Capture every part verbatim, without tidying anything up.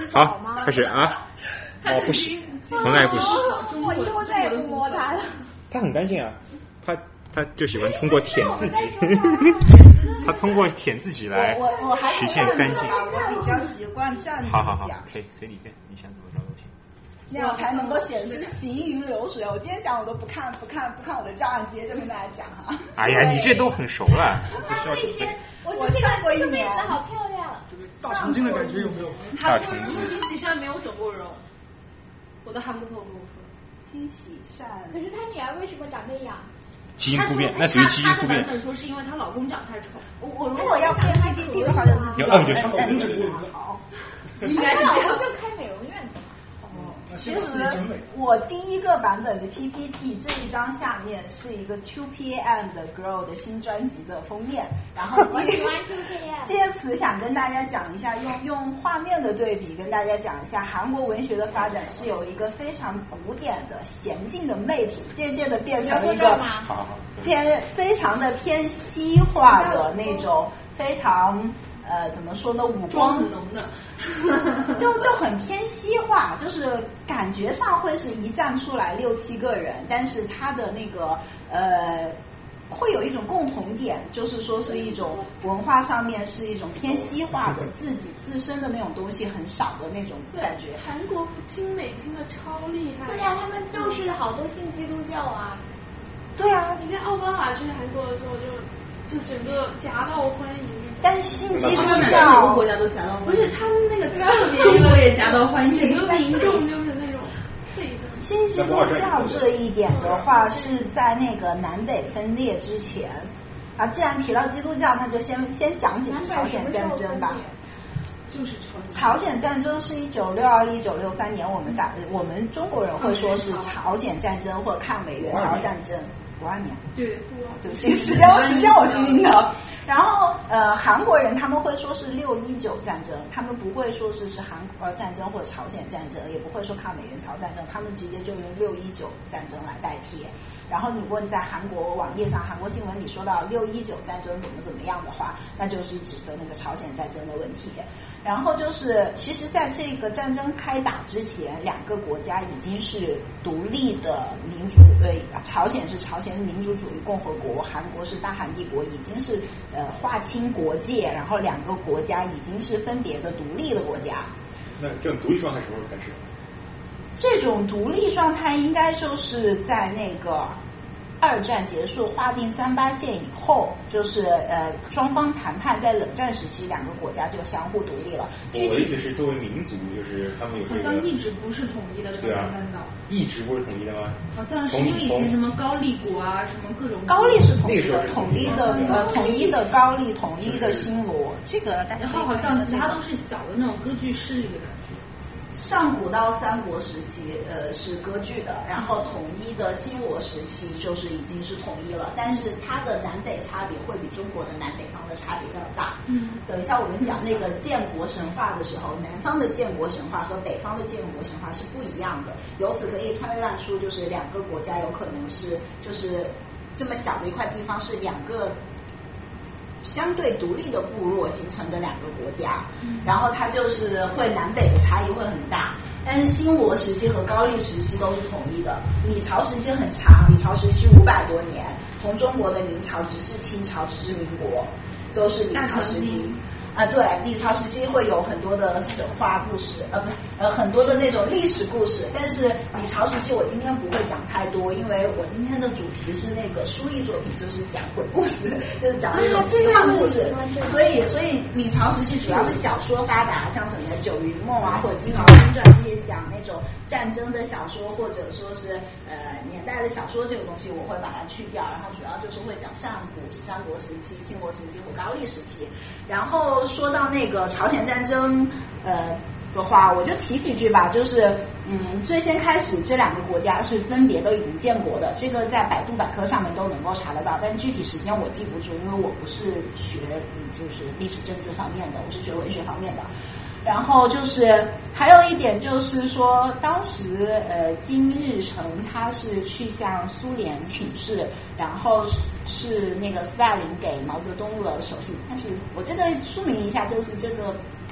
好，开始啊！哦，不洗，从来不洗。 我以后再也不摸它了。 它很干净啊，它它就喜欢通过舔自己，它通过舔自己来实现干净。 我比较习惯站着讲。 好好好，可以随你便，你想怎么着都行。 这样才能够显示行云流水。我今天讲我都不看不看不看我的教案，直接就跟大家讲哈。 哎呀，你这都很熟了，不需要准备。 我上过一年，好漂亮。 大长今的感觉有没有？ 大长今。 金喜善没有整过容，我的韩国朋友跟我说。 金喜善。 可是他女儿为什么长那样？ 基因突变，那属于基因突变。 她的版本说是因为她老公长太丑。 我我如果要变 P P T 的话，就要摁就上。 摁这个好。 应该是这样。 就开美容院的。 其实我第一个版本的 P P T 这一张下面是一个 two P M 的 Girl 的新专辑的封面，然后借此想跟大家讲一下，用用画面的对比跟大家讲一下，韩国文学的发展是有一个非常古典的娴静的妹纸，渐渐的变成一个偏非常的偏西化的那种非常呃怎么说呢，五光很浓的。 就就很偏西化，就是感觉上会是一站出来六七个人，但是他的那个呃会有一种共同点，就是说是一种文化上面是一种偏西化的，自己自身的那种东西很少的那种感觉。 韩国亲美亲的超厉害。 对呀、啊，他们就是好多信基督教啊。 对啊， 你看奥巴马去韩国的时候就就整个夹道欢迎。 但是信基督教每个国家都夹道欢迎， 不是他们那个特别， 中国也夹道欢迎， 整个民众就是那种沸腾。 信基督教这一点的话，是在那个南北分裂之前啊。既然提到基督教，那就先先讲几个朝鲜战争吧。 就是朝鲜战争是一九六二一九六三年，我们打我们中国人会说是朝鲜战争或者抗美援朝战争。五二年。 对， 对，时间时间我是晕的。然后呃，韩国人他们会说是六一九战争，他们不会说是是韩呃战争或者朝鲜战争，也不会说抗美援朝战争，他们直接就用六一九战争来代替。然后如果你在韩国网页上、韩国新闻里说到六一九战争怎么怎么样的话，那就是指的那个朝鲜战争的问题。然后就是，其实在这个战争开打之前，两个国家已经是独立的民主，呃，朝鲜是朝鲜民主主义共和国，韩国是大韩帝国，已经是呃划清国界，然后两个国家已经是分别的独立的国家。 那这种独立状态什么时候开始？ 这种独立状态应该就是在那个二战结束划定三八线以后，就是呃双方谈判，在冷战时期两个国家就相互独立了。 我的意思是作为民族，就是他们有这个好像一直不是统一的朝鲜半岛。 一直不是统一的吗？ 好像是因为以前什么高丽国啊，什么各种高丽是统一的， 那个统一的呃统一的高丽，统一的新罗，这个大家然后好像其他都是小的那种割据势力的感觉。 上古到三国时期，呃是割据的，然后统一的新罗时期就是已经是统一了，但是它的南北差别会比中国的南北方的差别要大。嗯，等一下我们讲那个建国神话的时候，南方的建国神话和北方的建国神话是不一样的，由此可以推断出，就是两个国家有可能是就是这么小的一块地方是两个相对独立的部落形成的两个国家，然后它就是会南北的差异会很大。但是新罗时期和高丽时期都是统一的，李朝时期很长，李朝时期五百多年，从中国的明朝直至清朝直至民国都是李朝时期。啊，对，历朝时期会有很多的神话故事，呃，不是，呃，很多的那种历史故事。但是李朝时期我今天不会讲太多，因为我今天的主题是那个书艺作品，就是讲鬼故事，就是讲那种奇幻故事。所以，所以李朝时期主要是小说发达，像什么《九云梦》啊，或者《金毛新传》这些讲那种战争的小说，或者说是呃年代的小说这个东西，我会把它去掉，然后主要就是会讲上古、三国时期、新罗时期和高丽时期，然后。说到那个朝鲜战争呃的话，我就提几句吧，就是嗯，最先开始这两个国家是分别都已经建国的，这个在百度百科上面都能够查得到，但具体时间我记不住，因为我不是学就是历史政治方面的，我是学文学方面的。然后就是还有一点就是说，当时呃金日成他是去向苏联请示，然后是那个斯大林给毛泽东了手信，但是我这个说明一下，就是这个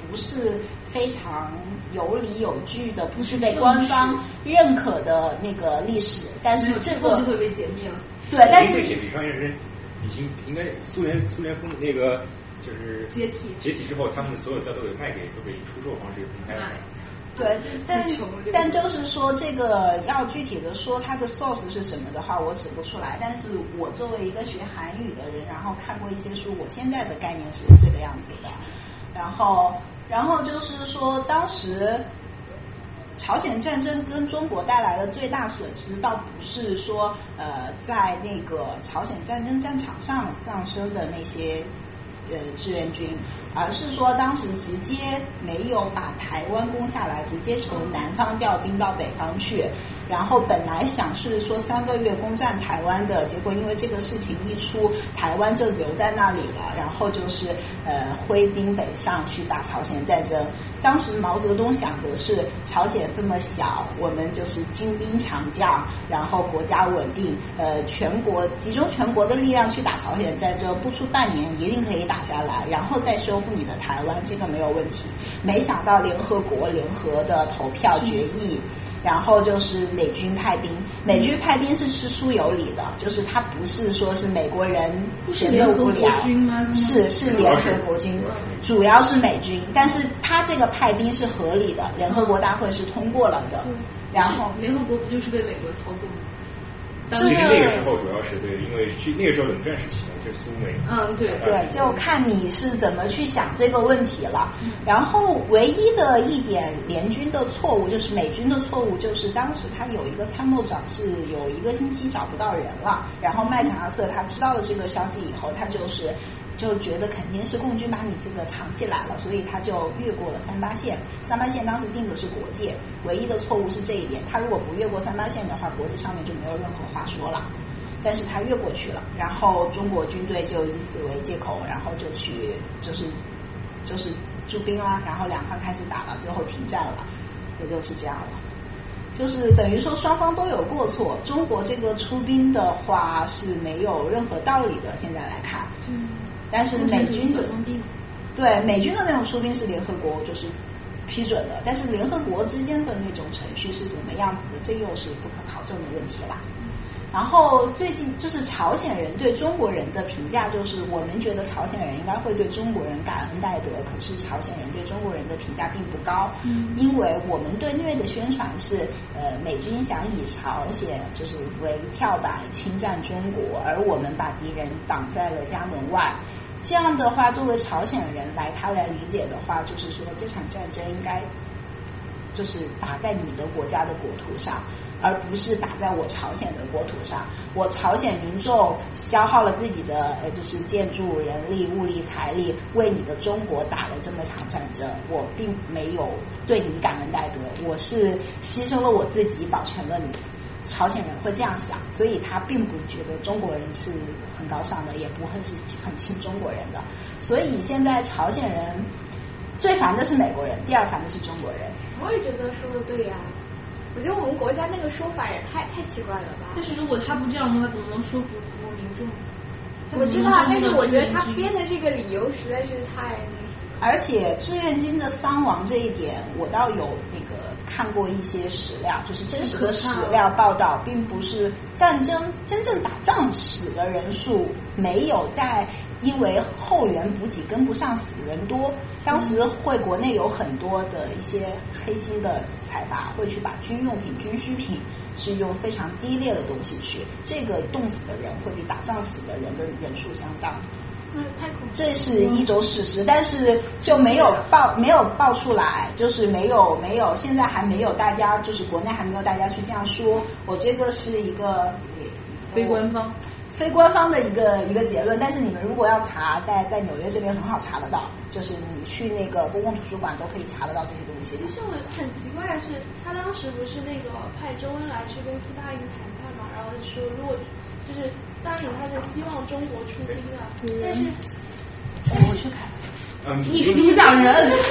不是非常有理有据的，不是被官方认可的那个历史，但是这个就会被解密了。 对，但是解密上面是已经应该苏联苏联封那个就是解体解体之后，他们的所有资料都给卖给都给出售方式公开了。 对，但但就是说这个要具体的说它的 source 是什么的话，我指不出来。但是我作为一个学韩语的人，然后看过一些书，我现在的概念是这个样子的。然后，然后就是说，当时朝鲜战争跟中国带来的最大损失，倒不是说呃在那个朝鲜战争战场上丧生的那些呃志愿军，而是说当时直接没有把台湾攻下来，直接从南方调兵到北方去，然后本来想是说三个月攻占台湾的，结果因为这个事情一出，台湾就留在那里了，然后就是呃挥兵北上去打朝鲜战争。当时毛泽东想的是朝鲜这么小，我们就是精兵强将，然后国家稳定，呃全国集中全国的力量去打朝鲜战争，不出半年一定可以打下来，然后再收复你的台湾，这个没有问题。没想到联合国联合的投票决议，然后就是美军派兵，美军派兵是师出有理的，就是他不是说是美国人显露不了，是是联合国军，主要是美军，但是他这个派兵是合理的，联合国大会是通过了的。然后联合国不就是被美国操纵吗？ 其实那个时候主要是对，因为去那个时候冷战时期嘛，就苏美。 嗯，对对，就看你是怎么去想这个问题了。然后唯一的一点联军的错误，就是美军的错误，就是当时他有一个参谋长是有一个星期找不到人了，然后麦克阿瑟他知道了这个消息以后，他就是就觉得肯定是共军把你这个藏起来了，所以他就越过了三八线。三八线当时定的是国界，唯一的错误是这一点，他如果不越过三八线的话，国际上面就没有任何话说了。但是他越过去了，然后中国军队就以此为借口，然后就去就是就是驻兵啦，然后两方开始打了，最后停战了，也就是这样了。就是等于说双方都有过错，中国这个出兵的话是没有任何道理的，现在来看。嗯。但是美军的对美军的那种出兵是联合国就是批准的，但是联合国之间的那种程序是什么样子的，这又是不可考证的问题啦。然后最近就是朝鲜人对中国人的评价，就是我们觉得朝鲜人应该会对中国人感恩戴德，可是朝鲜人对中国人的评价并不高，嗯，因为我们对虐的宣传是呃美军想以朝鲜就是为跳板侵占中国，而我们把敌人挡在了家门外。这样的话，作为朝鲜人来他来理解的话，就是说这场战争应该就是打在你的国家的国土上，而不是打在我朝鲜的国土上。我朝鲜民众消耗了自己的呃就是建筑、人力、物力、财力，为你的中国打了这么场战争，我并没有对你感恩戴德，我是牺牲了我自己，保全了你。朝鲜人会这样想，所以他并不觉得中国人是很高尚的，也不会是很亲中国人的。所以现在朝鲜人最烦的是美国人，第二烦的是中国人。 我也觉得说的对呀、啊，我觉得我们国家那个说法也太太奇怪了吧。 但是如果他不这样的话，怎么能说服服民众？ 我知道，但是我觉得他编的这个理由实在是太那什么。 而且志愿军的伤亡这一点，我倒有那个看过一些史料，就是真实的史料报道，并不是战争真正打仗死的人数没有在因为后援补给跟不上死人多。当时会国内有很多的一些黑心的财阀会去把军用品、军需品是用非常低劣的东西去，这个冻死的人会比打仗死的人的人数相当。 嗯，太恐怖了。 这是一种事实，但是就没有爆没有爆出来，就是没有没有，现在还没有大家，就是国内还没有大家去这样说。我这个是一个非官方。 非官方的一个一个结论，但是你们如果要查，在在纽约这边很好查得到，就是你去那个公共图书馆都可以查得到这些东西。 其实我很奇怪的是，他当时不是那个派周恩来去跟斯大林谈判嘛，然后说如果就是斯大林他是希望中国出兵啊，嗯、但是、 嗯、我去看， 嗯， 你是主讲人，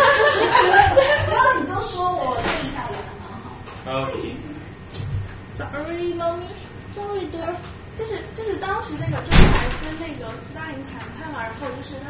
那你就说我对一下我还蛮好。 OK。 Sorry， 猫咪，稍微多。就是就是当时那个周恩来跟那个斯大林谈判嘛，然后就是他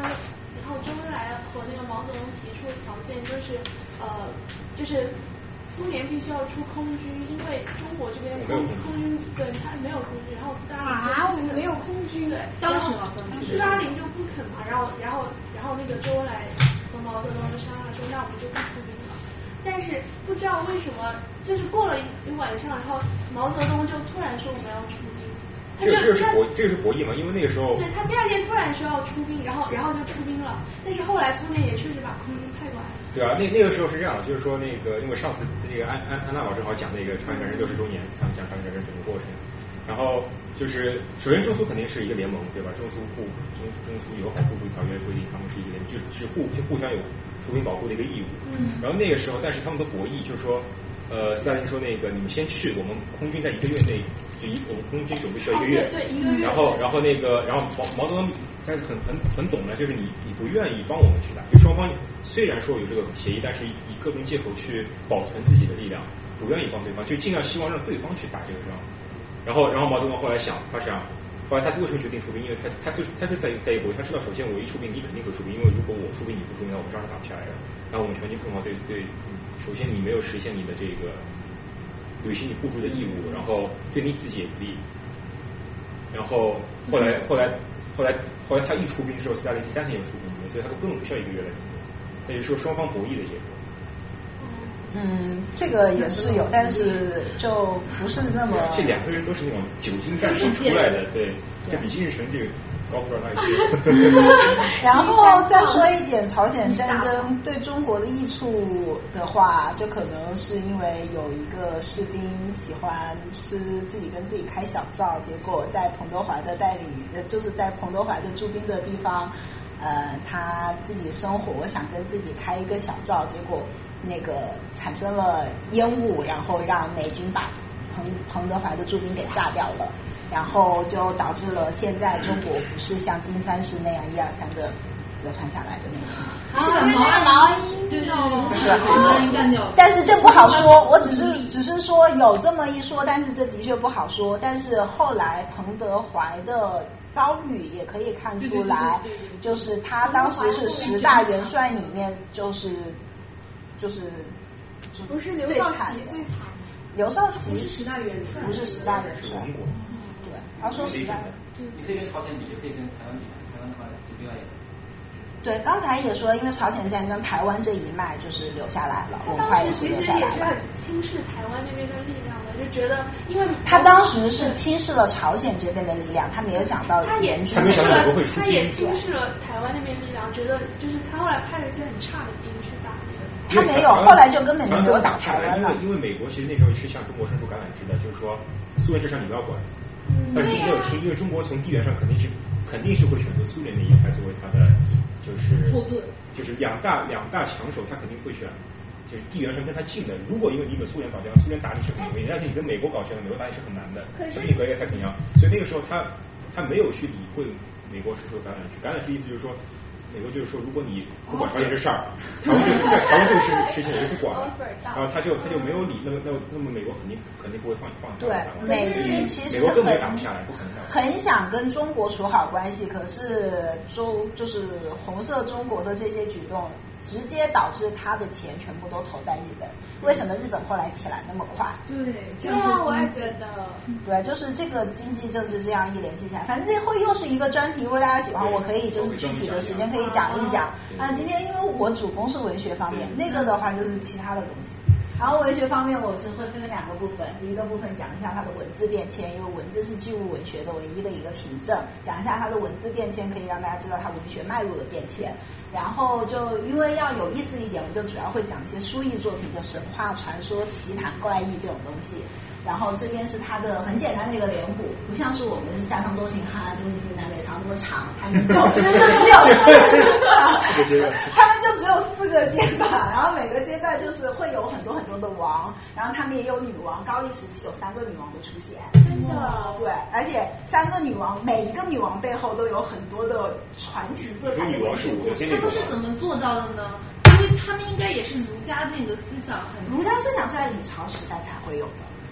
然后周恩来和那个毛泽东提出的条件就是呃就是苏联必须要出空军，因为中国这边空空军对他没有空军，然后斯大林啊我们没有空军， 对，当时斯大林就不肯嘛，然后然后然后那个周恩来和毛泽东就商量说，那我们就不出兵了。但是不知道为什么，就是过了一晚上，然后毛泽东就突然说我们要出兵。 这个这个是博这个是博弈嘛？因为那个时候对他第二天突然说要出兵，然后然后就出兵了。但是后来苏联也确实把空军派过来了。 对啊，那那个时候是这样的，就是说那个因为上次那个安安安娜老师好讲那个朝鲜战争六十周年，他们讲朝鲜战争整个过程。然后就是首先中苏肯定是一个联盟，对吧？中苏互中中苏友好互助条约规定他们是一个联盟，就是互互相有出兵保护的一个义务。嗯。然后那个时候，但是他们的博弈就是说，呃，斯大林说那个你们先去，我们空军在一个月内就一我们空军准备需要一个月。 对对，一个月。 然后然后那个然后毛毛泽东但是很很很懂的，就是你你不愿意帮我们去打，就双方虽然说有这个协议，但是以各种借口去保存自己的力量，不愿意帮对方，就尽量希望让对方去打这个仗。然后，然后毛泽东后来想，他想，后来他为什么决定出兵？因为他他就是他是在在一国，他知道首先我一出兵，你肯定会出兵，因为如果我出兵你不出兵，那我们仗是打不下来的。那我们全军覆没，对对，首先你没有实现你的这个履行你互助的义务，然后对你自己也不利。然后后来后来后来后来他一出兵之后，斯大林第三天就出兵了，所以他根本不需要一个月来准备。那就是说双方博弈的结果。 嗯，这个也是有，但是就不是那么。 这两个人都是那种久经战事出来的，对，这比金日成这个高不知道哪里去。 然后再说一点，朝鲜战争对中国的益处的话，就可能是因为有一个士兵喜欢吃自己跟自己开小灶，结果在彭德怀的带领，就是在彭德怀的驻兵的地方，呃，他自己生火，我想跟自己开一个小灶，结果。那个产生了烟雾，然后让美军把彭彭德怀的驻兵给炸掉了，然后就导致了现在中国不是像金三世那样一二三个流传下来的那个。 是把毛毛英对对对， 毛英干掉。但是这不好说，我只是只是说有这么一说，但是这的确不好说。但是后来彭德怀的遭遇也可以看出来，就是他当时是十大元帅里面就是。就是不是刘少奇最惨， 刘少奇是十大元帅， 不是十大元帅，对，他说十大元， 你可以跟朝鲜比，也可以跟台湾比，台湾的话就另外一个。 对，刚才也说，因为朝鲜战争，台湾这一脉就是留下来了，文化也是留下来了。 当时其实也是很轻视台湾那边的力量的，就觉得因为他当时是轻视了朝鲜这边的力量，他没有想到援军， 他没想到美国会出兵， 他也轻视了台湾那边力量，觉得就是他后来派了一些很差的兵去打。 他没有，后来就根本就没有打台湾了。 因为因为美国其实那时候是向中国伸出橄榄枝的，就是说苏联这事你不要管，但是没有听，因为中国从地缘上肯定是肯定是会选择苏联那一派作为他的就是后盾， 就是两大两大强手，他肯定会选就是地缘上跟他近的。如果因为你跟苏联搞僵，苏联打你是很容易，但是你跟美国搞僵，美国打你是很难的，特别隔一个太平洋，所以那个时候他他没有去理会美国伸出的橄榄枝。橄榄枝意思就是说。美国就是说，如果你不管朝鲜这事儿，台湾这个台湾这个事事情我就不管了，然后他就他就没有理，那么那么那么美国肯定肯定不会放放对，美军其实美国根本打不下来，不可能很想跟中国处好关系，可是中就是红色中国的这些举动，直接导致他的钱全部都投在日本。为什么日本后来起来那么快？ 对， 对啊，我也觉得。 对，就是这个经济政治这样一联系起来，反正这会又是一个专题，如果大家喜欢，我可以就是具体的时间可以讲一讲。啊，今天因为我主攻是文学方面，那个的话就是其他的东西。然后文学方面我是会分两个部分，第一个部分讲一下它的文字变迁，因为文字是纪录文学的唯一的一个凭证，讲一下它的文字变迁，可以让大家知道它文学脉络的变迁。然后就因为要有意思一点，我就主要会讲一些书艺作品，就神话传说、奇谈怪异这种东西。然后这边是它的很简单的一个脸谱，不像是我们是夏商周秦汉中西南北朝那么长，他们就就只有四个，他们就只有四个阶段，然后每个阶段就是会有很多很多的王，然后他们也有女王，高丽时期有三个女王的出现， 真的， 对，而且三个女王，每一个女王背后都有很多的传奇色彩的文学故事。 他们是怎么做到的呢？因为他们应该也是儒家那个思想很， 儒家思想是在李朝时代才会有的。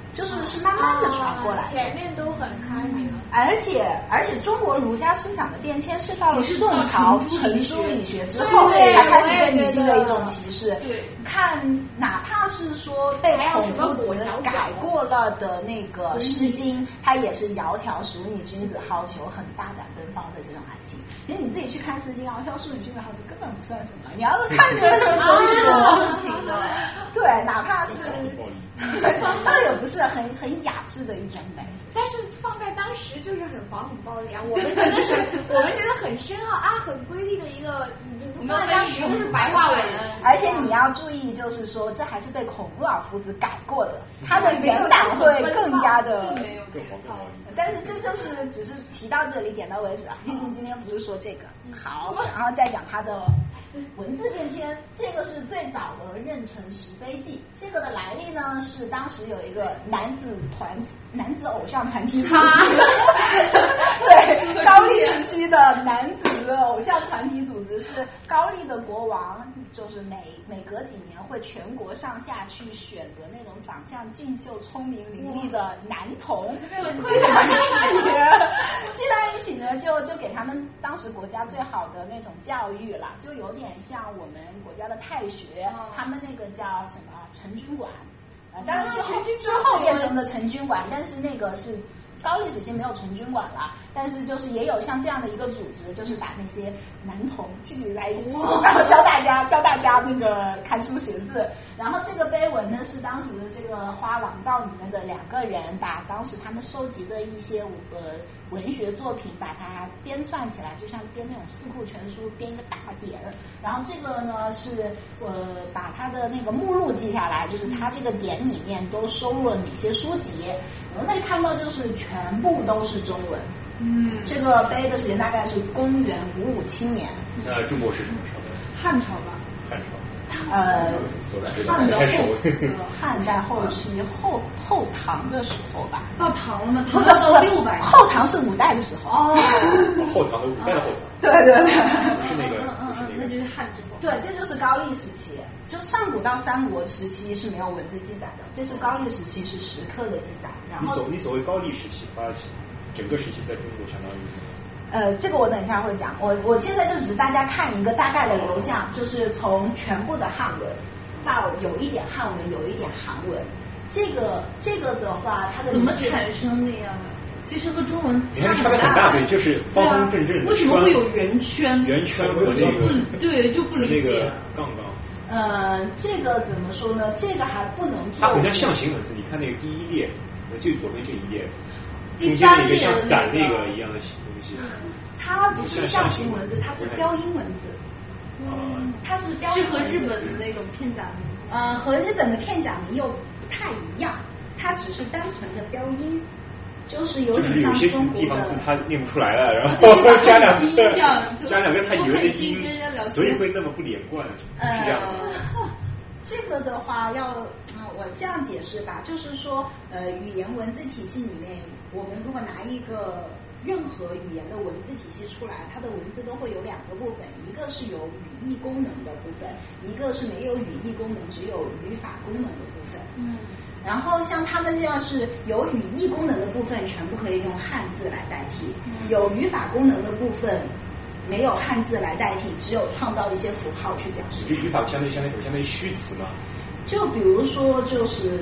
就是是慢慢的传过来的， 前面都很开明。 而且而且中国儒家思想的变迁是到了宋朝程朱理学之后才开始对女性的一种歧视。 对， 看哪怕是说被孔夫子改过了的那个《诗经》，它也是窈窕淑女，君子好逑，很大胆奔放的这种爱情。因为你自己去看《诗经》，窈窕淑女，君子好逑根本不算什么。你要是看这个东西，对，哪怕是它也不是很很雅致的一种美。 但是放在当时就是很黄很暴力啊，我们觉得是，我们觉得很深奥啊，很瑰丽的一个，放在当时就是白话文。 而且你要注意，就是说这还是被孔穆尔夫子改过的，他的原版会更加的，但是这就是只是提到这里点到为止啊，毕竟今天不是说这个。好，然后再讲他的文字变迁，这个是最早的壬辰石碑记。这个的来历呢，是当时有一个男子团男子偶像团体组织，对，高丽时期的男子的偶像团体组织是高丽的国王，就是每每隔几年会全国上下去选择那种长相俊秀、聪明伶俐的男童，聚在一起，聚在一起呢，就就给他们当时国家最好的那种教育了，就有点像我们国家的太学，他们那个叫什么成军馆，呃，当然是后之后变成的成军馆，但是那个是高丽时期没有成军馆了，但是就是也有像这样的一个组织，就是把那些男童聚集在一起，然后教大家教大家那个看书写字。然后这个碑文呢是当时这个花廊道里面的两个人把当时他们收集的一些呃文学作品把它编串起来，就像编那种四库全书编一个大典。然后这个呢是呃把他的那个目录记下来，就是他这个典里面都收录了哪些书籍，我们可以看到就是全部都是中文。嗯，这个碑的时间大概是公元五五七年。 那中国是什么朝代？ 汉朝吧。 汉朝。 呃， 汉的后期， 汉代后期后后唐的时候吧。 到唐了吗？唐到六百。 后唐是五代的时候。 哦。 后唐的五代的后唐。 对对对。 不是那个， 嗯嗯，那就是汉之后。 对，这就是高丽时期。就上古到三国时期是没有文字记载的，这是高丽时期是石刻的记载。然后你所你所谓高丽时期，它整个时期在中国相当于。 呃，这个我等一下会讲，我我现在就只是大家看一个大概的流向，就是从全部的汉文到有一点汉文，有一点韩文。这个这个的话，它的怎么产生的呀？其实和中文差别很大，对，就是方方正正的。 为什么会有圆圈？ 圆圈和那个对就不理解。 那个杠杠。 呃，这个怎么说呢？这个还不能做。 它很像象形文字，你看那个第一列，最左边这一列，中间那个像伞那个一样的东西。 它不是象形文字，它是标音文字。 嗯， 它是标音是和日本的那种片假名。 呃，和日本的片假名又不太一样，它只是单纯的标音，就是有点像中国的。 就是有些地方字它念不出来了，然后加两个加两个它以为的音，所以会那么不连贯，是这样的。 这个的话要啊、呃，我这样解释吧，就是说呃，语言文字体系里面，我们如果拿一个任何语言的文字体系出来，它的文字都会有两个部分，一个是有语义功能的部分，一个是没有语义功能，只有语法功能的部分。嗯。然后像他们这样是有语义功能的部分，全部可以用汉字来代替；嗯、有语法功能的部分，没有汉字来代替，只有创造一些符号去表示。 语法相对相对相当于虚词嘛？ 就比如说，就是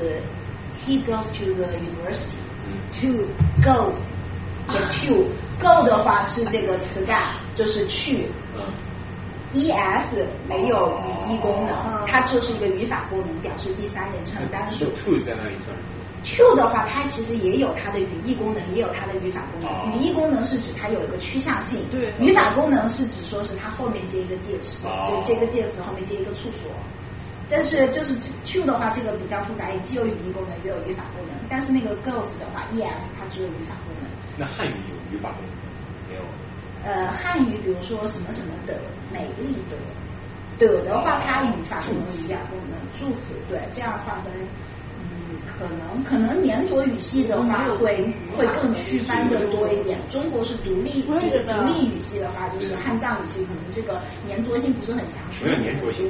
he goes to the university， 嗯 to goes。也 to go 的话是这个词干，就是去。嗯。es 没有语义功能，嗯、它就是一个语法功能，表示第三人称单数。 to 在哪里算 ？to 的话，它其实也有它的语义功能，也有它的语法功能。 哦、 语义功能是指它有一个趋向性， 对。 语法功能是指说是它后面接一个介词， 哦、 就这个介词后面接一个处所。但是就是 to 的话，这个比较复杂，也既有语义功能，也有语法功能。但是那个 goes 的话 ，es 它只有语法功能。 那汉语有语法功能没有？ 呃，汉语比如说什么什么的，美丽的，的的话，它语法功能、语法功能，助词，对，这样划分，嗯，可能可能黏着语系的话会会更区分的多一点。中国是独立独立语系的话，就是汉藏语系，可能这个粘着性不是很强。 没有粘着性。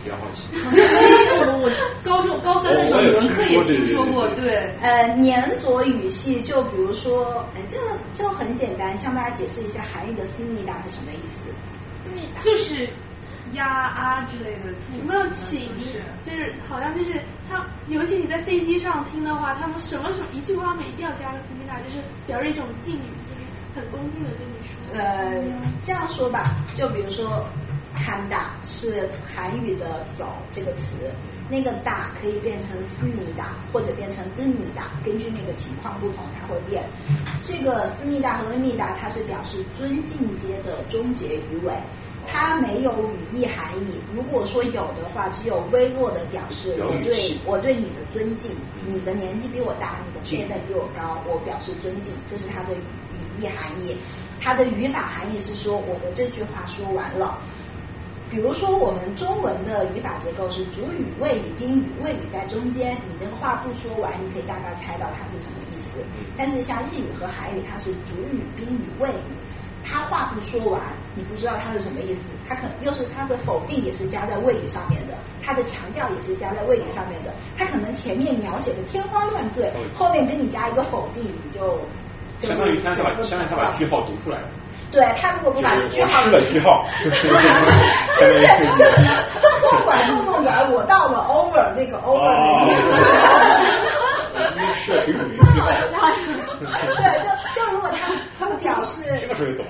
比较好奇。 我我高中高三的时候语文课也听说过，对。 呃，黏着语系，就比如说，哎，这个这个很简单，向大家解释一下韩语的思密达是什么意思？ 思密达就是呀啊之类的， 没有请，就是好像就是他，尤其你在飞机上听的话，他们什么什么一句话面一定要加个思密达，就是表示一种敬语，就是很恭敬的跟你说。 呃，这样说吧，就比如说看大是韩语的走这个词，那个大可以变成思密达或者变成恩密达，根据那个情况不同它会变。这个思密达和恩密达它是表示尊敬阶的终结语尾，它没有语义含义。如果说有的话，只有微弱的表示我对我对你的尊敬，你的年纪比我大，你的辈分比我高，我表示尊敬，这是它的语义含义。它的语法含义是说我的这句话说完了。比如说我们中文的语法结构是主语、谓语、宾语，谓语在中间，你这个话不说完，你可以大概猜到它是什么意思。但是像日语和韩语，它是主语、宾语、谓语，它话不说完，你不知道它是什么意思，它可能又是它的否定也是加在谓语上面的，它的强调也是加在谓语上面的，它可能前面描写的天花乱坠，后面跟你加一个否定，你就相当于他把相当于他把句号读出来了。 对，他如果不把句号失了句号， 对对对，就是不管弄弄的，我到了 over 那个 over 的意思。是属于句号。 对，就就如果他他表示这个时候就懂了。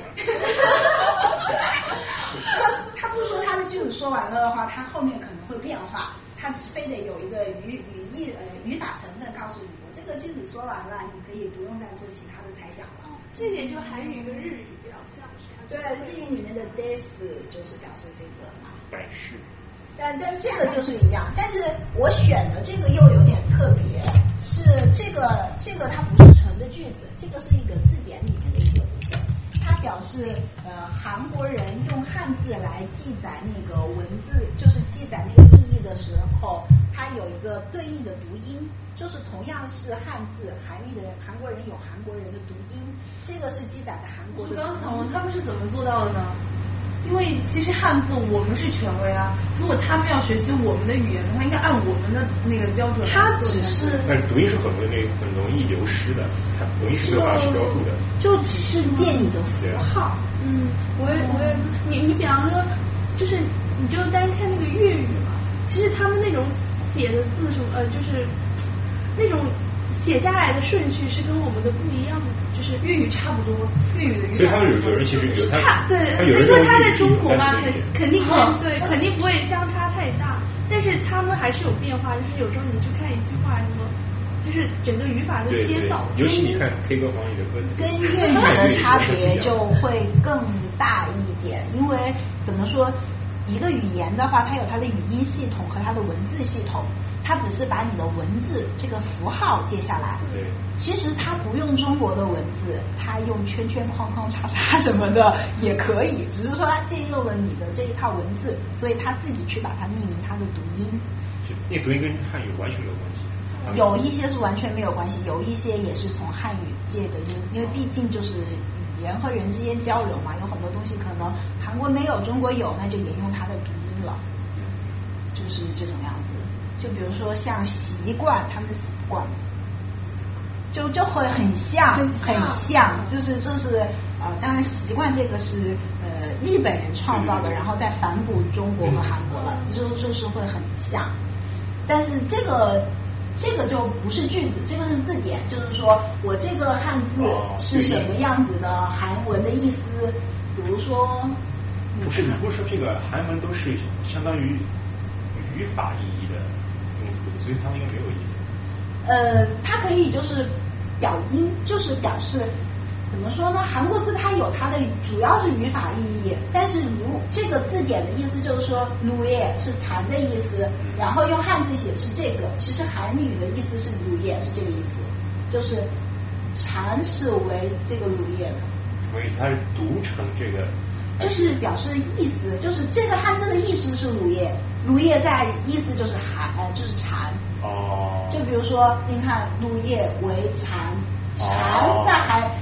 他他不说他的句子说完了的话，他后面可能会变化，他非得有一个语语义呃语法成分告诉你，我这个句子说完了，你可以不用再做其他的猜想了。 这点就韩语跟日语比较像，是吧？ 对，日语里面的 this 就是表示这个嘛。 百事。 但但这个就是一样，但是我选的这个又有点特别，是这个这个它不是成的句子，这个是一个字典里面的一个部分，它表示呃韩国人用汉字来记载那个文字，就是记载那个意义的时候，它有一个对应的读音。就是同样是汉字，韩语的人，韩国人有韩国人的读音，这个是记载的韩国的。 我刚想问他们是怎么做到的呢？因为其实汉字我们是权威啊，如果他们要学习我们的语言的话，应该按我们的那个标准来做。 他只是， 但是读音是很容易很容易流失的，它读音是没有办法去标注的。 就只是借你的符号。 嗯，我也我也你你比方说，就是你就单看那个粤语嘛，其实他们那种写的字什么呃就是。那种写下来的顺序是跟我们的不一样的，就是粤语差不多，粤语的语法。 所以他们有有人其实有他差对， 有人因为他在中国嘛，肯肯定嗯、 对肯定不会相差太大，但是他们还是有变化，就是有时候你去看一句话什么，就是整个语法的颠倒。 尤其你看 K 歌皇语的歌词， 跟粤语的差别就会更大一点，因为怎么说，一个语言的话，它有它的语音系统和它的文字系统。它只是把你的文字这个符号借下来， 对， 其实它不用中国的文字，它用圈圈框框叉叉什么的也可以，只是说它借用了你的这一套文字，所以它自己去把它命名它的读音。 那读音跟汉语完全没有关系。 有一些是完全没有关系，有一些也是从汉语借的音，因为毕竟就是人和人之间交流嘛，有很多东西可能韩国没有，中国有，那就沿用它的读音了，就是这种样子。就比如说像习惯，他们习惯就就会很像，很像，就是就是呃，当然习惯这个是呃日本人创造的，然后再反哺中国和韩国了，就就是会很像。但是这个这个就不是句子，这个是字典，就是说我这个汉字是什么样子的韩文的意思，比如说不是你不是说这个韩文都是相当于语法意义的。所以它应该没有意思。 呃，它可以就是表音，就是表示怎么说呢？韩国字它有它的主要是语法意义，但是如这个字典的意思就是说乳液是蚕的意思，然后用汉字写是这个，其实韩语的意思是乳液是这个意思，就是蚕是为这个乳液的。 什么意思？它是读成这个？ 就是表示意思，就是这个汉字的意思是乳液，乳液在意思就是韩，呃，就是蚕。 哦。 就比如说，你看乳液为蚕，蚕在韩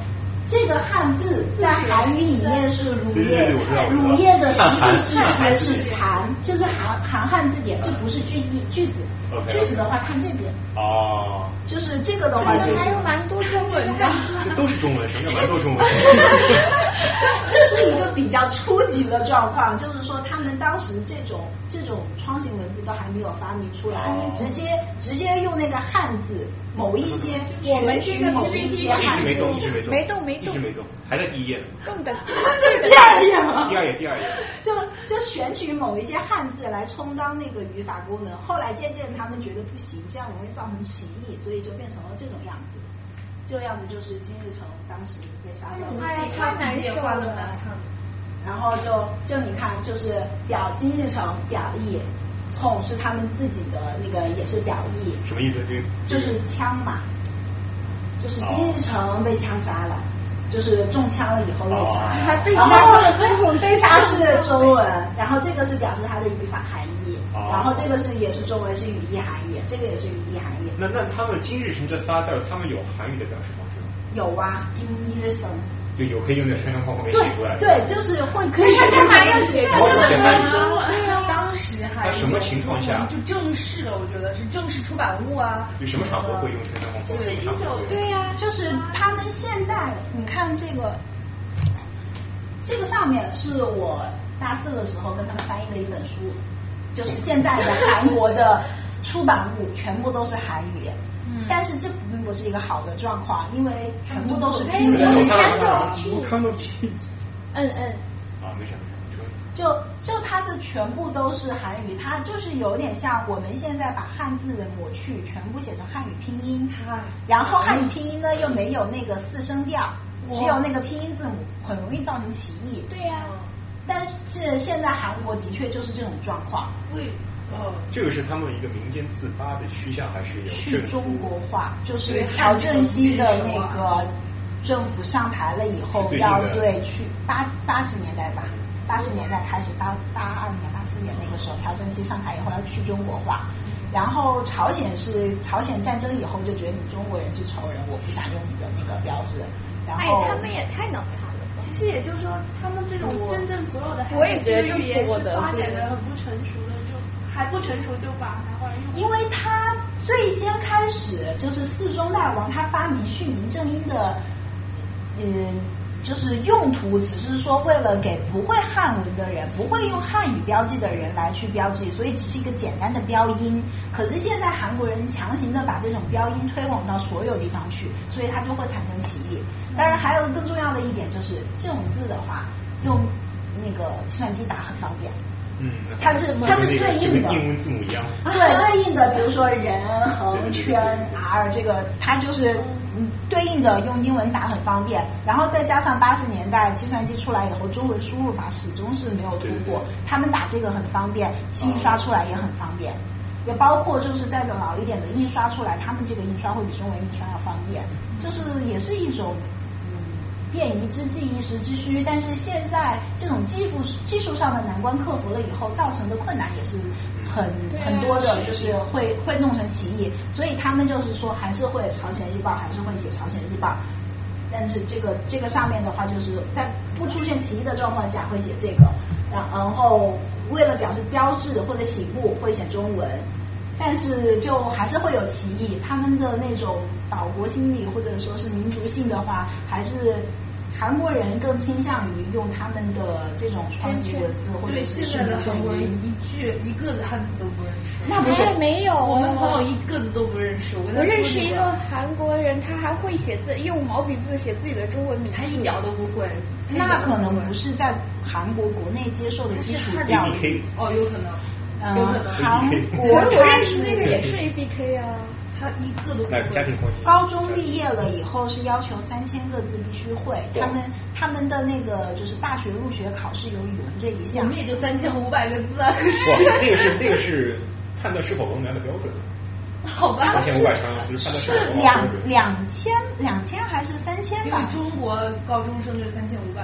这个汉字在韩语里面是乳液，乳液的实际意思是蚕，就是韩韩汉字典，这不是句意句子。句子的话看这边。 哦。 就是这个的话， 那还有蛮多中文的。 这都是中文，什么叫蛮多中文？ 这是一个比较初级的状况，就是说他们当时这种这种窗形文字都还没有发明出来，哦、直接直接用那个汉字某一些我们这个某一些汉字， 一直没动，一直没动， 没动没动， 一直没动，还在第一页呢。 动的， 这是第二页吗？ 第二页，第二页。 就就选取某一些汉字来充当那个语法功能，后来渐渐他们觉得不行，这样容易造成歧义，所以就变成了这种样子。这个样子就是金日成当时被杀掉的。 哎呀，太难受了。 然后就就你看，就是表金日成表意，冲是他们自己的那个也是表意。 什么意思？ 就就是枪嘛，就是金日成被枪杀了。就是中枪了以后被杀， 还被杀了。被杀是中文，然后这个是表示它的语法含义，然后这个是也是中文是语义含义，这个也是语义含义。 那那他们金日成这仨字儿，他们有韩语的表示方式吗？ 有啊，金日成。 就有可以用在全场框框给写出来。 对，就是会可以。 他干嘛要写中文？ 对啊，当时还。 他什么情况下？ 就正式的，我觉得是正式出版物啊。 就什么场合会用全场框框？ 就是一种对呀、 啊，就是他们现在你看这个，这个上面是我大四的时候跟他们翻译的一本书，就是现在的韩国的出版物全部都是韩语。嗯、但是这并不是一个好的状况，因为全部都是拼音。 我看到 cheese。 嗯嗯。 啊，没事没事。 就就它的全部都是韩语，它就是有点像我们现在把汉字的抹去，全部写成汉语拼音。然后汉语拼音呢又没有那个四声调，只有那个拼音字母，很容易造成歧义。 对呀、啊。 但是现在韩国的确就是这种状况。 为哦，这个是他们一个民间自发的趋向，还是有去中国化？就是朴正熙的那个政府上台了以后，要对去八八十年代吧，八十年代开始，八八二年、八四年那个时候，朴正熙上台以后要去中国化。然后朝鲜是朝鲜战争以后就觉得你中国人是仇人，我不想用你的那个标志。然后哎，他们也太脑残了。 其实也就是说，他们这种真正所有的我也觉得这语言是发展的很不成熟的，就还不成熟就把它拿来用。 因为他最先开始就是世宗大王，他发明训民正音的，嗯，就是用途只是说为了给不会汉文的人、不会用汉语标记的人来去标记，所以只是一个简单的标音。可是现在韩国人强行的把这种标音推广到所有地方去，所以它就会产生歧义。当然还有更重要的一点就是，这种字的话，用那个计算机打很方便。 嗯， 它是它是对应的， 英文字母一样。 对，对应的，比如说人、横、圈、r 这个，它就是嗯对应的用英文打很方便。然后再加上八十年代计算机出来以后，中文输入法始终是没有通过，他们打这个很方便，印刷出来也很方便。也包括就是再老一点的印刷出来，他们这个印刷会比中文印刷要方便，就是也是一种。便宜之计一时之需，但是现在这种技术技术上的难关克服了以后，造成的困难也是很很多的，就是会会弄成歧义，所以他们就是说还是会朝鲜日报，还是会写朝鲜日报，但是这个这个上面的话，就是在不出现歧义的状况下会写这个，然后为了表示标志或者醒目会写中文。但是就还是会有歧义，他们的那种岛国心理或者说是民族性的话，还是韩国人更倾向于用他们的这种创新文字或者是训民正音。 一句一个汉字都不认识。 那不是、 哎、没有， 我们朋友一个字都不认识。我跟他我认识一个韩国人，他还会写字，用毛笔字写自己的中文名字， 他一点都不会。 那可能不是在韩国国内接受的基础教育。 哦，有可能。 嗯， 有可能韩国我认识那个也是 A B K 啊， 他一个都不会。 家庭关系。 高中毕业了以后是要求三千个字必须会，他们他们的那个就是大学入学考试有语文这一项。 我们也就三千五百个字啊。 不，那个是那个是判断是否文盲的标准。 好吧。 三千五百长词判断是否文盲两两千两千还是三千吧？ 因为中国高中生是三千五百字。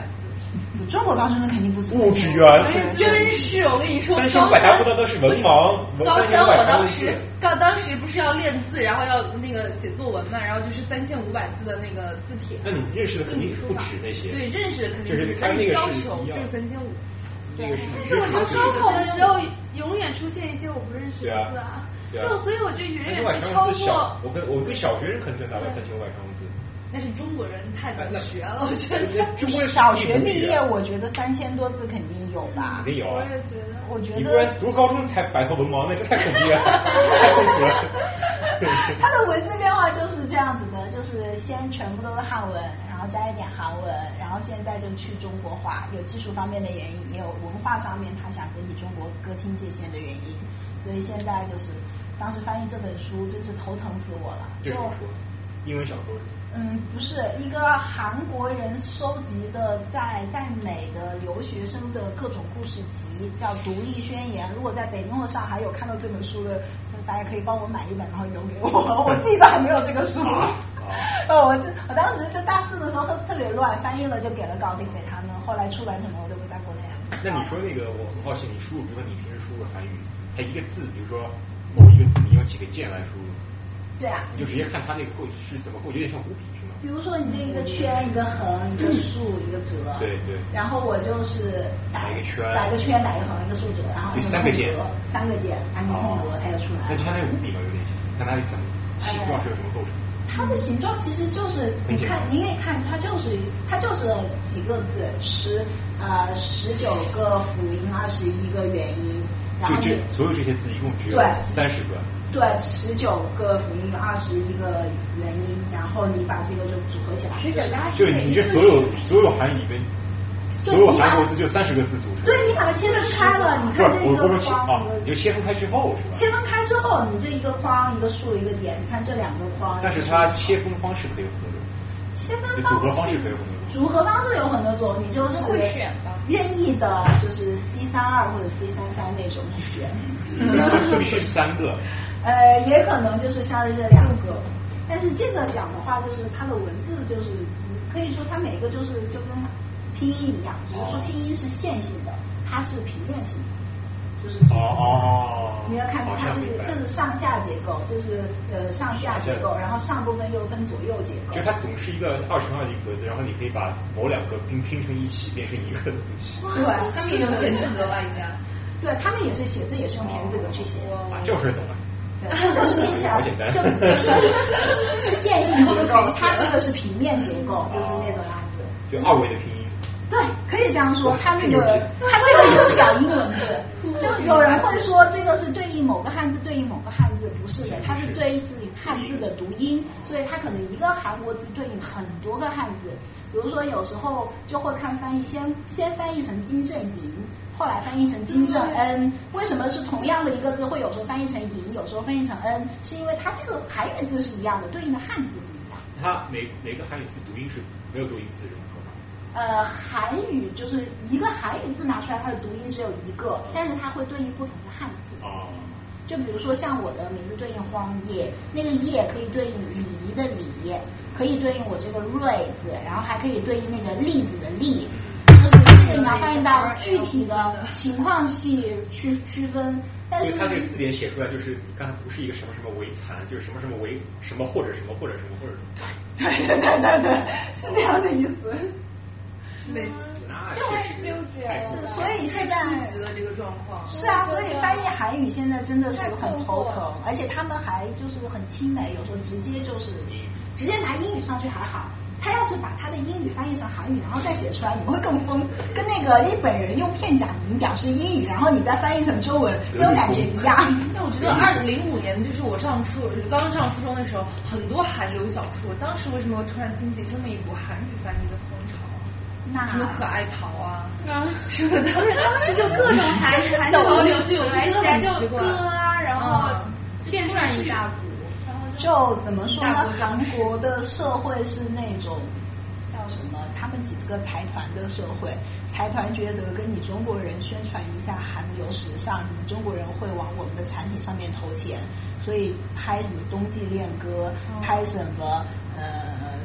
中国高中生肯定不止物质元， 真是我跟你说， 三千五百达不到都是文盲， 高三我当时高当时不是要练字，然后要那个写作文嘛，然后就是三千五百字的那个字帖。 那你认识的肯定不止那些。 对，认识的肯定不止， 但是要求就是三千五。 那个是。 但是我觉得高考的时候永远出现一些我不认识的字啊，就所以我觉得远远是超过。 我跟我跟小学生可能就拿到三千五百常用字。 那是中国人太难学了，我觉得。 小学毕业，我觉得三千多字肯定有吧。 肯定有啊。 我也觉得。 我觉得。 你不然读高中才摆脱文盲，那这太恐怖了，太痛苦了。 它的文字变化就是这样子的，就是先全部都是汉文，然后加一点韩文，然后现在就去中国化，有技术方面的原因，也有文化上面他想跟你中国割清界限的原因，所以现在就是当时翻译这本书，真是头疼死我了。 这什么书？英文小说。 嗯，不是一个韩国人收集的在在美的留学生的各种故事集，叫《独立宣言》。如果在北京或上海有看到这本书的，大家可以帮我买一本，然后邮给我。我自己都还没有这个书。啊哦，我这我当时在大四的时候特特别乱，翻译了就给了稿顶给他们，后来出版什么我都不在国内。 那你说那个我很好奇，你输入，比如说你平时输入韩语，它一个字，比如说某一个字，你用几个键来输入？ 对啊。 你就直接看它那个构是怎么构，有点像虎笔。 比如说你这一个圈一个横一个竖一个折， 对对， 然后我就是打一个圈打一个圈打一个横一个竖折，然后按三个键三个键按个空格它就出来了。 那它那五笔嘛有点像，看它怎么形状是有什么构成？ 它的形状其实就是你看你可以看它就是它就是几个字，十呃十九个辅音，二十一个元音，然后就这所有这些字一共只有三十个。 对，十九个辅音，二十一个元音，然后你把这个就组合起来。 十九加就你这所有所有韩语里面，所有韩国字就三十个字组成。 对，你把它切分开了，你看这一个框， 啊，你就切分开之后是吧？ 切分开之后，你这一个框一个竖一个点，你看这两个框。 但是它切分方式可以有很多种。 切分方式。组合方式可以有很多种。 组合方式有很多种，你就是会选吧。 任意的，就是 C 三二或者 C 三三那种选。 就必须三个。 呃，也可能就是像是这两个，但是这个讲的话，就是它的文字就是可以说它每个就是就跟拼音一样，只是说拼音是线性的，它是平面性的，就是这样子。 哦。 你要看它这是这是上下结构，这是呃上下结构，然后上部分又分左右结构。 就它总是一个二乘二的一个格子，然后你可以把某两个拼拼成一起，变成一个东西。 对， 他们也用田字格吧？应该。 对他们也是写字也是用田字格去写。 啊，这我是懂了。 对，就是拼起来，就拼音拼音是线性结构，它这个是平面结构，就是那种样子。 就二维的拼音。 对，可以这样说，它那个它这个也是表音文字。就有人会说这个是对应某个汉字对应某个汉字，不是的，它是对应自己汉字的读音，所以它可能一个韩国字对应很多个汉字。比如说有时候就会看翻译，先先翻译成金正银。后来翻译成金正恩，为什么是同样的一个字会有时候翻译成银，有时候翻译成恩？是因为它这个韩语字是一样的，对应的汉字不一样。 它每每个韩语字读音是没有多音字这种说法。 呃，韩语就是一个韩语字拿出来，它的读音只有一个，但是它会对应不同的汉字。 哦。 就比如说像我的名字对应荒叶，那个叶可以对应礼仪的礼，可以对应我这个瑞字，然后还可以对应那个栗子的栗。就是这个你要翻译到具体的情况去去区分，但是所以它这个字典写出来就是刚才不是一个什么什么为残，就是什么什么为什么或者什么或者什么或者什么。 对对对对对，是这样的意思。 类似。 就会纠结了。 所以现在的这个状况。 是啊，所以翻译韩语现在真的是很头疼，而且他们还就是很亲美，有时候直接就是直接拿英语上去还好。他要是把他的英语翻译成韩语，然后再写出来，你会更疯，跟那个日本人用片假名表示英语，然后你再翻译成中文，那种感觉一样。 那我觉得二零零五年就是我上初刚上初中的时候，很多韩流小说，当时为什么会突然兴起这么一股韩语翻译的风潮？ 那什么可爱桃啊， 啊， 是不是当时当时就各种韩韩潮流就有来起来就歌啊，然后变突然一大股。 就怎么说呢？韩国的社会是那种叫什么？他们几个财团的社会，财团觉得跟你中国人宣传一下韩流时尚，你们中国人会往我们的产品上面投钱，所以拍什么冬季恋歌，拍什么呃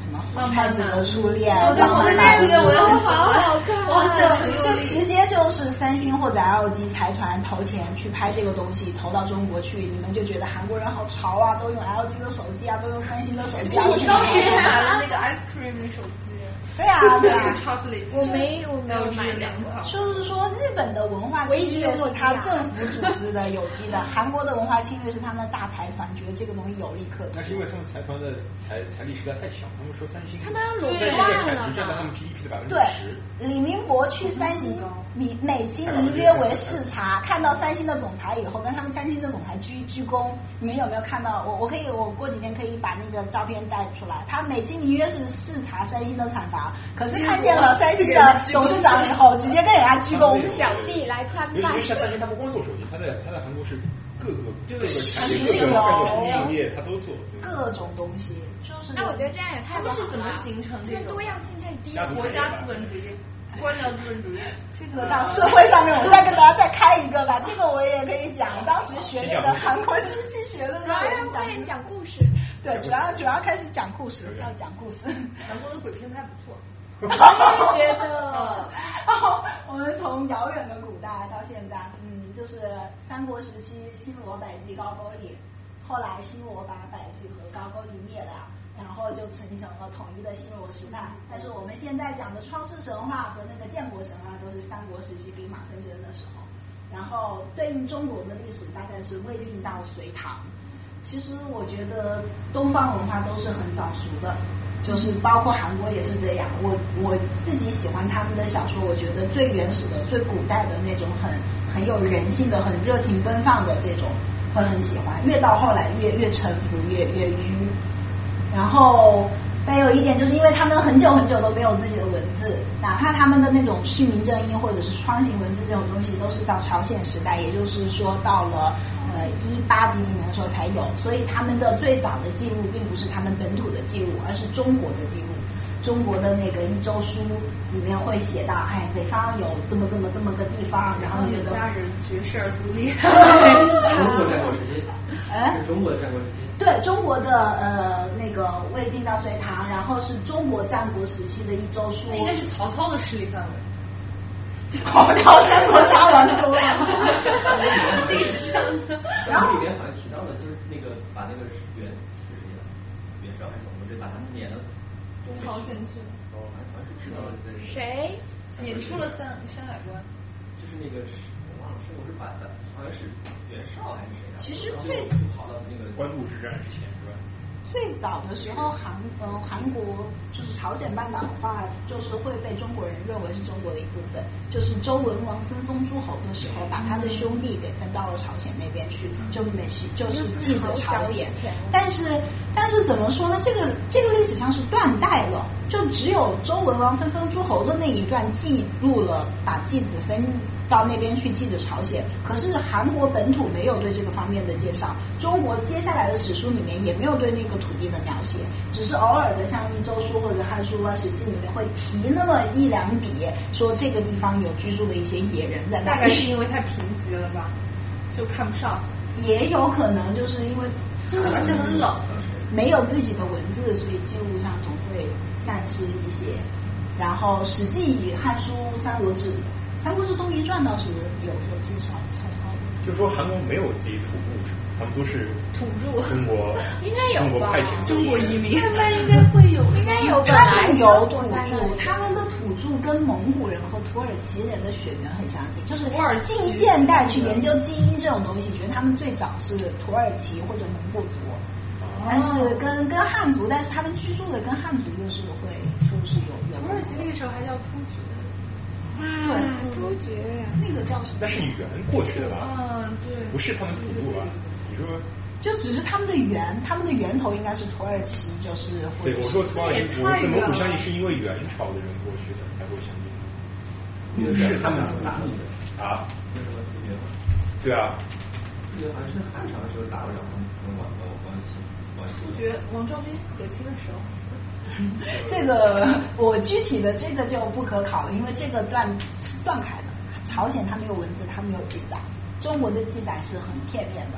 什么皇太子的初恋， 哦对，我对那个我也很喜欢， 好看， 哇，就就直接就是三星或者 L G 财团投钱去拍这个东西，投到中国去，你们就觉得韩国人好潮啊，都用 L G 的手机啊，都用三星的手机啊。 你当时也买了那个 ice cream 的手机。 对啊，对啊， 我没我没有买两个。 就是说，日本的文化侵略是他政府组织的有机的，韩国的文化侵略是他们的大财团觉得这个东西有利可图。 那是因为他们财团的财财力实在太强，他们说三星， 他们要垄断了，产值占到他们 G D P 的百分之十。 对，李明博去三星美美其名约为视察，看到三星的总裁以后，跟他们三星的总裁鞠鞠躬。你们有没有看到？我我可以，我过几天可以把那个照片带出来。他美其名曰是视察三星的厂房，可是看见了三星的董事长以后，直接跟人家鞠躬。 小弟来参拜。 尤其是三星，他不光做手机，他在他在韩国是各个各个产业、 各个各行业他都做， 各种东西。就是那我觉得这样也太不好了。 他们是怎么形成这种多样性太低？ 国家资本主义。官僚资本主义， 这个到社会上面，我再跟大家再开一个吧。这个我也可以讲，当时学那个韩国经济学的时候， 讲讲故事。 对，主要主要开始讲故事，要讲故事。 韩国的鬼片拍不错。 我也觉得。 然后我们从遥远的古代到现在，嗯，就是三国时期新罗、百济、高句丽，后来新罗把百济和高句丽灭了。然后就形成了统一的新罗时代，但是我们现在讲的创世神话和那个建国神话都是三国时期兵马纷争的时候，然后对应中国的历史大概是魏晋到隋唐。其实我觉得东方文化都是很早熟的，就是包括韩国也是这样。我我自己喜欢他们的小说，我觉得最原始的、最古代的那种很很有人性的、很热情奔放的这种会很喜欢，越到后来越越沉浮，越越迂。然后还有一点就是因为他们很久很久都没有自己的文字，哪怕他们的那种续名正音或者是窗形文字这种东西都是到朝鲜时代，也就是说到了呃一八几几年的时候才有，所以他们的最早的记录并不是他们本土的记录，而是中国的记录。中国的那个一周书里面会写到，哎，北方有这么这么这么个地方，然后有家人绝世而独立。 中国战国时期， 哎， 中国的战国时期。 对，中国的呃那个魏晋到隋唐，然后是中国战国时期的一周书。 那应该是曹操的势力范围。 跑到三国杀完多了。 一定是这样的。 然后里边好像提到的就是那个把那个袁是谁呀？袁绍还是怎么着？把他们撵到朝鲜去了。 哦，好像是知道了。 谁？ 撵出了山山海关。 就是那个我忘了是我是把的，好像是袁绍还是谁啊？ 其实最就跑到那个官渡之战之前是吧？ 最早的时候，韩呃韩国就是朝鲜半岛的话，就是会被中国人认为是中国的一部分。就是周文王分封诸侯的时候，把他的兄弟给分到了朝鲜那边去，就没去就是记着朝鲜。但是但是怎么说呢？这个这个历史上是断代了，就只有周文王分封诸侯的那一段记录了，把继子分到那边去记着朝鲜。可是韩国本土没有对这个方面的介绍，中国接下来的史书里面也没有对那个土地的描写，只是偶尔的像一周书或者汉书啊、史记里面会提那么一两笔，说这个地方有居住的一些野人在那里。 大概是因为太贫瘠了吧，就看不上。 也有可能就是因为真的而且很冷， 没有自己的文字，所以记录上总会散失一些。然后《史记》、《汉书》、《三国志》，《三国志东夷传》倒是有有介绍曹操的。 就是说韩国没有自己土著，他们都是土著中国应该有吧中国派遣中国移民， 他们应该会有， 应该有。 他们有土著，他们的土著跟蒙古人和土耳其人的血缘很相近，就是近现代去研究基因这种东西，觉得他们最早是土耳其或者蒙古族，但是跟跟汉族，但是他们居住的跟汉族又是会就是有有。 土耳其那个时候还叫突厥。 对，突厥那个叫什么？ 那是援过去的吧？ 嗯，对， 不是他们土著吧？你说？ 就只是他们的源，他们的源头应该是土耳其，就是对我说土耳其，我跟蒙古相近是因为元朝的人过去的才会相近，不是他们土著的啊？ 为什么突厥？ 对啊， 突厥好像是汉朝的时候打过两趟跟王王王西王西。 突厥王昭君和亲的时候。 这个我具体的这个就不可考了，因为这个断是断开的。朝鲜它没有文字，它没有记载，中国的记载是很片面的。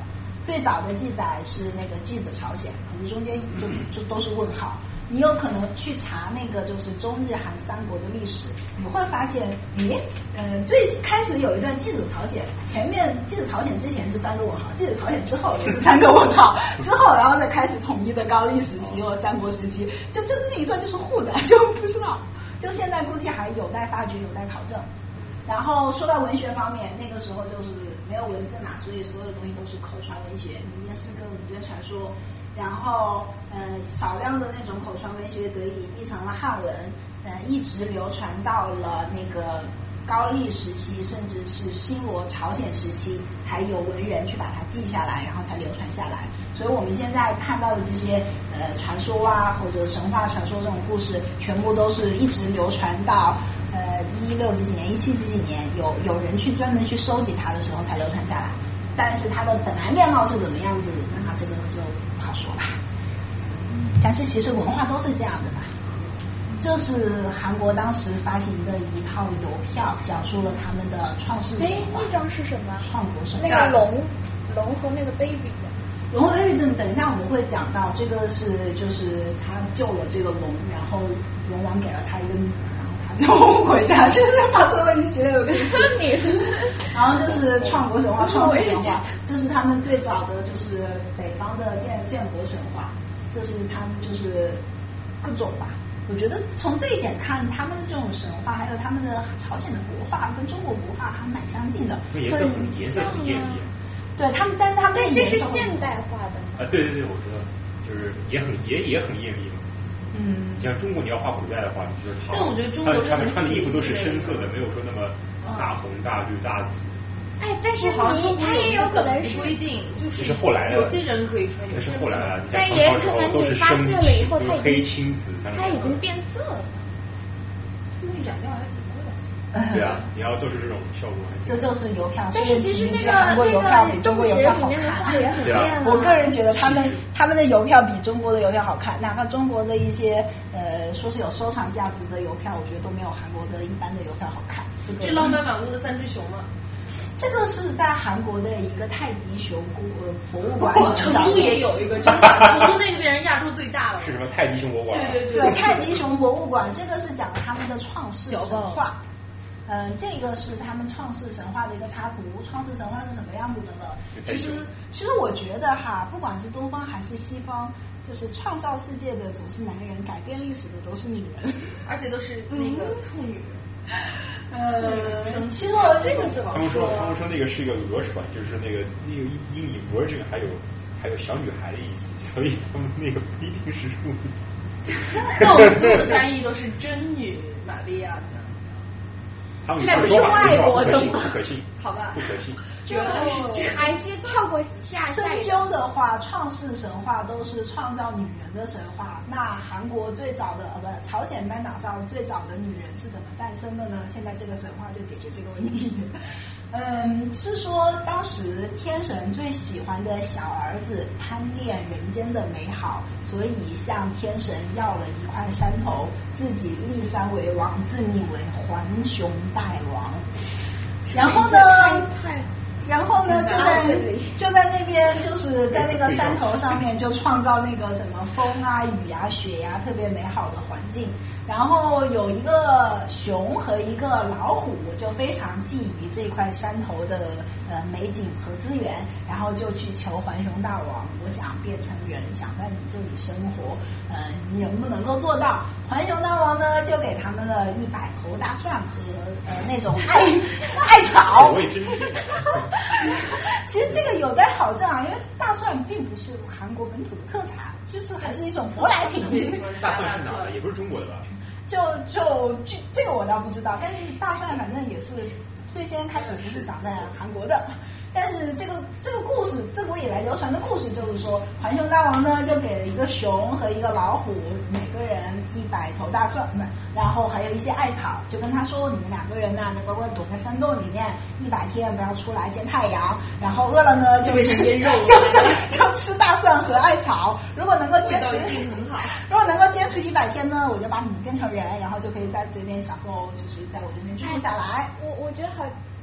最早的记载是那个祭子朝鲜，可是中间就就都是问号。你有可能去查那个就是中日韩三国的历史，你会发现，诶，呃，最开始有一段祭子朝鲜，前面祭子朝鲜之前是三个问号，祭子朝鲜之后也是三个问号，之后然后再开始统一的高丽时期或三国时期，就就那一段就是互的，就不知道，就现在估计还有待发掘，有待考证。然后说到文学方面，那个时候就是没有文字嘛，所以所有的东西都是口传文学，民间诗歌、民间传说。然后，呃，少量的那种口传文学得以译成了汉文，呃，一直流传到了那个高丽时期，甚至是新罗朝鲜时期，才有文员去把它记下来，然后才流传下来。所以我们现在看到的这些呃传说啊，或者神话传说这种故事，全部都是一直流传到呃一六几几年、一七几几年，有有人去专门去收集它的时候才流传下来。但是它的本来面貌是怎么样子，那这个就不好说吧。但是其实文化都是这样的吧。这是韩国当时发行的一套邮票，讲述了他们的创世神话。 哎，那张是什么？ 创国神话。 那个龙，龙和那个 baby 的。 龙和 baby 这等一下我们会讲到，这个是就是他救了这个龙，然后龙王给了他一个女儿，然后他就回家，就是发生了一系列的故事。然后就是创国神话、创世神话，这是他们最早的就是北方的建建国神话，这是他们就是各种吧。我觉得从这一点看，他们的这种神话，还有他们的朝鲜的国画，跟中国国画还蛮相近的。 颜色很颜色很艳丽。 对他们，但是他们的这是现代化的。 啊，对对对，我知道，就是也很也也很艳丽嘛。 嗯。 像中国你要画古代的话，就是唐， 但我觉得中国他们穿的衣服都是深色的，没有说那么大红大绿大紫。 哎，但是好像他也有可能是规定，就是是后来的， 有些人可以穿， 那是后来的。 但也可能你发现了以后，它已经黑青紫三个， 它已经变色了。 故意染料还挺多的。 对啊，你要做出这种效果。 这就是邮票， 但是其实那个韩国邮票比中国邮票好看。 对啊， 我个人觉得他们他们的邮票比中国的邮票好看，哪怕中国的一些呃说是有收藏价值的邮票，我觉得都没有韩国的一般的邮票好看。 这浪漫满屋的三只熊吗？ 这个是在韩国的一个泰迪熊博物馆里面成都也有一个，真的，成都那个变成亚洲最大了。 是什么泰迪熊博物馆？ 对对对，泰迪熊博物馆，这个是讲他们的创世神话。嗯，这个是他们创世神话的一个插图，创世神话是什么样子的呢？其实，其实我觉得哈，不管是东方还是西方，就是创造世界的总是男人，改变历史的都是女人， 而且都是那个处女。 呃，其实我这个怎么他们说，他们说那个是一个讹传，就是那个那个英语 virgin 还有还有小女孩的意思，所以他们那个不一定是处女。 那我们所有的翻译都是真女玛利亚这样子。 他们这不是外国的吗？不可信， 好吧， 不可信。 原来是这样。哎，先跳过下深究的话，创世神话都是创造女人的神话。那韩国最早的呃，不，朝鲜半岛上最早的女人是怎么诞生的呢？现在这个神话就解决这个问题。嗯，是说当时天神最喜欢的小儿子贪恋人间的美好，所以向天神要了一块山头，自己立山为王，自命为环熊大王。然后呢？然后呢？就在就在那边，就是在那个山头上面，就创造那个什么风啊、雨啊、雪呀、啊，特别美好的环境。然后有一个熊和一个老虎，就非常觊觎这块山头的呃美景和资源，然后就去求环熊大王，我想变成人，想在你这里生活，呃，你能不能够做到？环熊大王呢，就给他们了一百头大蒜和呃那种艾艾草。 我也真是。 其实这个有待考证啊，因为大蒜并不是韩国本土的特产，就是还是一种舶来品。 大蒜是哪的？也不是中国的吧？ 就就这这个我倒不知道，但是大蒜反正也是最先开始不是长在韩国的。但是这个这个故事自古以来流传的故事就是说，环熊大王呢就给了一个熊和一个老虎，每个人一百头大蒜，然后还有一些艾草，就跟他说，你们两个人呢，就乖乖躲在山洞里面，一百天不要出来见太阳，然后饿了呢就吃就就就吃大蒜和艾草，如果能够坚持很好， 如果能够坚持一百天呢，我就把你们变成人，然后就可以在这边享受，就是在我这边居住下来。 我我觉得好。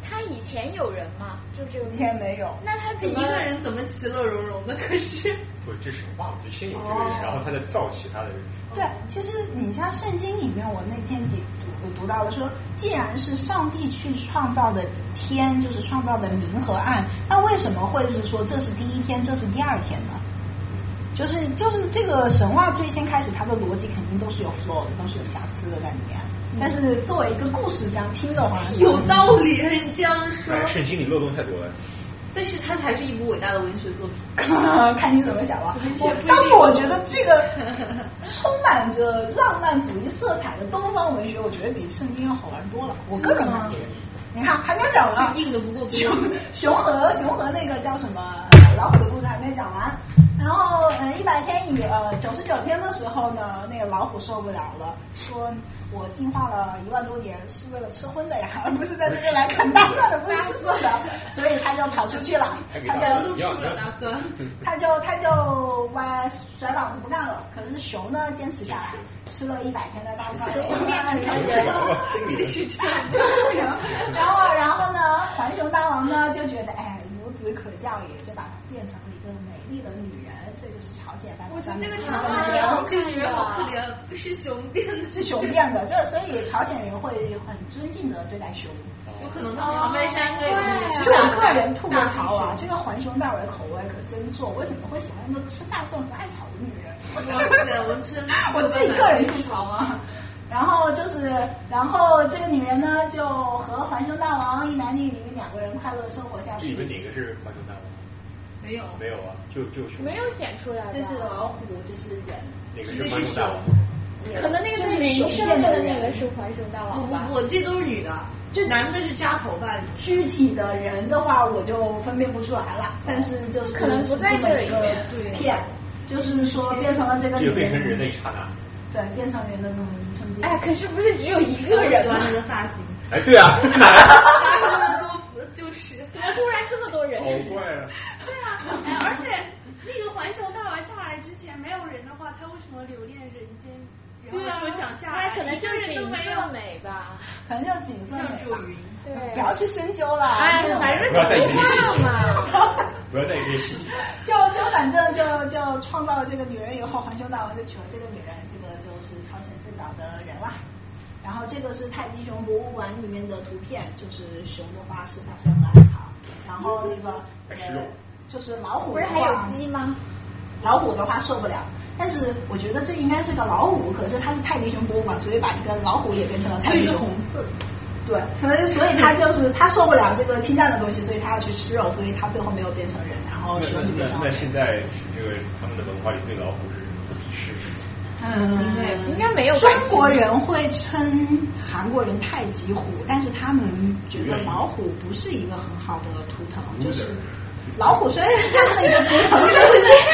他以前有人吗？就这个以前没有。 那他一个人怎么其乐融融的？可是不，这神话嘛，就先有这个人，哦、然后他再造其他的人。 对，其实你像圣经里面，我那天读读读到了说，既然是上帝去创造的天，就是创造的明和暗，那为什么会是说这是第一天，这是第二天呢？就是就是这个神话最先开始，它的逻辑肯定都是有 flaw 的，都是有瑕疵的在里面。但是作为一个故事这样听的话， 有道理，你这样说。 圣经里漏洞太多了。 但是它还是一部伟大的文学作品。 看你怎么想吧。但是我觉得这个充满着浪漫主义色彩的东方文学，我觉得比圣经要好玩多了。我个人感觉。你看还没有讲完， 硬的不够多。 熊熊和熊和那个叫什么老虎的故事还没有讲完。然后嗯，一百天以呃九十九天的时候呢，那个老虎受不了了，说我进化了一万多年是为了吃荤的呀，而不是在这边来啃大蒜的，不是吃素的，所以他就跑出去了，他就吃不了大蒜， 他就他就歪甩膀子不干了。可是熊呢坚持下来，吃了一百天的大蒜，变成人了， 一定是这样。 然后然后呢，环熊大王呢就觉得哎孺子可教也，就把它变成了一个美丽的女人。这就是朝鲜半岛上面的女人， 这个女人好可怜，是熊变的， 是熊变的，就所以朝鲜人会很尊敬的对待熊。 有可能他们长白山应该有那个。 其实我个人吐个槽啊，这个环熊大伟口味可真重，为什么会喜欢一个吃大蒜和爱草的女人？ 对，文春， 我自己个人吐槽啊。然后就是，然后这个女人呢，就和环熊大王一男一女两个人快乐生活下去。 你们哪个是环熊大王？ 没有， 没有啊，就就没有显出来。 这是老虎，这是人。 哪个是环熊大王？ 可能那个是女生的那个是环熊大王吧？ 不不不，这都是女的，这男的是扎头发。 具体的人的话，我就分辨不出来了。但是就是可能不在这里面， 对，骗，就是说变成了这个女人。 就变成人的一刹那。 对，变成人的这么一瞬间。 哎，可是不是只有一个人吗？ 我喜欢那个发型。 哎，对啊。 那么多就是怎么突然这么多人？ 好怪啊！ 对啊，哎，而且那个环熊大王下来之前没有人的话，他为什么留恋人间？ 对啊， 说想下来， 可能就景色美吧， 可能就景色美吧。 对， 不要去深究了。 哎，反正不要在意这些细节嘛， 不要在意这些细节。 就就反正就就创造了这个女人以后，环熊大王就娶了这个女人，这个就是朝鲜最早的人啦。然后这个是泰迪熊博物馆里面的图片，就是熊的话是大蒜和艾草，然后那个呃就是老虎不是还有鸡吗？ 老虎的话受不了，但是我觉得这应该是个老虎，可是它是泰迪熊博物馆，所以把一个老虎也变成了泰迪熊。 红色。 对，所以所以他就是他受不了这个清淡的东西，所以他要去吃肉，所以他最后没有变成人，然后熊就变成。 那现在这个他们的文化里对老虎是不鄙视。 嗯， 应该没有。 中国人会称韩国人太极虎，但是他们觉得老虎不是一个很好的图腾，就是老虎虽然是他们的一个图腾，但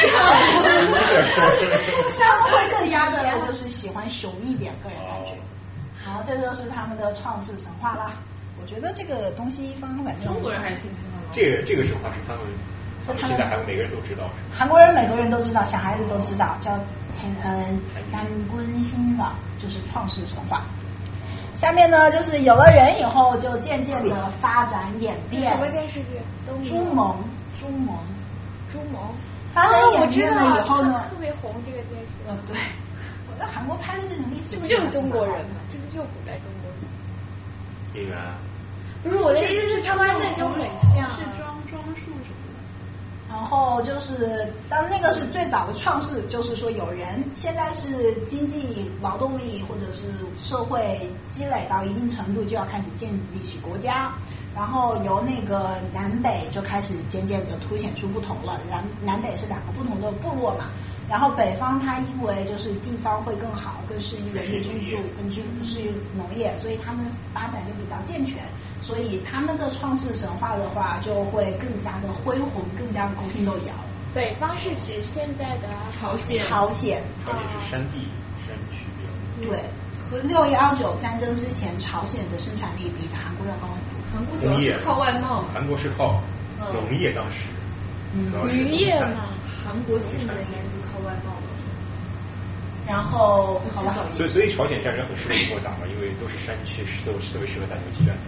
是他们会更加的就是喜欢熊一点，个人感觉。然后这就是他们的创世神话啦。我觉得这个东西方反正中国人还挺喜欢。 这个这个神话是他们，他们现在还每个人都知道。 韩国人每个人都知道，小孩子都知道，叫嗯南昆新的，就是创世神话。下面呢，就是有了人以后，就渐渐的发展演变。 什么电视剧？ 朱蒙，朱蒙， 朱蒙。 发展演变了以后呢， 特别红这个电视。 嗯，对。我在韩国拍的这种历史， 这不就是中国人吗？这不就是古代中国人？ 演员。 不是我的意思是穿的就很像， 是装装束什么的。 然后就是当那个是最早的创世，就是说有人现在是经济劳动力或者是社会积累到一定程度，就要开始建立起国家。然后由那个南北就开始渐渐的凸显出不同了，南南北是两个不同的部落嘛。然后北方它因为就是地方会更好，更适宜人的居住，更适适宜农业，所以他们发展就比较健全。所以他们的创世神话的话，就会更加的恢宏，更加的勾心斗角。 北方是指现在的朝鲜， 朝鲜， 朝鲜是山地山区比较。 对，和六幺九战争之前，朝鲜的生产力比韩国要高很多。 韩国主要是靠外贸嘛。 韩国是靠农业当时。 嗯， 渔业嘛。 韩国现在应该是靠外贸。 然后，好吧。 所以，所以朝鲜战争很适合中国打嘛，因为都是山区，都特别适合打游击战。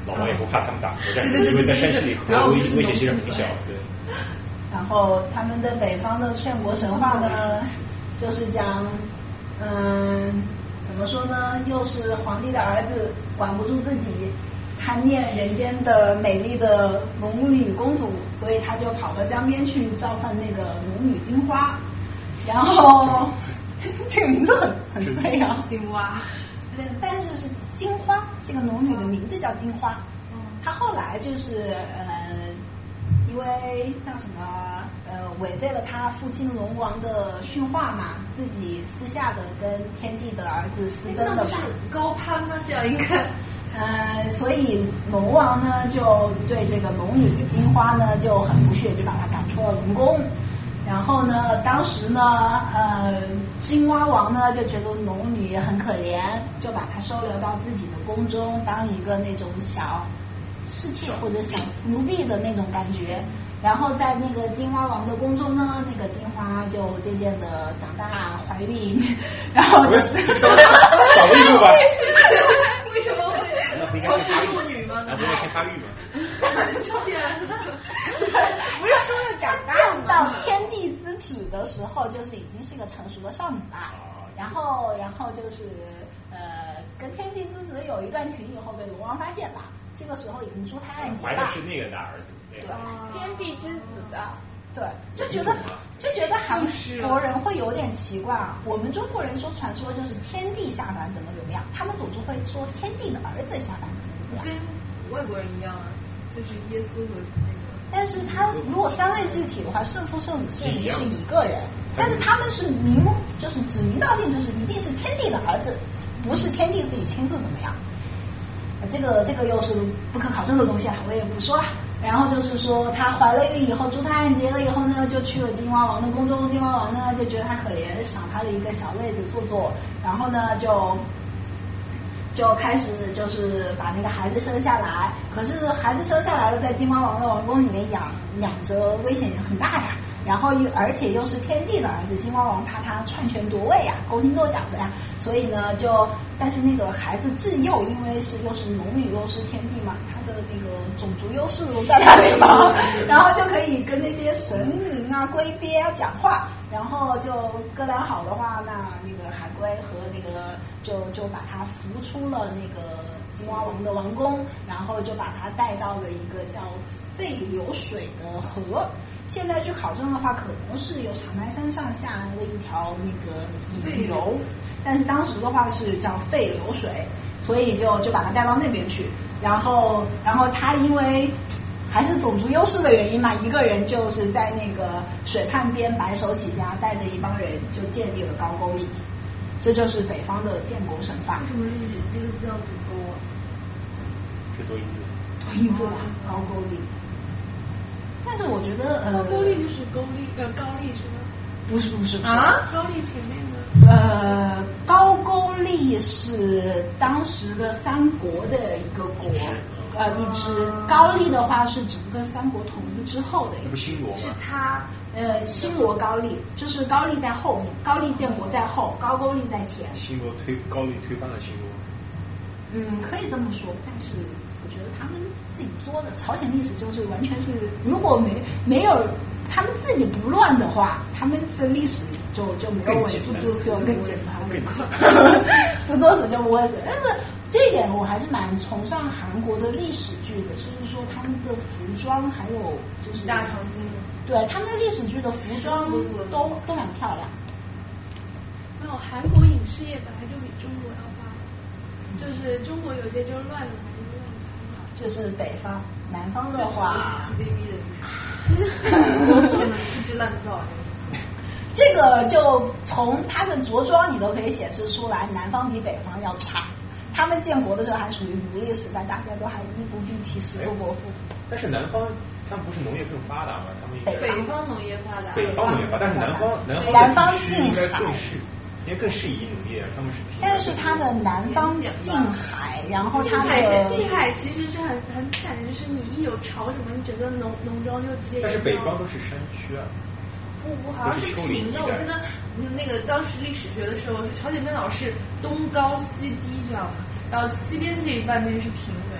老王也不怕他们打核战，因为在山区里核威威胁其实很小，对。 然后他们的北方的劝国神话呢，就是讲，嗯，怎么说呢？又是皇帝的儿子管不住自己，贪恋人间的美丽的龙女公主，所以他就跑到江边去召唤那个龙女金花。然后这个名字很很衰啊， 青蛙。 但是是金花，这个龙女的名字叫金花。她后来就是呃，因为叫什么呃，违背了他父亲龙王的训话嘛，自己私下的跟天帝的儿子私奔的嘛。 高攀吗？这样一看。 呃，所以龙王呢就对这个龙女的金花呢就很不屑，就把她赶出了龙宫。然后呢，当时呢，呃，青蛙王呢就觉得龙女也很可怜，就把她收留到自己的宫中，当一个那种小侍妾或者小奴婢的那种感觉。然后在那个金蛙王的宫中呢，那个金花就渐渐的长大怀孕，然后就是少了一步吧？ 为什么会？ 那不应该先发育女吗？ 那不应该先发育吗？ 不是说要长大到天地之子的时候，就是已经是一个成熟的少女了。然后，然后就是呃，跟天地之子有一段情以后被龙王发现了，这个时候已经珠胎暗结了。 怀的是那个大儿子。 对， 天地之子的。 对，就觉得就觉得韩国人会有点奇怪啊。我们中国人说传说就是天帝下凡怎么怎么样，他们总是会说天帝的儿子下凡怎么怎么样。 跟外国人一样啊，就是耶稣和那个。 但是他如果三位一体的话，圣父、圣子、圣灵是一个人，但是他们是明就是指名道姓，就是一定是天帝的儿子，不是天帝自己亲自怎么样。这个这个又是不可考证的东西啊，我也不说了。然后就是说，她怀了孕以后，珠胎暗结了以后呢，就去了金蛙王的宫中。金蛙王呢就觉得她可怜，赏她的一个小位子坐坐，然后呢就就开始就是把那个孩子生下来。可是孩子生下来了，在金蛙王的王宫里面养养着，危险很大呀。然后又而且又是天帝的儿子，金蛙王怕他篡权夺位呀，勾心斗角的呀，所以呢就，但是那个孩子自幼，因为是又是龙女又是天帝嘛，他的那个种族优势在那里嘛，然后就可以跟那些神灵啊、龟鳖啊讲话，然后就哥俩好的话，那那个海龟和那个就就把他扶出了那个金蛙王的王宫，然后就把他带到了一个叫废流水的河。现在去考证的话，可能是由长白山上下来的一条那个引流，但是当时的话是叫废流水，所以就就把他带到那边去。然后，然后他因为还是种族优势的原因嘛，一个人就是在那个水畔边白手起家，带着一帮人就建立了高句丽。这就是北方的建国神话。 为什么日语这个字要读勾啊？ 是多音字。 多音字吧，高句丽。但是我觉得呃， 高丽就是高丽呃高丽是吗？ 不是不是不是啊， 高丽前面的呃高句丽是当时的三国的一个国呃一支，高丽的话是整个三国统一之后的一个， 不是新罗吗？ 是他呃新罗高丽，就是高丽在后面，高丽建国在后，高句丽在前。 新罗推高丽推翻了新罗。 嗯，可以这么说，但是我觉得他们自己作的，朝鲜历史就是完全是，如果没没有他们自己不乱的话，他们这历史就就没有问题，就就更简单了，不作死就不会死。但是这一点我还是蛮崇尚韩国的历史剧的，就是说他们的服装还有就是大长今， 对他们的历史剧的服装都都很漂亮。 没有，韩国影视业本来就比中国要发达。就是中国有些就是乱了来就乱了， 就是北方，南方的话 T V B 的女生，天哪，粗制滥造。 这个就从他的着装你都可以显示出来，南方比北方要差。他们建国的时候还属于奴隶时代，大家都还衣不蔽体，食不果腹。 但是南方他们不是农业更发达吗？他们北方农业发达， 北方农业发达，但是南方南方南方近近海。 应该更适宜农业，他们是。 但是它的南方近海，然后它的近海其实是很很惨的，就是你一有潮什么，你整个农农庄就直接。 但是北方都是山区啊。 不不，好像是平的。我记得那个当时历史学的时候，是朝鲜篇老是东高西低这样的，然后西边这一半边是平原，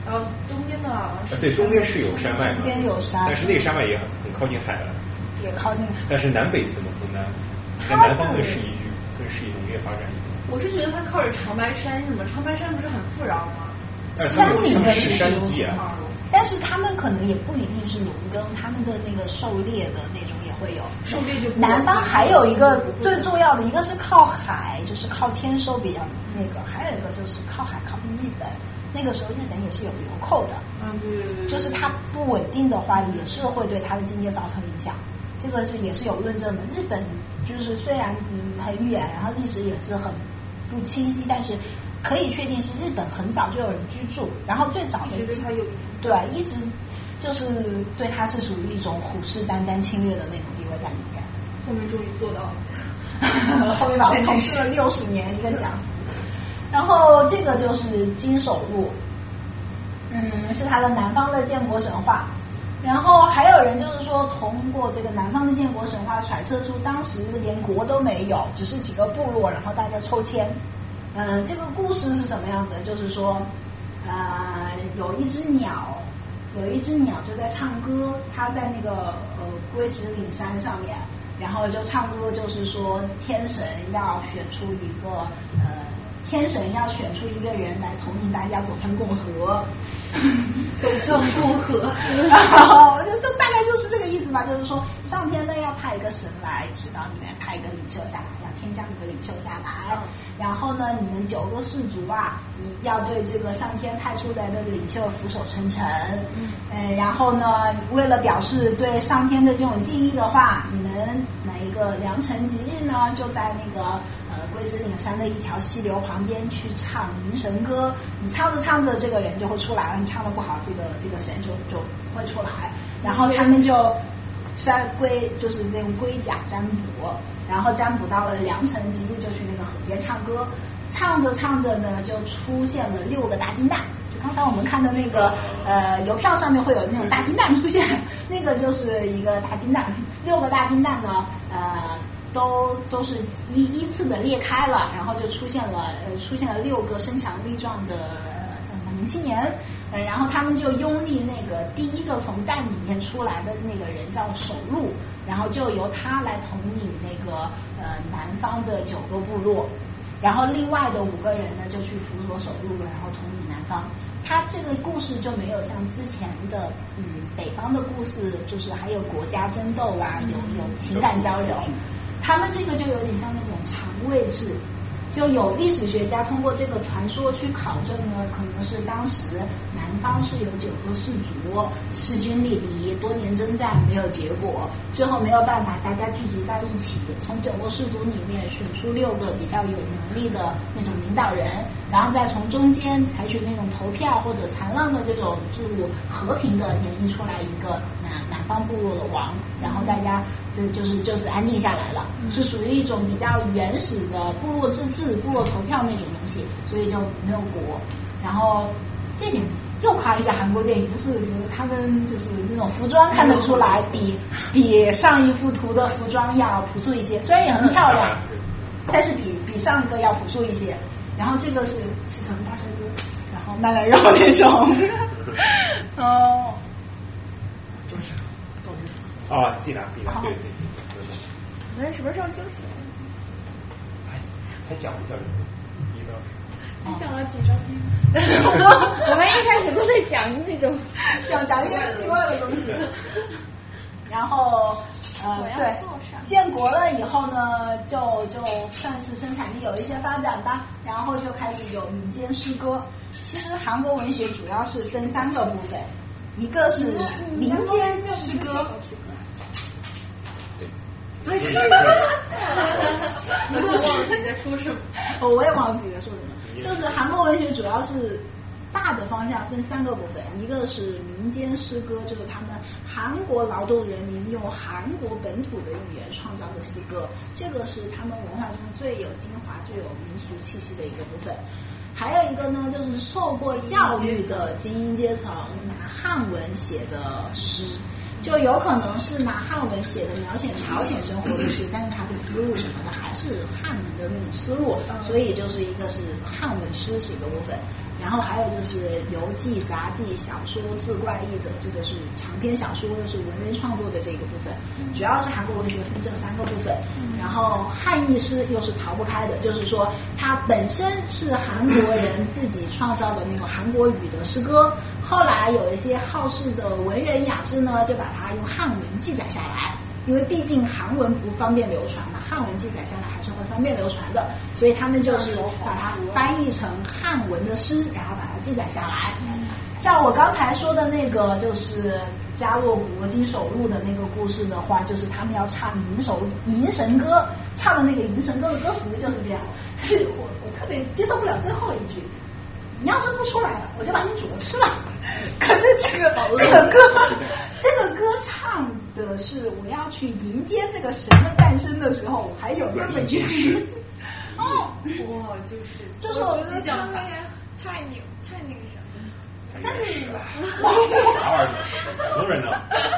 然后东边的好像是、 啊、对，东边是有山脉嘛， 东边有山， 但是那个山脉也很很靠近海了， 也靠近海。 但是南北怎么分呢？在南方更适宜于更适宜农业发展一点。 我是觉得它靠着长白山是吗？长白山不是很富饶吗？ 山里面是山地啊。 但是他们可能也不一定是农耕，他们的那个狩猎的那种也会有。 狩猎就南方还有一个最重要的，一个是靠海，就是靠天收比较那个，还有一个就是靠海靠近日本。那个时候日本也是有流扣的， 嗯对， 就是它不稳定的话，也是会对它的经济造成影响。这个是也是有论证的。日本就是虽然离很远，然后历史也是很不清晰，但是可以确定是日本很早就有人居住，然后最早的对它有对一直就是对它是属于一种虎视眈眈侵略的那种地位在里面。 后面终于做到了， 后面把我统治了六十年一个讲。然后这个就是金首路，嗯，是它的南方的建国神话。然后还有人就是说，通过这个南方的建国神话揣测出当时连国都没有，只是几个部落，然后大家抽签。嗯，这个故事是什么样子？就是说，呃，有一只鸟，有一只鸟就在唱歌，它在那个呃龟子岭山上面，然后就唱歌，就是说天神要选出一个呃。天神要选出一个人来统领大家走向共和， 走向共和， 然后就就大概就是这个意思吧，就是说上天呢要派一个神来指导你们，派一个领袖下来，要天降一个领袖下来，然后呢你们九个氏族啊，你要对这个上天派出来的领袖俯首称臣，嗯，然后呢为了表示对上天的这种敬意的话，你们哪一个良辰吉日呢，就在那个呃龟子岭山的一条溪流旁边去唱迎神歌，你唱着唱着这个人就会出来了，你唱的不好，这个这个神就就会出来，然后他们就山龟就是这种龟甲占卜，然后占卜到了良辰吉日就去那个河边唱歌，唱着唱着呢就出现了六个大金蛋，就刚才我们看的那个呃邮票上面会有那种大金蛋出现，那个就是一个大金蛋，六个大金蛋呢呃都都是依依次的裂开了，然后就出现了呃出现了六个身强力壮的叫什么年轻年，呃然后他们就拥立那个第一个从蛋里面出来的那个人叫首鹿，然后就由他来统领那个呃南方的九个部落，然后另外的五个人呢就去辅佐首鹿，然后统领南方。他这个故事就没有像之前的嗯北方的故事，就是还有国家争斗啊，有有情感交流。他们这个就有点像那种长位制，就有历史学家通过这个传说去考证呢，可能是当时南方是有九个氏族势均力敌，多年征战没有结果，最后没有办法大家聚集到一起，从九个氏族里面选出六个比较有能力的那种领导人，然后再从中间采取那种投票或者禅让的这种制度，和平的演绎出来一个南南方部落的王，然后大家这就是就是安定下来了，是属于一种比较原始的部落自治、部落投票那种东西，所以就没有国。然后这点又夸一下韩国电影，就是觉得他们就是那种服装看得出来比比上一幅图的服装要朴素一些，虽然也很漂亮，但是比比上一个要朴素一些。然后这个是起承大声歌，然后慢慢绕那种，哦， 装啥？到底是啊，记得记得，对对对。 我们什么时候休息？ 哎，才讲一下一到。 你讲了几张片？ 我们一开始都在讲那种讲讲一些奇怪的东西。然后呃对，建国了以后呢，就就算是生产力有一些发展吧，然后就开始有民间诗歌。其实韩国文学主要是分三个部分，一个是民间诗歌。对， 我忘了自己在说什么。 我也忘了自己在说什么。就是韩国文学主要是大的方向分三个部分，一个是民间诗歌，就是他们韩国劳动人民用韩国本土的语言创造的诗歌，这个是他们文化中最有精华、最有民俗气息的一个部分。还有一个呢，就是受过教育的精英阶层拿汉文写的诗，就有可能是拿汉文写的描写朝鲜生活的诗，但是他的思路什么的还是汉文的那种思路，所以就是一个是汉文诗是一个部分。 然后还有就是游记、杂记、小说、志怪译者，这个是长篇小说，又是文人创作的这个部分，主要是韩国文学分这三个部分。然后汉译诗又是逃不开的，就是说它本身是韩国人自己创造的那个韩国语的诗歌，后来有一些好事的文人雅致呢，就把它用汉文记载下来。因为毕竟韩文不方便流传嘛，汉文记载下来还是会方便流传的，所以他们就是把它翻译成汉文的诗，然后把它记载下来。像我刚才说的那个，就是加洛国金手录的那个故事的话，就是他们要唱银手银神歌，唱的那个银神歌的歌词就是这样。但是我我特别接受不了最后一句，你要是不出来了，我就把你煮了吃了。可是这个这个歌这个歌唱的是我要去迎接这个神的诞生的时候，还有这么一句。哦， 哇，就是就是我觉得他们也太牛太那个什么。 但是啥玩意儿？很多人呢。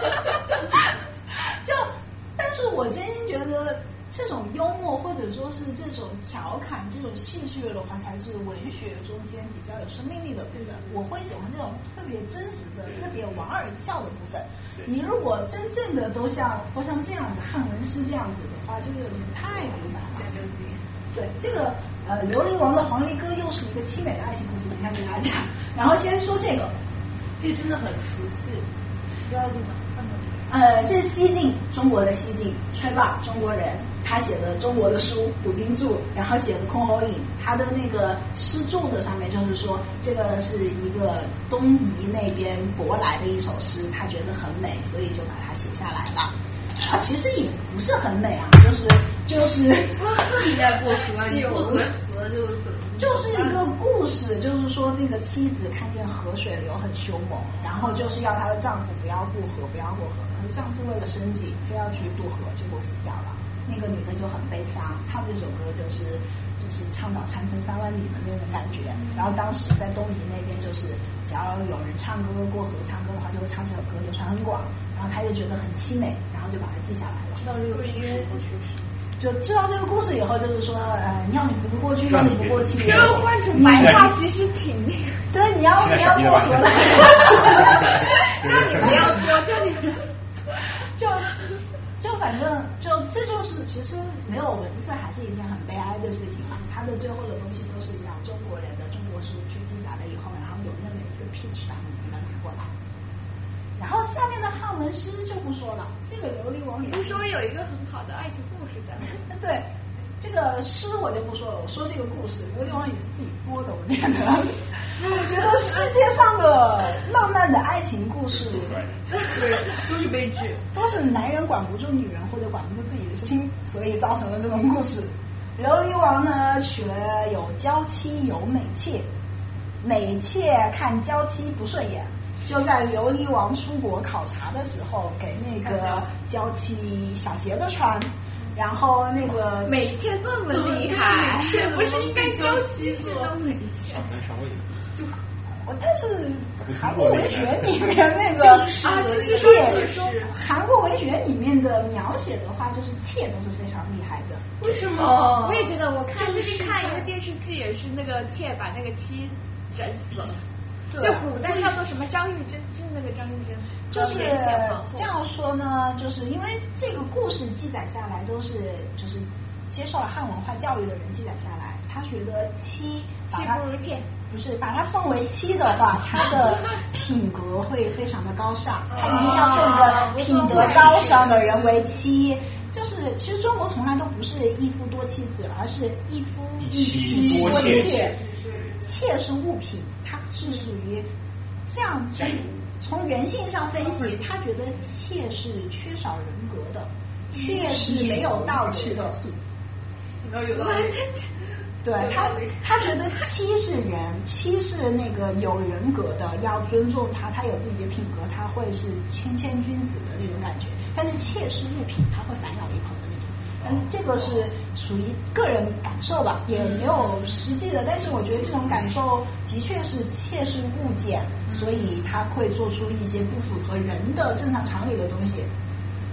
就，但是我真心觉得这种幽默或者说是这种调侃、这种戏谑的话，才是文学中间比较有生命力的部分。我会喜欢这种特别真实的、特别莞尔笑的部分。你如果真正的都像都像这样的汉文诗这样子的话，就有点太复杂了。对，这个呃《琉璃王的黄鹂歌》又是一个凄美的爱情故事，等一下给大家讲。然后先说这个， 这个真的很熟悉，不知道地方看到没有？ 呃，这是西晋，中国的西晋，崔豹，中国人，他写的中国的书《古今注》，然后写的《箜篌引》，他的那个诗注的上面就是说，这个是一个东夷那边舶来的一首诗，他觉得很美，所以就把它写下来了。啊，其实也不是很美啊，就是就是一代过河，你过河死了就就是一个故事，就是说那个妻子看见河水流很凶猛，然后就是要她的丈夫不要过河，不要过河，可是丈夫为了生计非要去渡河，结果死掉了。那个女的就很悲伤，唱这首歌就是就是倡导长城三万里的那种感觉。然后当时在东夷那边，就是只要有人唱歌过河唱歌的话，就会唱这首歌，流传很广。然后他就觉得很凄美，然后就把它记下来了。知道这个故事，就知道这个故事以后，就是说，呃，你要你不过去，要你不过去， 这个换成白话其实挺那个。 对，你要你要过河了， 那你不要过，就你就就反正就这就是其实没有文字还是一件很悲哀的事情嘛。它的最后的东西都是要中国人的中国书去记载了以后，然后有那么一个 pitch 把你们拿过来。然后下面的汉文诗就不说了，这个琉璃王也是。 不是说有一个很好的爱情故事在。 对，这个诗我就不说了，我说这个故事，琉璃王也是自己作的，我觉得。我觉得世界上的浪漫的爱情故事， 对，都是悲剧， 都是男人管不住女人或者管不住自己的心，所以造成了这种故事。琉璃王呢，娶了有娇妻有美妾，美妾看娇妻不顺眼。就在琉璃王出国考察的时候，给那个娇妻小鞋子穿，然后那个美妾这么厉害，不是应该娇妻是当美妾？ 上三上位。 就我但是韩国文学里面那个啊妾，韩国文学里面的描写的话，就是妾都是非常厉害的。 为什么？我也觉得，我看最近看一个电视剧，也是那个妾把那个妻整死了。就古代叫做什么张玉珍，就是那个张玉珍， 就是这样说呢，就是因为这个故事记载下来都是就是接受了汉文化教育的人记载下来，他觉得妻妻不如妾， 不是把它奉为妻的话，他的品格会非常的高尚，他一定要奉一个品德高尚的人为妻。就是其实中国从来都不是一夫多妻子，而是一夫一妻多妾。妾是物品，它是属于这样从从人性上分析，他觉得妾是缺少人格的，妾是没有道德的。 有道理。 对他，他觉得妻是人，妻是那个有人格的，要尊重他，他有自己的品格，他会是谦谦君子的那种感觉。但是妾是物品，他会反咬一口的那种。嗯，这个是属于个人感受吧，也没有实际的，但是我觉得这种感受的确是妾是物件，所以他会做出一些不符合人的正常常理的东西。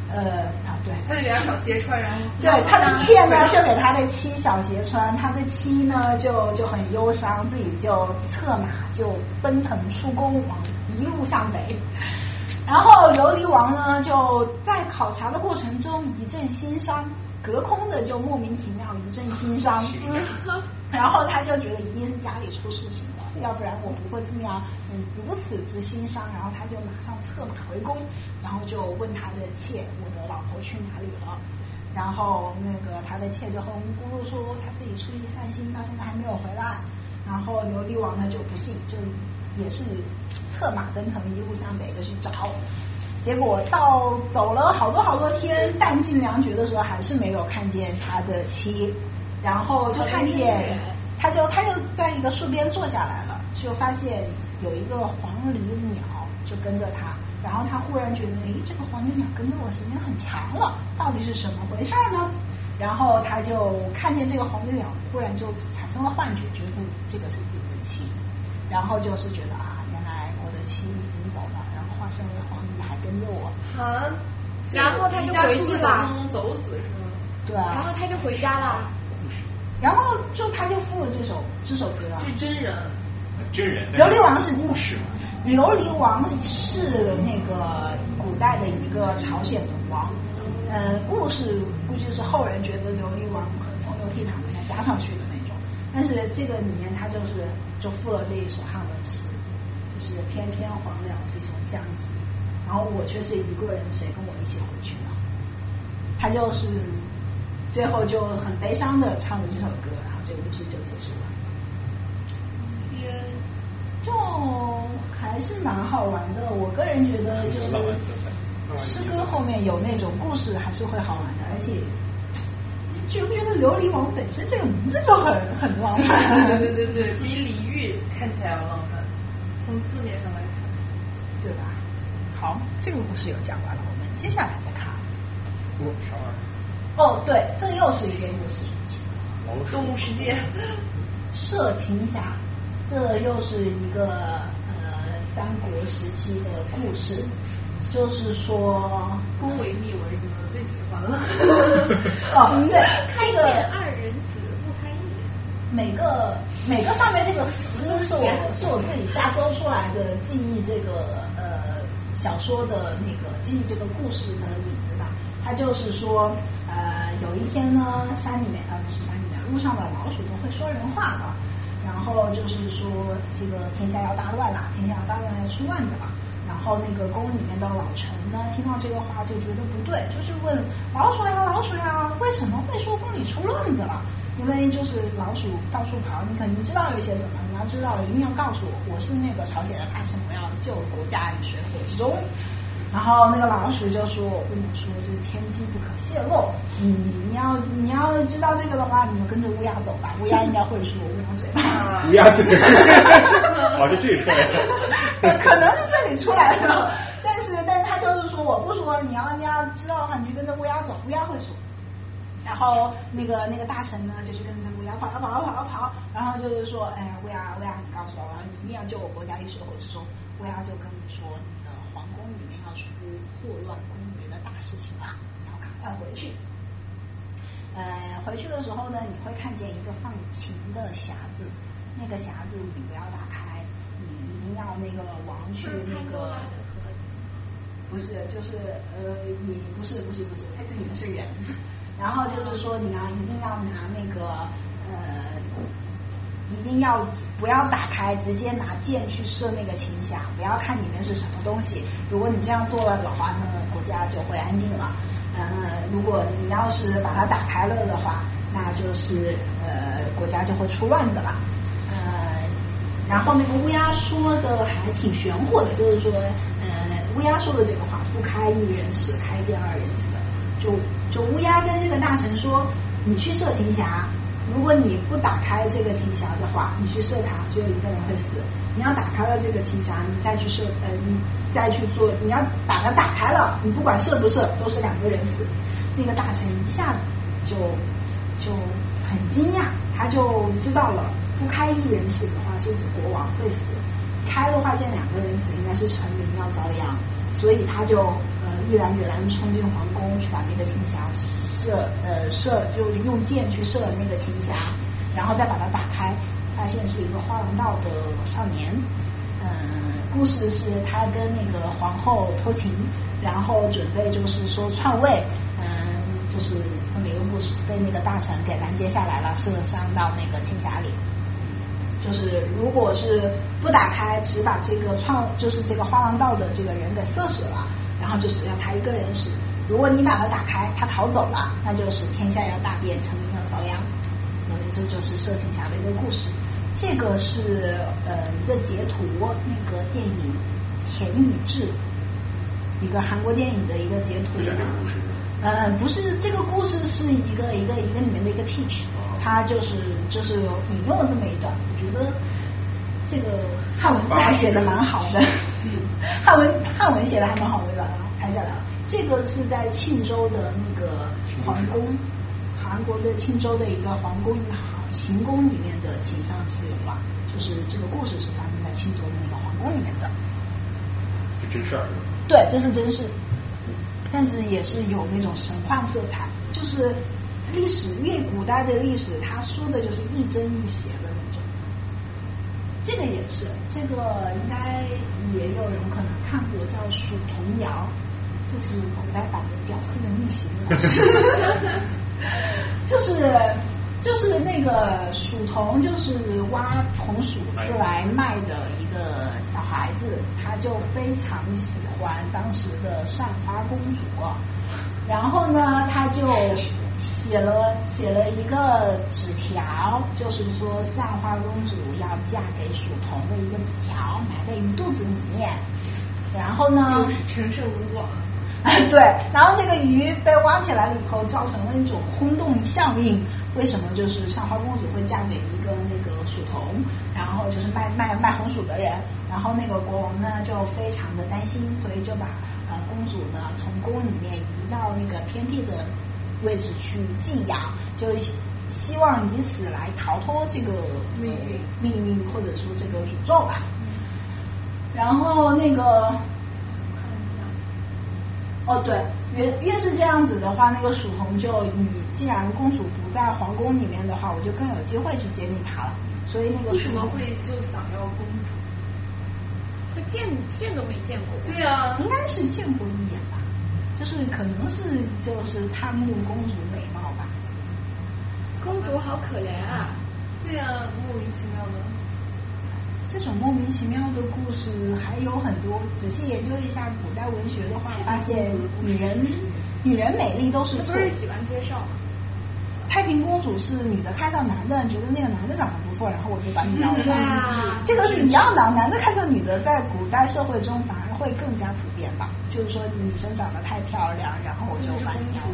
呃啊对， 他就给他小鞋穿，然后对他的妾呢就给他的妻小鞋穿，他的妻呢就就很忧伤，自己就策马就奔腾出宫，往一路向北。然后琉璃王呢就在考察的过程中一阵心伤，隔空的就莫名其妙一阵心伤，然后他就觉得一定是家里出事情了，要不然我不会这么样嗯如此之心伤。然后他就马上策马回宫，然后就问他的妾，我的老婆去哪里了？然后那个他的妾就和咕噜说他自己出去散心，到现在还没有回来。然后琉璃王呢就不信，就也是策马奔腾一路向北就去找，结果到走了好多好多天，弹尽粮绝的时候还是没有看见他的妻，然后就看见他就他就在一个树边坐下来了，就发现有一个黄鹂鸟就跟着他，然后他忽然觉得诶这个黄鹂鸟跟着我时间很长了，到底是什么回事呢？然后他就看见这个黄鹂鸟忽然就产生了幻觉，觉得这个是自己的妻，然后就是觉得啊原来我的妻已经走了，然后化身为黄鹂还跟着我啊， 然后他就回去了， 走死是吗？ 对啊， 然后他就回家了， 然后就他就附了这首这首歌， 是真人， 真人， 琉璃王是故事嘛， 琉璃王是那个古代的一个朝鲜的王，呃，故事估计是后人觉得琉璃王很风流倜傥给他加上去的那种，但是这个里面他就是就附了这一首汉文诗，就是翩翩黄鹂雌雄相依，然后我却是一个人，谁跟我一起回去呢？他就是最后就很悲伤的唱着这首歌，然后这个故事就结束了。就还是蛮好玩的，我个人觉得就是诗歌后面有那种故事还是会好玩的，而且觉不觉得琉璃王本身这个名字就很很浪漫？ 对对对对，比李煜看起来要浪漫，从字面上来看， 对吧？好，这个故事有讲完了，我们接下来再看。 哦，啥玩意儿？ 哦，对，这又是一个故事， 动物世界， 射琴侠。这又是一个呃三国时期的故事，就是说宫闱秘闻什么的最喜欢了。 哦，对，这个二人死不开一人。 每个每个上面这个词是我是我自己瞎诌出来的，记忆这个呃小说的那个记忆这个故事的影子吧。它就是说呃有一天呢，山里面啊、呃、不是山里面，路上的老鼠都会说人话的。然后就是说这个天下要大乱了，天下要大乱要出乱子了。然后那个宫里面的老臣呢，听到这个话就觉得不对，就是问老鼠呀老鼠呀，为什么会说宫里出乱子了？因为就是老鼠到处跑，你肯定知道有一些什么，你要知道一定要告诉我，我是那个朝鲜的大臣，我要救国家于水火之中。然后那个老鼠就说：“我跟你说，这天机不可泄露。你你要你要知道这个的话，你就跟着乌鸦走吧。乌鸦应该会说，乌鸦嘴巴。 乌鸦嘴，哦，就这里出来了。 可能是这里出来的，但是但是他就是说，我不说，你要你要知道的话，你就跟着乌鸦走，乌鸦会说。然后那个那个大臣呢，就去跟着乌鸦跑啊跑啊跑啊跑，然后就是说，哎呀，乌鸦乌鸦，你告诉我，你一定要救我国家于水火之中。乌鸦就跟你说，你的皇宫里面要出祸乱宫闱的大事情了，你要赶快回去。呃，回去的时候呢，你会看见一个放琴的匣子，那个匣子你不要打开，你一定要那个王去那个，不是，就是呃，你不是不是不是，它这里面是人，然后就是说你要一定要拿那个呃。一定要不要打开，直接拿箭去射那个琴匣，不要看里面是什么东西。如果你这样做了的话呢，国家就会安定了。呃，如果你要是把它打开了的话，那就是呃国家就会出乱子了。呃，然后那个乌鸦说的还挺玄乎的，就是说呃乌鸦说的这个话，不开一人死，开箭二人死。就就乌鸦跟这个大臣说，你去射琴匣。如果你不打开这个琴匣的话，你去射它，只有一个人会死。你要打开了这个琴匣，你再去射，呃，你再去做，你要把它打开了，你不管射不射，都是两个人死。那个大臣一下子就就很惊讶，他就知道了，不开一人死的话，是指国王会死； 开的话，见两个人死，应该是臣民要遭殃，所以他就呃毅然决然冲进皇宫去把那个青匣射呃射就用箭去射那个青匣，然后再把它打开，发现是一个花郎道的少年。嗯，故事是他跟那个皇后偷情，然后准备就是说篡位，嗯，就是这么一个故事，被那个大臣给拦截下来了，射伤到那个青匣里。就是如果是不打开，只把这个篡就是这个花郎道的这个人给射死了，然后就只要他一个人死。如果你把它打开，他逃走了，那就是天下要大变，臣民要遭殃。所以这就是射青匣的一个故事。这个是呃一个截图，那个电影《田与志》，一个韩国电影的一个截图。 讲这个故事。 呃，不是，这个故事是一个一个一个里面的一个 pitch， 它就是就是引用了这么一段，我觉得这个汉文字还写的蛮好的，汉文汉文写的还蛮好，我把它拍下来了。这个是在庆州的那个皇宫，韩国的庆州的一个皇宫行宫里面的形象是有了，就是这个故事是发生在庆州的那个皇宫里面的。 这真事儿。 对，这是真事，但是也是有那种神幻色彩，就是历史越古代的历史，他说的就是亦真亦邪的那种。这个也是，这个应该也有人可能看过，叫《蜀童谣》，这是古代版的《屌丝的逆袭录》就是就是那个蜀童，就是挖红薯出来卖的一个小孩子，他就非常喜欢当时的善花公主，然后呢，他就写了写了一个纸条，就是说善花公主要嫁给蜀童的一个纸条，埋在鱼肚子里面。然后呢， 陈胜吴广。 对，然后这个鱼被挖起来了以后，造成了一种轰动效应。为什么就是善花公主会嫁给一个那个蜀童，然后就是卖卖卖红薯的人，然后那个国王呢就非常的担心，所以就把呃公主呢从宫里面移到那个偏僻的位置去寄养，就希望以此来逃脱这个命运命运或者说这个诅咒吧。然后那个。哦，对，越越是这样子的话，那个蜀童就你既然公主不在皇宫里面的话，我就更有机会去接近她了。所以那个为什么会就想要公主？ 他见见都没见过。 对啊， 应该是见过一眼吧，就是可能是就是贪慕公主美貌吧。 公主好可怜啊！ 对啊，莫名其妙的。 这种莫名其妙的故事还有很多，仔细研究一下古代文学的话，发现女人女人美丽都是错。 不是喜欢接受。 太平公主是女的看上男的，觉得那个男的长得不错，然后我就把你要了。 对啊， 这个是一样的，男的看上女的，在古代社会中反而会更加普遍吧。就是说女生长得太漂亮，然后我就把你要了。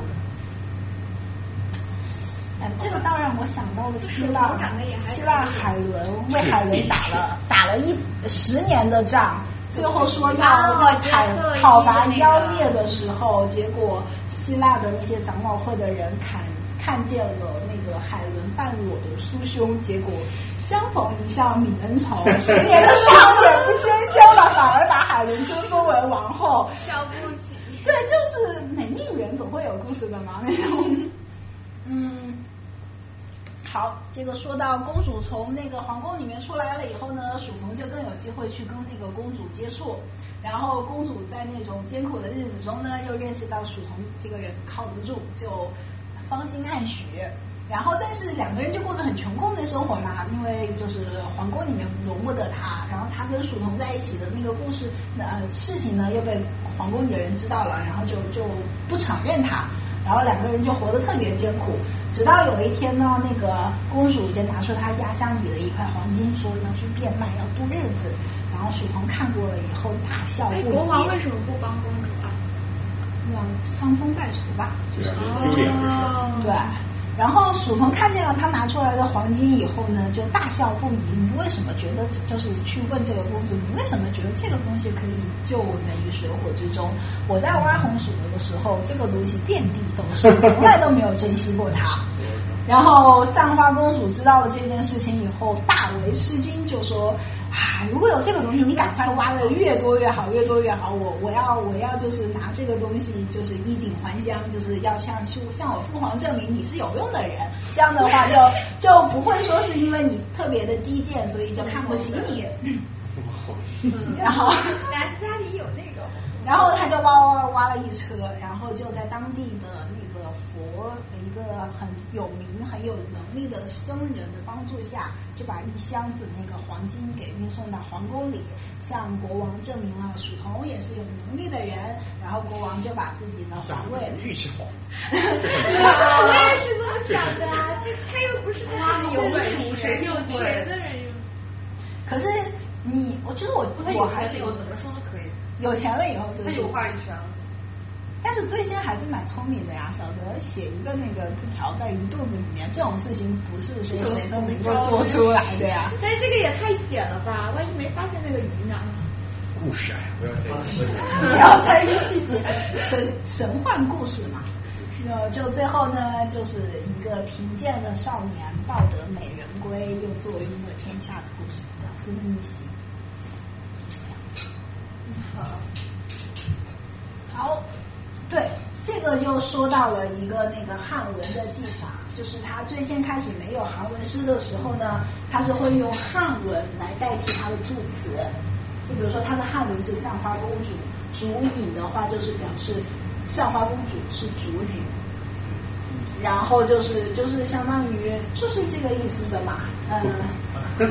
哎，这个倒让我想到了希腊，希腊海伦为海伦打了打了一十年的仗，最后说要要讨讨伐妖孽的时候，结果希腊的那些长老会的人看看见了那个海伦半裸的酥胸，结果相逢一笑泯恩仇，十年的仗也不追究了，反而把海伦追封为王后。 笑不起。 对，就是美丽人总会有故事的嘛那种。嗯。好，这个说到公主从那个皇宫里面出来了以后呢，蜀童就更有机会去跟那个公主接触，然后公主在那种艰苦的日子中呢，又认识到蜀童这个人靠得住，就芳心暗许。然后但是两个人就过着很穷困的生活嘛，因为就是皇宫里面容不得他，然后他跟蜀童在一起的那个故事呃事情呢又被皇宫里的人知道了，然后就就不承认他。然后两个人就活得特别艰苦，直到有一天呢，那个公主就拿出她压箱底的一块黄金，说要去变卖，要度日子。然后蜀童看过了以后大笑不已。 国王为什么不帮公主啊？ 要伤风败俗吧，就是丢脸这是。 对。然后蜀童看见了他拿出来的黄金以后呢，就大笑不已。你为什么觉得就是去问这个公主，你为什么觉得这个东西可以救我们于水火之中？我在挖红薯的时候，这个东西遍地都是，从来都没有珍惜过它。 然后散花公主知道了这件事情以后大为吃惊，就说啊，如果有这个东西，你赶快挖的越多越好，越多越好。我我要我要就是拿这个东西，就是衣锦还乡，就是要向向我父皇证明你是有用的人。这样的话就就不会说是因为你特别的低贱，所以就看不起你。嗯，然后家家里有那个， 然后他就挖挖挖了一车，然后就在当地的那个佛一个很有名很有能力的僧人的帮助下，就把一箱子那个黄金给运送到皇宫里，向国王证明了蜀桐也是有能力的人，然后国王就把自己的皇位运气好。 我也是这么想的，这他又不是他有本事谁有钱的人用。 可是你，我觉得我我还有怎么说都可以。 有钱了以后就是他有话语权了。 但是最先还是蛮聪明的呀，晓得写一个那个字条在鱼肚子里面，这种事情不是说谁都能够做出来的呀。 但是这个也太险了吧，万一没发现那个鱼呢？ 故事哎，不要在意细节， 不要在意细节，神神幻故事嘛。呃，就最后呢，就是一个贫贱的少年抱得美人归，又坐拥了天下的故事，屌丝的逆袭。好，对，这个又说到了一个那个汉文的技法，就是他最先开始没有韩文诗的时候呢，他是会用汉文来代替他的助词。就比如说他的汉文是散花公主，主引的话就是表示散花公主是主语，然后就是就是相当于就是这个意思的嘛，嗯，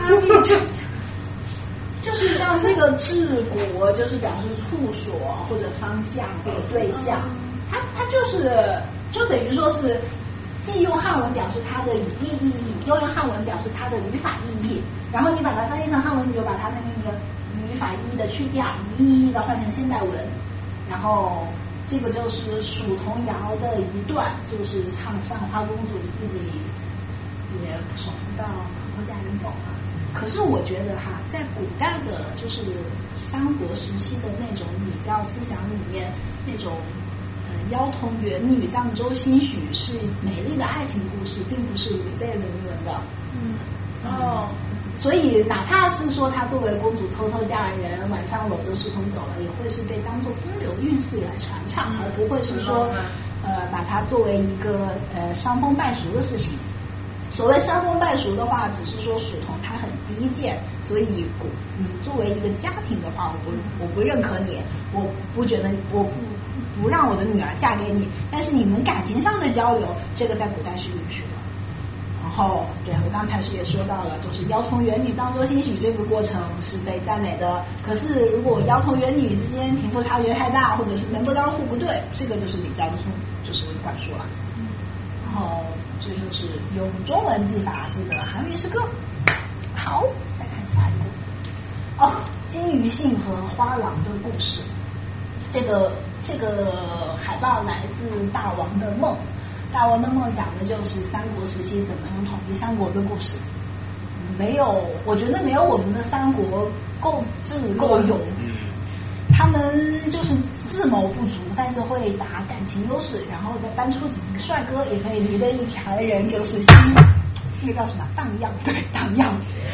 就是像这个治国就是表示处所或者方向或者对象，它它就是就等于说是既用汉文表示它的语义意义，又用汉文表示它的语法意义，然后你把它翻译成汉文，你就把它的那个语法意义的去掉，语义意义的换成现代文，然后这个就是蜀童谣的一段，就是唱散花公主自己也手扶到婆婆家里走了。可是我觉得哈，在古代的就是三国时期的那种礼教思想里面，那种呃妖童元女荡舟心许是美丽的爱情故事，并不是违背人伦的。嗯，哦。所以哪怕是说她作为公主偷偷嫁了人，晚上搂着蜀童走了，也会是被当作风流韵事来传唱，而不会是说呃把它作为一个呃伤风败俗的事情。所谓伤风败俗的话，只是说蜀童他很低贱，所以古嗯作为一个家庭的话，我不我不认可你，我不觉得我不不让我的女儿嫁给你，但是你们感情上的交流，这个在古代是允许的。然后，对我刚才是也说到了，就是妖童元女荡舟心许这个过程是被赞美的。可是，如果妖童元女之间贫富差距太大，或者是门不当户不对，这个就是礼教的就是灌输了。然后，这就是用中文技法这个韩语诗歌。好，再看下一个。哦，金鱼信和花郎的故事。这个这个海报来自《大王的梦》。大王的梦讲的就是三国时期怎么样统一三国的故事，没有，我觉得没有我们的三国够智够勇，他们就是智谋不足，但是会打感情优势，然后再搬出几个帅哥，也可以离得一排人就是心，那个叫什么荡漾，对，荡漾，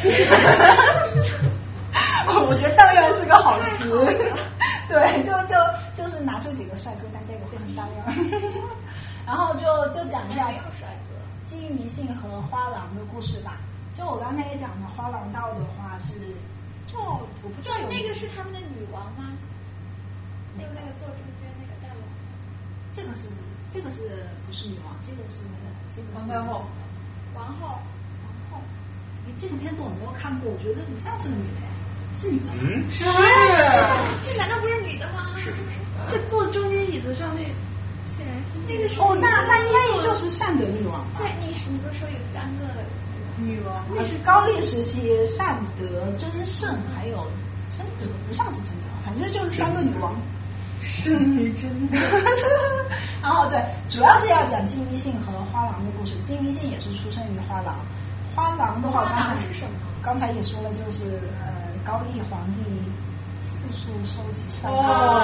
我觉得荡漾是个好词，对，就就就是拿出几个帅哥，大家也会很荡漾。然后就就讲一下金鱼信和花郎的故事吧。就我刚才也讲了，花郎道的话是，就我不知道有那个是他们的女王吗？就那个坐中间那个大王。 这个是这个是不是女王？这个是这个是皇太后。 王后。 王后。你这个片子我没有看过，我觉得不像是女的，是女的。 嗯， 是。这难道不是女的吗？ 是是是。 这坐中间椅子上那。 那个是哦，那那应该也就是善德女王吧？ 对，你你不是说有三个女王？那是高丽时期善德、贞胜，还有贞德，不像是贞德，反正就是三个女王。 圣女贞德。 然后对，主要是要讲金鱼信和花郎的故事。金鱼信也是出生于花郎，花郎的话，刚才是什么？ 刚才也说了，就是呃高丽皇帝四处收集善德，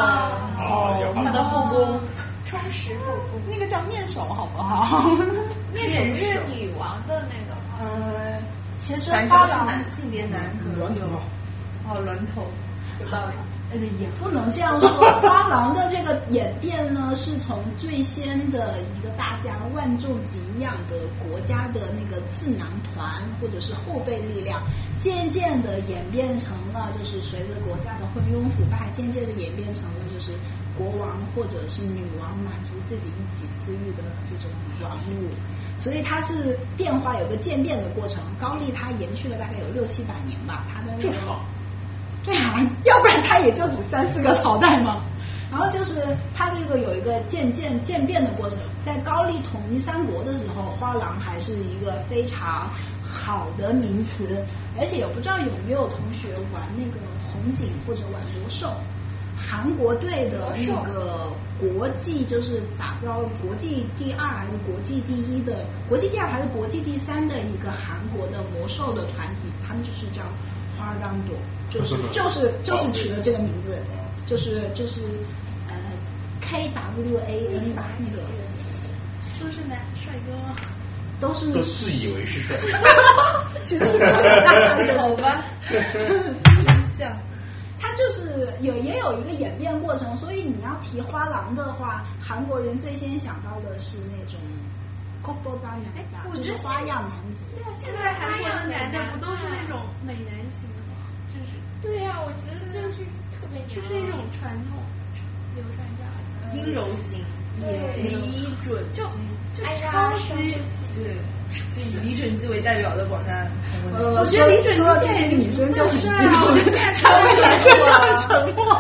哦， 他的后宫。 双十后宫， 那个叫面首好不好？ 面属日女王的那个吗？ 嗯，其实男花郎装是男性别男可能就哦娈头，有道理。 呃，也不能这样说。花郎的这个演变呢，是从最先的一个大家万众敬仰的国家的那个智囊团或者是后备力量，渐渐的演变成了就是随着国家的昏庸腐败，渐渐的演变成了就是国王或者是女王满足自己一己私欲的这种玩物。所以它是变化有个渐变的过程。高丽它延续了大概有六七百年吧，它的那个。对啊，要不然它也就只三四个朝代嘛。然后就是它这个有一个渐渐渐变的过程。在高丽统一三国的时候，花郎还是一个非常好的名词。而且也不知道有没有同学玩那个红警或者玩魔兽。韩国队的那个国际就是打造国际第二还是国际第一的，国际第二还是国际第三的一个韩国的魔兽的团体，他们就是叫花让朵，就是就是就是取了这个名字，就是就是呃 K W A N 吧，那个都是男帅哥吗？ 都是都自以为是帅哥， 其实是大哥好吧，真相。 它就是有也有一个演变过程，所以你要提花郎的话，韩国人最先想到的是那种 Koboda 男的，就是花样男子。 对啊，现在韩国的男的不都是那种美男型的吗？就是。 对呀、啊，我觉得就是特别这是一种传统流传下来的阴柔型，李准基， 就就超级对。就以李准基为代表的广大韩国人，我觉得李准基这些女生就很激动，三位男生就很沉默。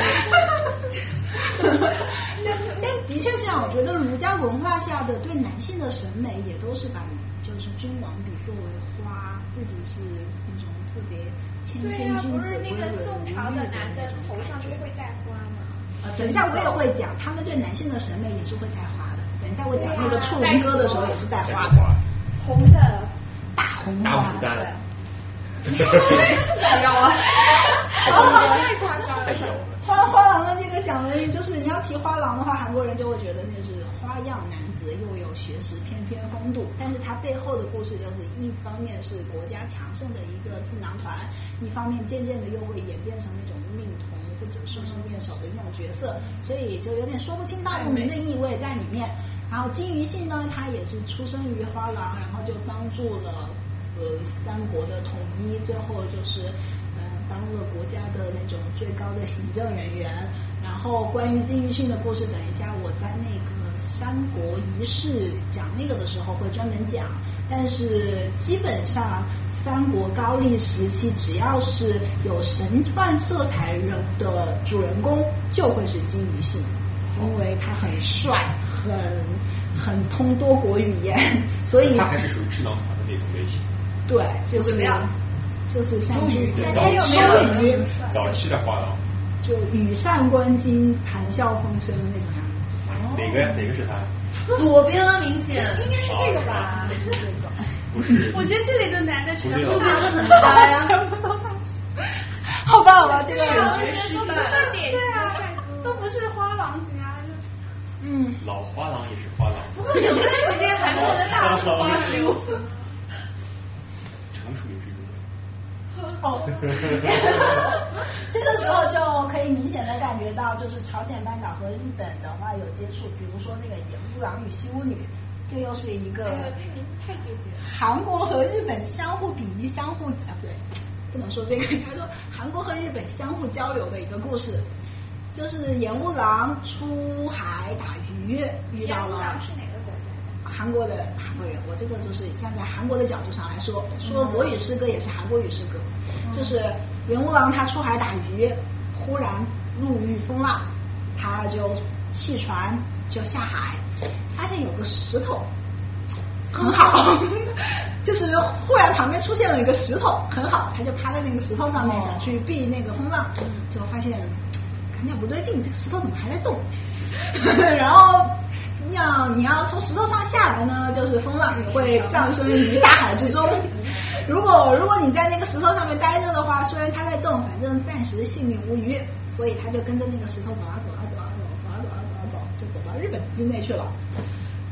但但的确是这样，我觉得儒家文化下的对男性的审美也都是把就是君王比作为花，自己是那种特别谦谦君子、 不是那个宋朝的男的头上就会戴花吗？ 呃，等一下我也会讲，他们对男性的审美也是会戴花的。等一下我讲那个触灵歌的时候也是戴花的。 红的大红大牡丹， 太妖了， 太夸张了。 花花郎的这个讲的就是你要提花郎的话，韩国人就会觉得那是花样男子，又有学识，翩翩风度。但是它背后的故事就是一方面是国家强盛的一个智囊团，一方面渐渐的又会演变成那种命童或者说是面首的那种角色，所以就有点说不清道不明的意味在里面。然后金鱼信呢，他也是出生于花郎，然后就帮助了呃三国的统一，最后就是呃当了国家的那种最高的行政人员。然后关于金鱼信的故事，等一下我在那个三国仪式讲那个的时候会专门讲。但是基本上三国高丽时期，只要是有神幻色彩人的主人公，就会是金鱼信，因为他很帅。很很通多国语言，所以他还是属于智囊团的那种类型。 对，就是就是像周瑜， 早期的早期的花郎， 就羽扇纶巾、谈笑风生的那种样子。 哪个哪个是他？ 左边啊，明显应该是这个吧？ 不是这个， 不是。 我觉得这里的男的全部都变得很呆呀， 全部都好吧好吧，这个感觉失败， 对啊，都不是花郎型啊。 嗯， 老花郎也是花郎。 不过有段时间韩国的大叔花叔， 成熟也是一种。 哦，这个时候就可以明显的感觉到，就是朝鲜半岛和日本的话有接触，比如说那个野乌郎与西巫女，这又是一个太纠结了。 韩国和日本相互比喻、相互啊不对，不能说这个，他说韩国和日本相互交流的一个故事。就是盐乌郎出海打鱼，遇到了。 盐乌郎是哪个国家的？ 韩国的韩国人，我这个就是站在韩国的角度上来说，说国语诗歌也是韩国语诗歌。嗯、就是盐乌郎他出海打鱼，忽然路遇风浪，他就弃船就下海，发现有个石头很好，就是忽然旁边出现了一个石头很好，他就趴在那个石头上面想去避那个风浪，就发现。感觉不对劲，这个石头怎么还在动？然后你要你要从石头上下来呢，就是风浪也会降生于大海之中。如果如果你在那个石头上面待着的话，虽然它在动，反正暂时性命无虞，所以他就跟着那个石头走啊走啊走啊走，走啊走啊走啊走，就走到日本境内去了。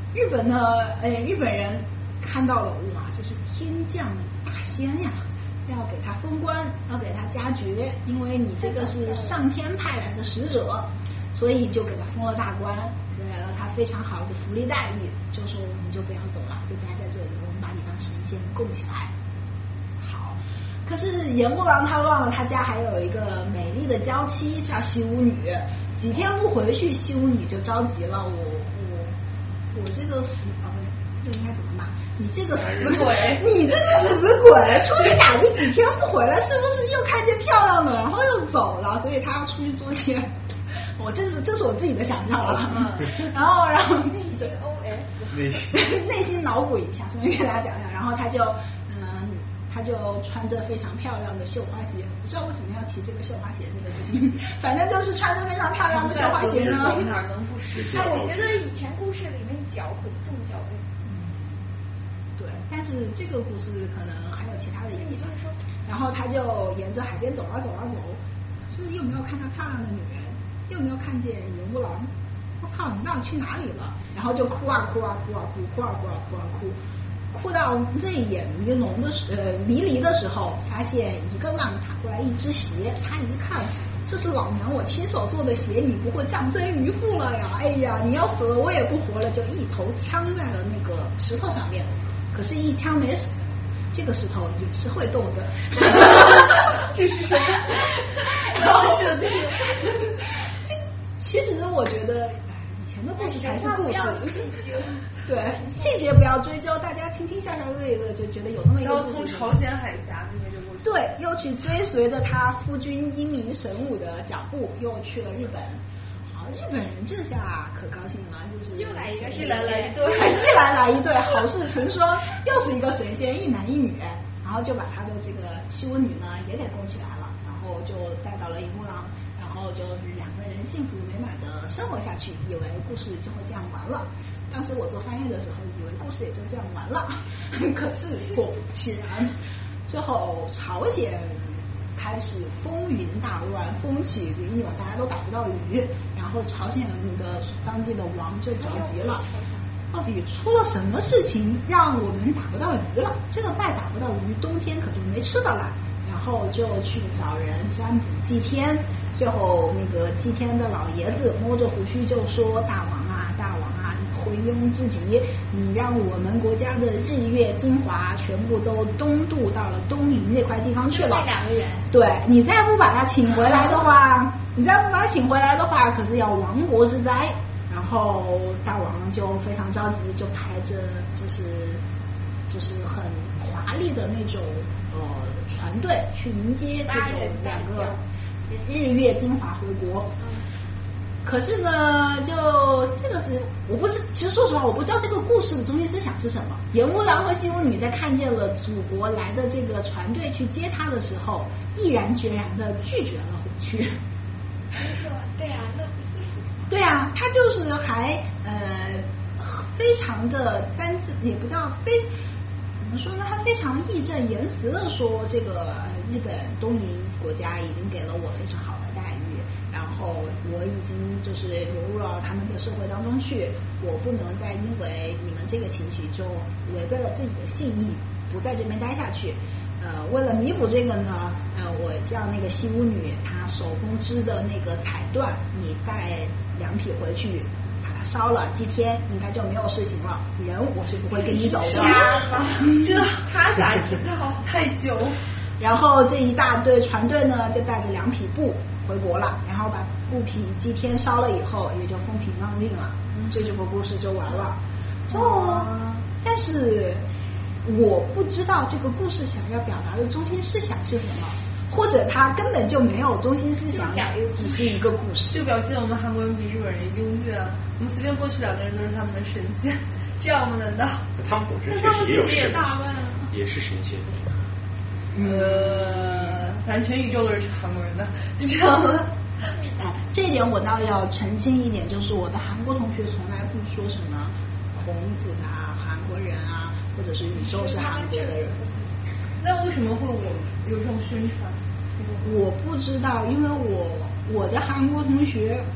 日本呢，呃，日本人看到了，哇，这是天降大仙呀，要给他封官，要给他加爵，因为你这个是上天派来的使者，所以就给他封了大官，给了他非常好的福利待遇，就说你就不要走了，就待在这里，我们把你当神仙供起来。好，可是岩木郎他忘了他家还有一个美丽的娇妻叫西屋女，几天不回去，西屋女就着急了，我我我这个死啊不是，这个应该怎么骂？你这个死鬼，你这个死鬼，出去打鱼几天不回来，是不是又看见漂亮的，然后又走了？所以他要出去捉奸。我这是这是我自己的想象了，嗯、然后然后内心 O S 内心内心脑补一下，顺便给大家讲一下，然后他就嗯他就穿着非常漂亮的绣花鞋，不知道为什么要提这个绣花鞋这个事情，反正就是穿着非常漂亮的绣花鞋呢。 哪能不是？ 哎，我觉得以前故事里面脚很重要的。 对，但是这个故事可能还有其他的意义。然后他就沿着海边走啊走啊走，可是又没有看到漂亮的女人，又没有看见岩木郎。我操，你到底去哪里了？然后就哭啊哭啊哭啊哭，哭啊哭啊哭啊哭，哭到泪眼迷胧的时呃迷离的时候，发现一个浪打过来一只鞋，他一看，这是老娘我亲手做的鞋，你不会降生渔夫了呀？哎呀，你要死了我也不活了，就一头呛在了那个石头上面。可是，一枪没死，这个石头也是会动的。 这是什么？高设定。 这其实我觉得，以前的故事才是故事。对，细节不要追究，大家听听笑笑乐乐就觉得有那么一个故事。 然后从朝鲜海峡那个就过去。 对，又去追随着他夫君英明神武的脚步，又去了日本。日本人这下可高兴了，就是又来一个， 一来来一对，一来来一对，好事成双，又是一个神仙，一男一女，然后就把他的这个西屋女呢也给供起来了，然后就带到了银木郎，然后就两个人幸福美满的生活下去，以为故事就会这样完了。当时我做翻译的时候，以为故事也就这样完了，可是果不其然，最后朝鲜开始风云大乱，风起云涌，大家都打不到鱼，然后朝鲜的当地的王就着急了，到底出了什么事情让我们打不到鱼了？这个再打不到鱼，冬天可就没吃的了。然后就去找人占卜祭天，最后那个祭天的老爷子摸着胡须就说：“大王啊，大王啊，你昏庸至极，你让我们国家的日月精华全部都东渡到了东瀛那块地方去了。 两个人， 对，你再不把他请回来的话，你再不把他请回来的话，可是要亡国之灾。”然后大王就非常着急，就派着就是就是很华丽的那种呃船队去迎接这种两个日月精华回国。可是呢，就这个是我不知，其实说实话，我不知道这个故事的中心思想是什么。岩屋郎和西屋女在看见了祖国来的这个船队去接他的时候，毅然决然的拒绝了回去。 说对啊，那不是对啊，他就是还呃非常的沾自，也不叫非怎么说呢，他非常义正言辞的说，这个、呃、日本东瀛国家已经给了我非常好的待遇，然后我已经就是流入到他们的社会当中去，我不能再因为你们这个情绪就违背了自己的信义，不在这边待下去。呃，为了弥补这个呢，呃，我叫那个西屋女，她手工织的那个彩缎，你带两匹回去，把它烧了，祭天，应该就没有事情了。人我是不会跟你走的。 这他咋知道？太久。 然后这一大队船队呢，就带着两匹布回国了，然后把布匹祭天烧了以后，也就风平浪静了。嗯，这这个故事就完了。哦、嗯，但是。我不知道这个故事想要表达的中心思想是什么，或者它根本就没有中心思想，只是一个故事。 就表现我们韩国人比日本人优越啊！我们随便过去两个人都是他们的神仙，这样吗？难道？ 他们本身确实也有神仙，也是神仙。 呃，反正全宇宙都是韩国人的，就这样了。 啊，这一点我倒要澄清一点，就是我的韩国同学从来不说什么孔子啊、韩国人啊。或者是宇宙是韩国的人， 那为什么会我有这种宣传？ 我不知道，因为我我的韩国同学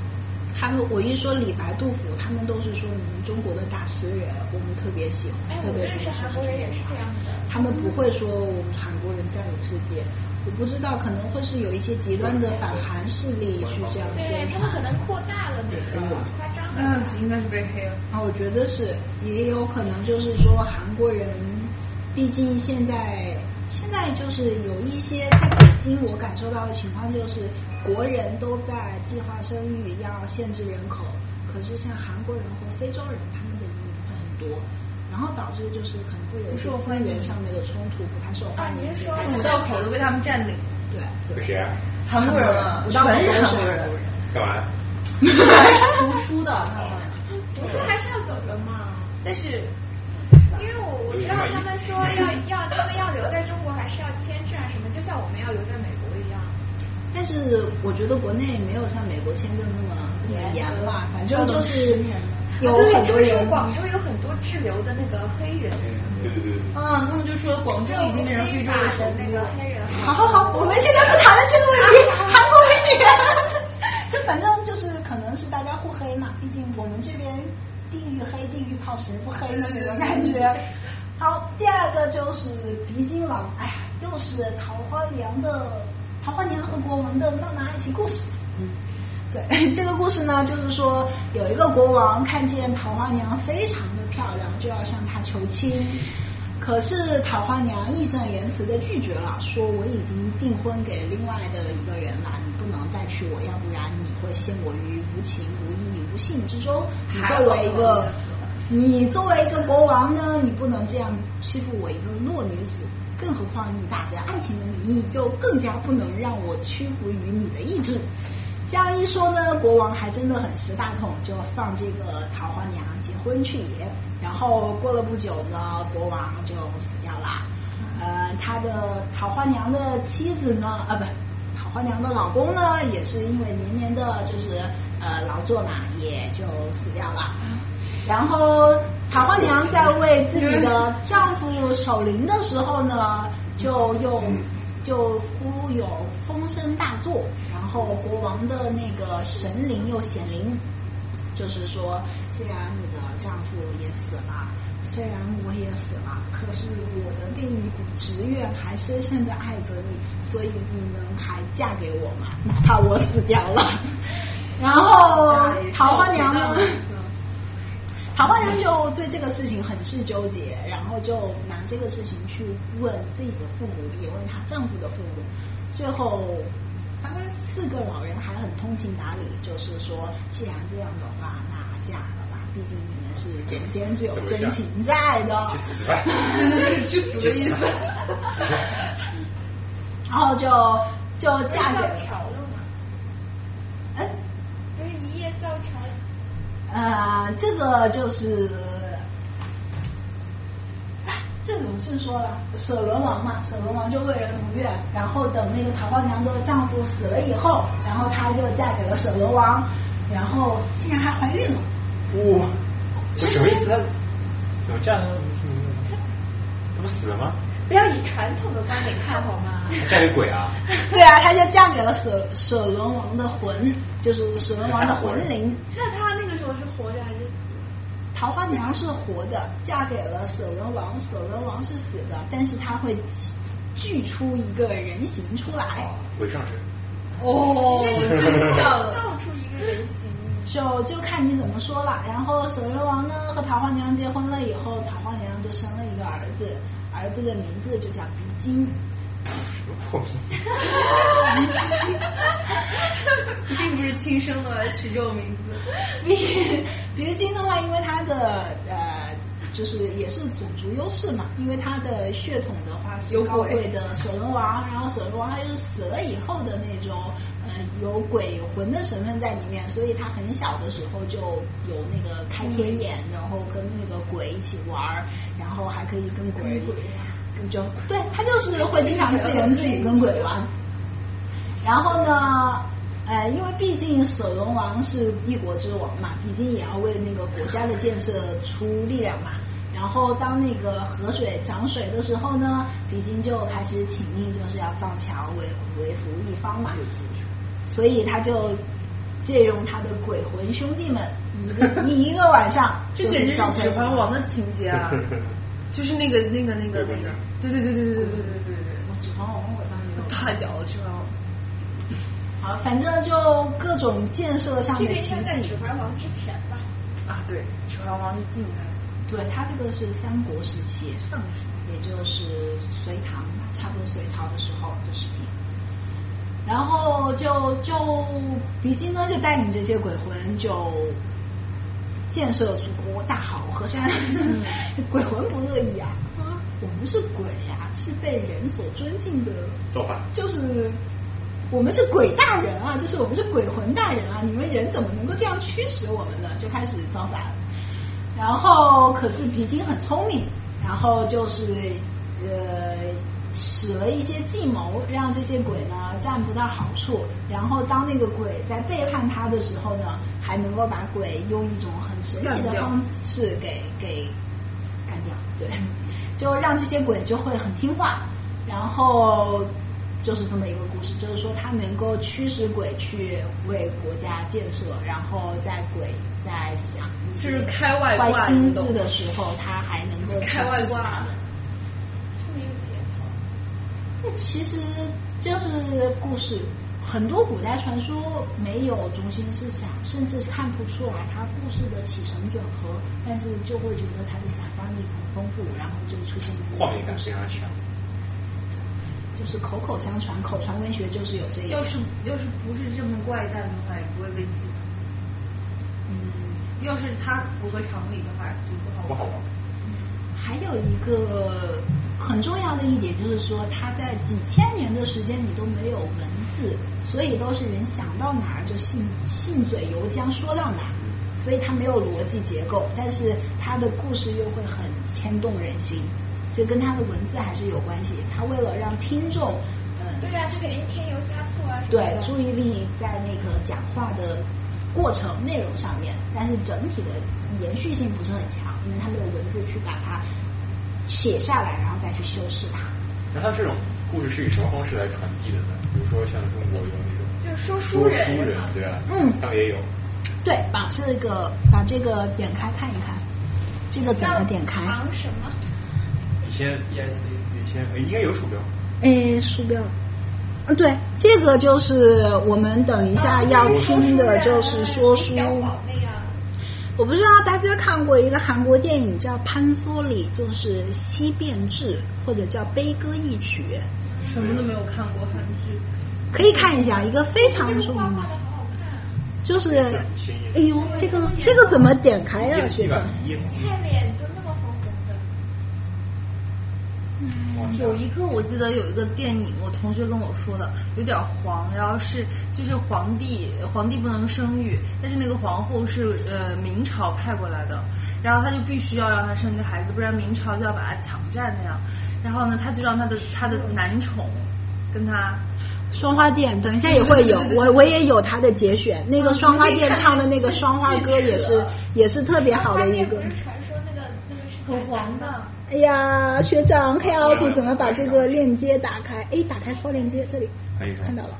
他们我一说李白、杜甫，他们都是说你们中国的大诗人，我们特别喜欢，特别认识韩国人也是这样的。 他们不会说我们韩国人占领世界，我不知道可能会是有一些极端的反韩势力去这样宣传， 对他们可能扩大了那个夸张的。 嗯，应该是被黑了。 啊，我觉得是，也有可能就是说韩国人，毕竟现在现在就是有一些在北京我感受到的情况就是国人都在计划生育，要限制人口，可是像韩国人和非洲人他们的移民会很多，然后导致就是可能会有一些资源上面的冲突，不太受欢迎。 五道口都被他们占领。 对对。 谁啊？ 韩国人啊， 五道口全是韩国人。 干嘛？ 还是读书的他们。 读书还是要走的嘛。 但是。 因为我我知道他们说要要他们要留在中国还是要签证啊什么，就像我们要留在美国一样。 但是我觉得国内没有像美国签证这么这么严嘛，反正就是有很多人。 广州有很多滞留的那个黑人。 对对对。 嗯，他们就说广州已经变成非洲的首都。 那个黑人。 好好好，我们现在不谈论这个问题，韩国美女。就反正就是可能是大家互黑嘛，毕竟我们这边。地狱黑，地狱泡谁不黑的那种感觉。好，第二个就是鼻金郎，哎呀，又是桃花娘的桃花娘和国王的浪漫爱情故事。嗯，对，这个故事呢，就是说有一个国王看见桃花娘非常的漂亮，就要向她求亲。可是桃花娘义正言辞的拒绝了，说我已经订婚给另外的一个人了，你不能再娶我，要不然你会陷我于无情无义无信之中。你作为一个你作为一个国王呢，你不能这样欺负我一个弱女子，更何况你打着爱情的名义，就更加不能让我屈服于你的意志。这样一说呢，国王还真的很识大统，就放这个桃花娘结婚去也。然后过了不久呢，国王就死掉了。呃，他的桃花娘的妻子呢，啊不，桃花娘的老公呢，也是因为年年的就是呃劳作嘛，也就死掉了。然后桃花娘在为自己的丈夫守灵的时候呢，就用就忽有风声大作，然后国王的那个神灵又显灵。就是说，既然你的丈夫也死了，虽然我也死了，可是我的另一股执愿还深深的爱着你，所以你能还嫁给我吗？哪怕我死掉了。然后桃花娘呢，桃花娘就对这个事情很是纠结，然后就拿这个事情去问自己的父母，也问她丈夫的父母，最后。大概四个老人还很通情达理，就是说，既然这样的话，那嫁了吧，毕竟你们是人间是有真情在的。 去死吧！ 真的就是去死的意思。 然后就就嫁给桥了嘛？ 哎， 不是一夜造桥。 呃，这个就是。这种是说了，舍伦王嘛，舍伦王就为人如愿，然后等那个桃花娘的丈夫死了以后，然后她就嫁给了舍伦王，然后竟然还怀孕了。 哇，这什么意思？怎么嫁呢？他不死了吗？ 不要以传统的观点看好吗？ 嫁给鬼啊？ 对啊，她就嫁给了舍舍伦王的魂，就是舍伦王的魂灵。 那她那个时候是活着还是？ 桃花娘是活的，嫁给了舍伦王，舍伦王是死的，但是他会锯出一个人形出来。 鬼上身。 哦，真的。 造出一个人形。 就就看你怎么说了。然后舍伦王呢和桃花娘结婚了以后，桃花娘就生了一个儿子，儿子的名字就叫鼻金。 破名字。 并不是亲生的来取这种名字。 鼻鼻金的话，因为他的呃，就是也是种族优势嘛，因为他的血统的话是高贵的舍伦王，然后舍伦王他就是死了以后的那种呃有鬼有魂的成分在里面，所以他很小的时候就有那个开天眼，然后跟那个鬼一起玩，然后还可以跟鬼跟就对他就是会经常自言自语跟鬼玩。然后呢呃，因为毕竟舍伦王是一国之王嘛，毕竟也要为那个国家的建设出力量嘛。然后当那个河水涨水的时候呢，比金就开始请命，就是要造桥为为福一方嘛。所以他就借用他的鬼魂兄弟们，一个一一个晚上这简直是《指环王》的情节啊！就是那个那个那个那个，对对对对对对对对对对， 《指环王》我当年太屌了，《指环王》。 好，反正就各种建设上的奇迹。 这个应该在《指环王》之前吧？ 啊，对，《指环王》是近代。 对，它这个是三国时期，上个时期，也就是隋唐，差不多隋朝的时候的事情。然后就就狄金呢就带领这些鬼魂就建设祖国大好河山，嗯、鬼魂不乐意啊，啊，我们是鬼呀、啊，是被人所尊敬的造反， 就是我们是鬼大人啊，就是我们是鬼魂大人啊，你们人怎么能够这样驱使我们呢？就开始造反。然后可是皮筋很聪明，然后就是呃。使了一些计谋，让这些鬼呢占不到好处，然后当那个鬼在背叛他的时候呢，还能够把鬼用一种很神奇的方式给给干掉，对，就让这些鬼就会很听话，然后就是这么一个故事，就是说他能够驱使鬼去为国家建设，然后在鬼在想一些坏心思的时候，他还能够开外挂。 这其实就是故事，很多古代传说没有中心思想，甚至看不出来它故事的起承转合，但是就会觉得它的想象力很丰富，然后就出现自己的画面感非常强。 就是口口相传，口传文学就是有这个。 要是要是不是这么怪诞的话，也不会被记得。嗯，要是它符合常理的话，就不好玩。 不好玩。 还有一个很重要的一点就是说，它在几千年的时间里都没有文字，所以都是人想到哪儿就信信嘴游江说到哪儿，所以它没有逻辑结构，但是它的故事又会很牵动人心，就跟它的文字还是有关系。它为了让听众，嗯， 对啊，这肯定添油加醋啊， 对，注意力在那个讲话的过程内容上面，但是整体的延续性不是很强，因为它没有文字去把它写下来，然后再去修饰它。 那它这种故事是以什么方式来传递的呢？比如说像中国有那种就是说书人， 说书人，对吧？ 嗯， 他们也有。 对，把这个把这个点开看一看，这个怎么点开？ 藏什么？ 以前 E S C 以前应该有鼠标。 哎，鼠标。嗯，对，这个就是我们等一下要听的，就是说书。我不知道大家看过一个韩国电影叫《潘梭里》，就是《西变志》或者叫《悲歌一曲》。 什么都没有看过韩剧。 可以看一下，一个非常著名的。就是，哎呦，这个这个怎么点开呀、啊？学长？ 看脸都那么红红的。 嗯，有一个我记得有一个电影，我同学跟我说的，有点黄，然后是就是皇帝皇帝不能生育，但是那个皇后是呃明朝派过来的，然后他就必须要让他生个孩子，不然明朝就要把他抢占那样。然后呢，他就让他的他的男宠跟他。 双花店，等一下也会有，我我也有他的节选，那个双花店唱的那个双花歌也是也是特别好的一个。 不是传说那个那个是很黄的。 哎呀，学长 K L P 怎么把这个链接打开？哎，打开超链接，这里看到了。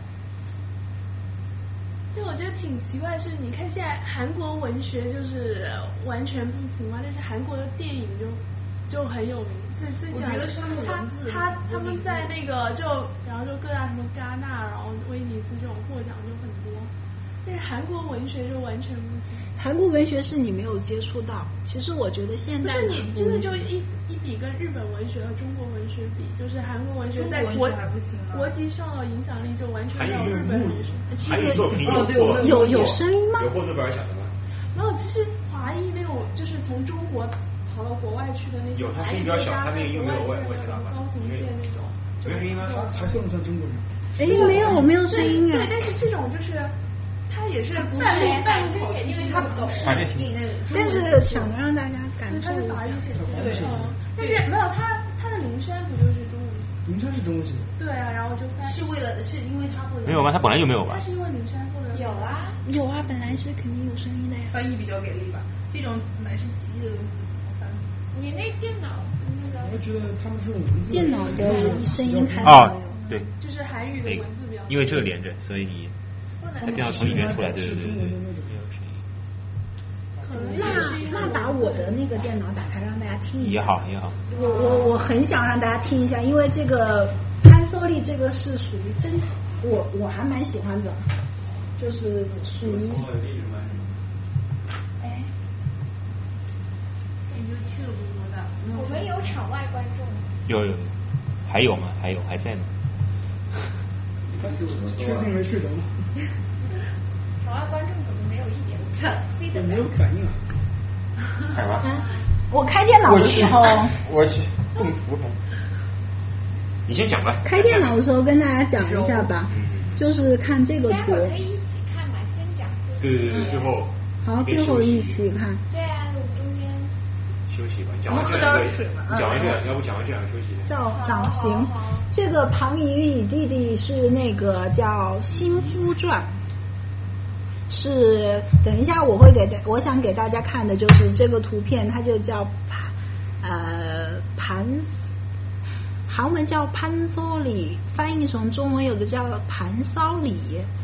对，我觉得挺奇怪的是，你看现在韩国文学就是完全不行嘛，但是韩国的电影就就很有名。最最喜欢他他他们在那个就比方说各大什么戛纳，然后威尼斯这种获奖就很多，但是韩国文学就完全不行。 韩国文学是你没有接触到，其实我觉得现在不是你真的就一一比跟日本文学和中国文学比，就是韩国文学在国国际上的影响力就完全没有日本文学。 韩语作品有有有声音吗？ 有获诺贝尔奖的吗？ 没有，其实华裔那种就是从中国跑到国外去的那种， 有，他声音比较小，他那个又没有外外那种高行健那种， 没声音吗？ 他还算不算中国人？ 哎，没有没有声音啊。对，但是这种就是他也是不是半口音，因为他不懂。 但是想让大家感受一下。 对，但是没有他他的灵山不就是中文？ 灵山是中文系的。 对啊，然后就是为了是因为他不没有吗？他本来就没有吧？ 他是因为灵山获得有啊有啊，本来是肯定有声音的呀。 翻译比较给力吧？这种乃是奇异的东西。 你那电脑那个？ 我觉得他们这种文字。 电脑的声音开啊，对， 就是韩语的文字比较。 因为这个连着，所以你。 在电脑城里面出来，对对对对。 那那把我的那个电脑打开让大家听一下。 也好也好。 我我我很想让大家听一下，因为这个潘索利这个是属于真，我我还蛮喜欢的，就是属于。哎。 YouTube 什么的， 我们有场外观众。 有有，还有吗？还有还在呢。 确定没睡着吗？ 场外观众怎么没有一点看？ 没有反应啊。 干嘛？ 我开电脑的时候， 我去动图。你先讲吧。 开电脑的时候跟大家讲一下吧，就是看这个图。 待会儿可以一起看嘛，先讲。 对对对，最后。 好，最后一起看。 对啊，我们中间。 休息吧，讲完这两个，讲完这两个，要不讲完这两个休息。 照掌行，这个庞乙乙弟弟是那个叫《新夫传》。是，等一下我会给大，我想给大家看的就是这个图片，它就叫呃盘，韩文叫潘索里，翻译成中文有个叫盘骚里。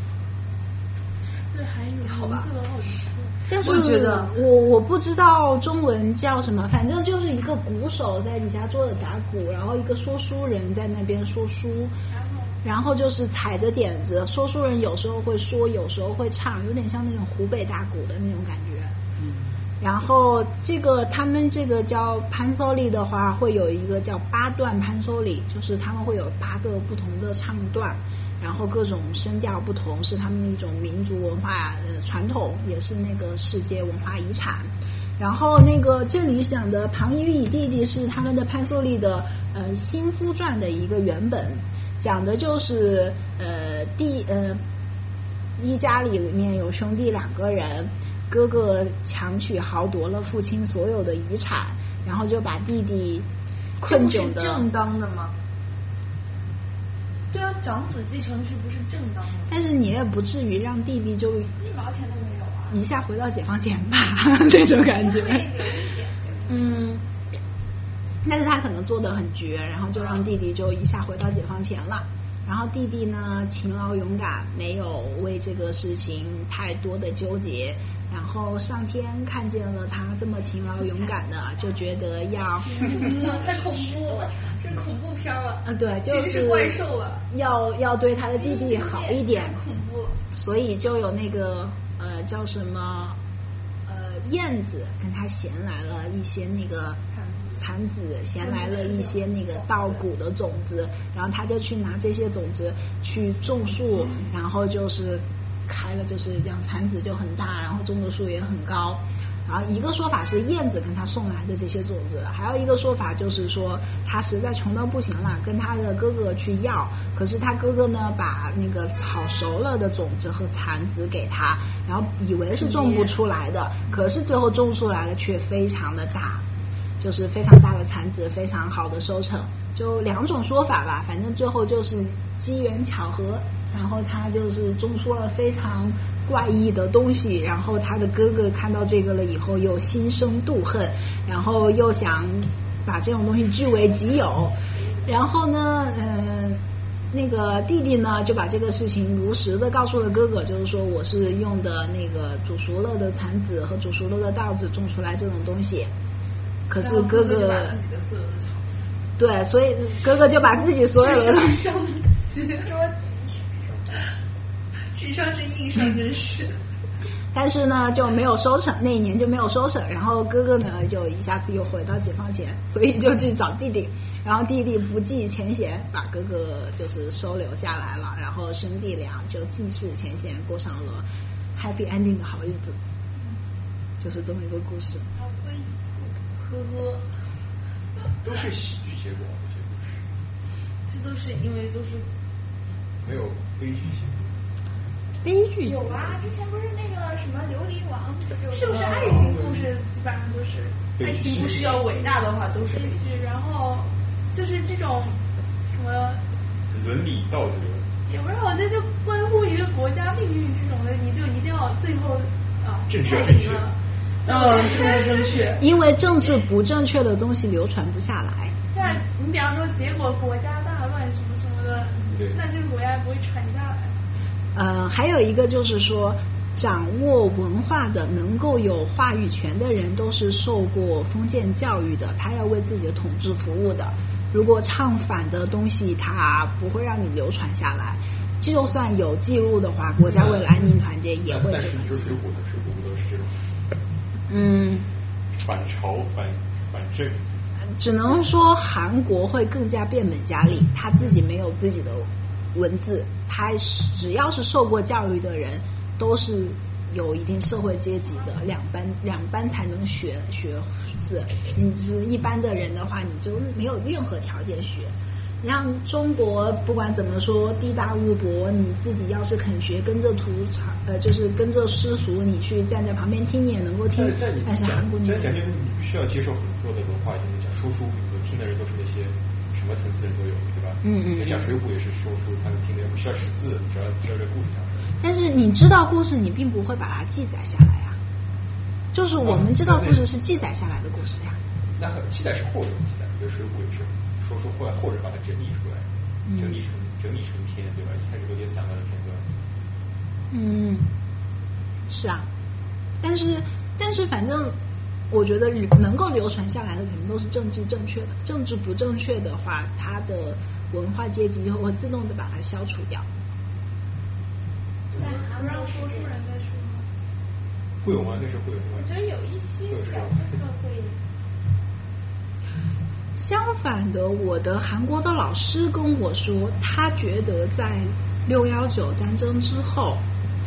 对，韩语好吧。但是我觉得我我不知道中文叫什么，反正就是一个鼓手在底下坐着打鼓，然后一个说书人在那边说书。然后就是踩着点子，说书人有时候会说，有时候会唱，有点像那种湖北大鼓的那种感觉。嗯。然后这个他们这个叫潘索里的话，会有一个叫八段潘索里，就是他们会有八个不同的唱段，然后各种声调不同，是他们的一种民族文化呃传统，也是那个世界文化遗产。然后那个这里讲的庞乙乙弟弟是他们的潘索里的呃《新夫传》的一个原本。讲的就是呃弟呃一家里里面有兄弟两个人，哥哥强取豪夺了父亲所有的遗产，然后就把弟弟困窘的。 这是正当的吗？对啊，长子继承是不是正当的？ 但是你也不至于让弟弟就一毛钱都没有啊， 一下回到解放前吧那种感觉。嗯。但是他可能做得很绝，然后就让弟弟就一下回到解放前了。然后弟弟呢勤劳勇敢，没有为这个事情太多的纠结。然后上天看见了他这么勤劳勇敢的，就觉得要太恐怖了，这恐怖片了。 啊，对，就是其实是怪兽了。 要要对他的弟弟好一点， 恐怖。 所以就有那个呃叫什么呃燕子跟他衔来了一些那个。蚕子衔来了一些那个稻谷的种子，然后他就去拿这些种子去种树，然后就是开了，就是这样，蚕子就很大，然后种的树也很高。然后一个说法是燕子跟他送来的这些种子，还有一个说法就是说他实在穷到不行了，跟他的哥哥去要，可是他哥哥呢把那个炒熟了的种子和蚕子给他，然后以为是种不出来的，可是最后种出来了却非常的大。就是非常大的产子，非常好的收成，就两种说法吧，反正最后就是机缘巧合，然后他就是种出了非常怪异的东西，然后他的哥哥看到这个了以后又心生妒恨，然后又想把这种东西据为己有，然后呢呃那个弟弟呢就把这个事情如实的告诉了哥哥，就是说我是用的那个煮熟了的蚕子和煮熟了的稻子种出来这种东西。可是哥哥， 哥把自己的所有的场对，所以哥哥就把自己所有的智商智商是硬伤，真是。 但是呢就没有收成，那一年就没有收成，然后哥哥呢就一下子又回到解放前，所以就去找弟弟，然后弟弟不计前嫌把哥哥就是收留下来了，然后兄弟俩就尽释前嫌，过上了 happy ending 的好日子，就是这么一个故事。 呵呵， 都是喜剧结果，这些故事。 这都是因为都是没有悲剧性。 悲剧有啊，之前不是那个什么琉璃王， 是不是爱情故事基本上都是？ 爱情故事要伟大的话都是悲剧，然后就是这种什么伦理道德。 也不是，我觉得就关乎一个国家命运这种的，你就一定要最后啊， 正确正确。 嗯，政治正确。 因为政治不正确的东西流传不下来。 对啊，你比方说结果国家大乱什么什么的，那这个国家不会传下来。 呃， 呃，还有一个就是说，掌握文化的、能够有话语权的人，都是受过封建教育的，他要为自己的统治服务的。如果唱反的东西，他不会让你流传下来。就算有记录的话，国家为了安宁团结也会这么记。 但是水浒的水浒不都是这种？ 嗯。 反朝反反正。 只能说韩国会更加变本加厉，他自己没有自己的文字，他只要是受过教育的人，都是有一定社会阶级的，两班两班才能学学字。你是一般的人的话，你就没有任何条件学。你像中国不管怎么说地大物博，你自己要是肯学，跟着图呃就是跟着师叔，你去站在旁边听你也能够听。但是韩国你讲讲你必须要接受很多的文化，就是讲说书，比如说听的人都是那些什么层次人都有，对吧？ 嗯嗯。 讲水浒也是说书，他们听的人不需要识字，只要知道这故事上。 但是你知道故事，你并不会把它记载下来呀。就是我们知道故事是记载下来的故事呀。 那记载是后人记载，比如水浒也是。说说后来后人把它整理出来，整理成整理成篇，对吧？一开始都写散文的片段。 嗯，是啊，但是但是反正我觉得能够流传下来的肯定都是政治正确的，政治不正确的话，它的文化阶级会自动的把它消除掉。 但还不让说书人再说吗？ 会有吗？那时候会有吗？ 我觉得有一些小部分会。 相反的，我的韩国的老师跟我说，他觉得在六幺九战争之后，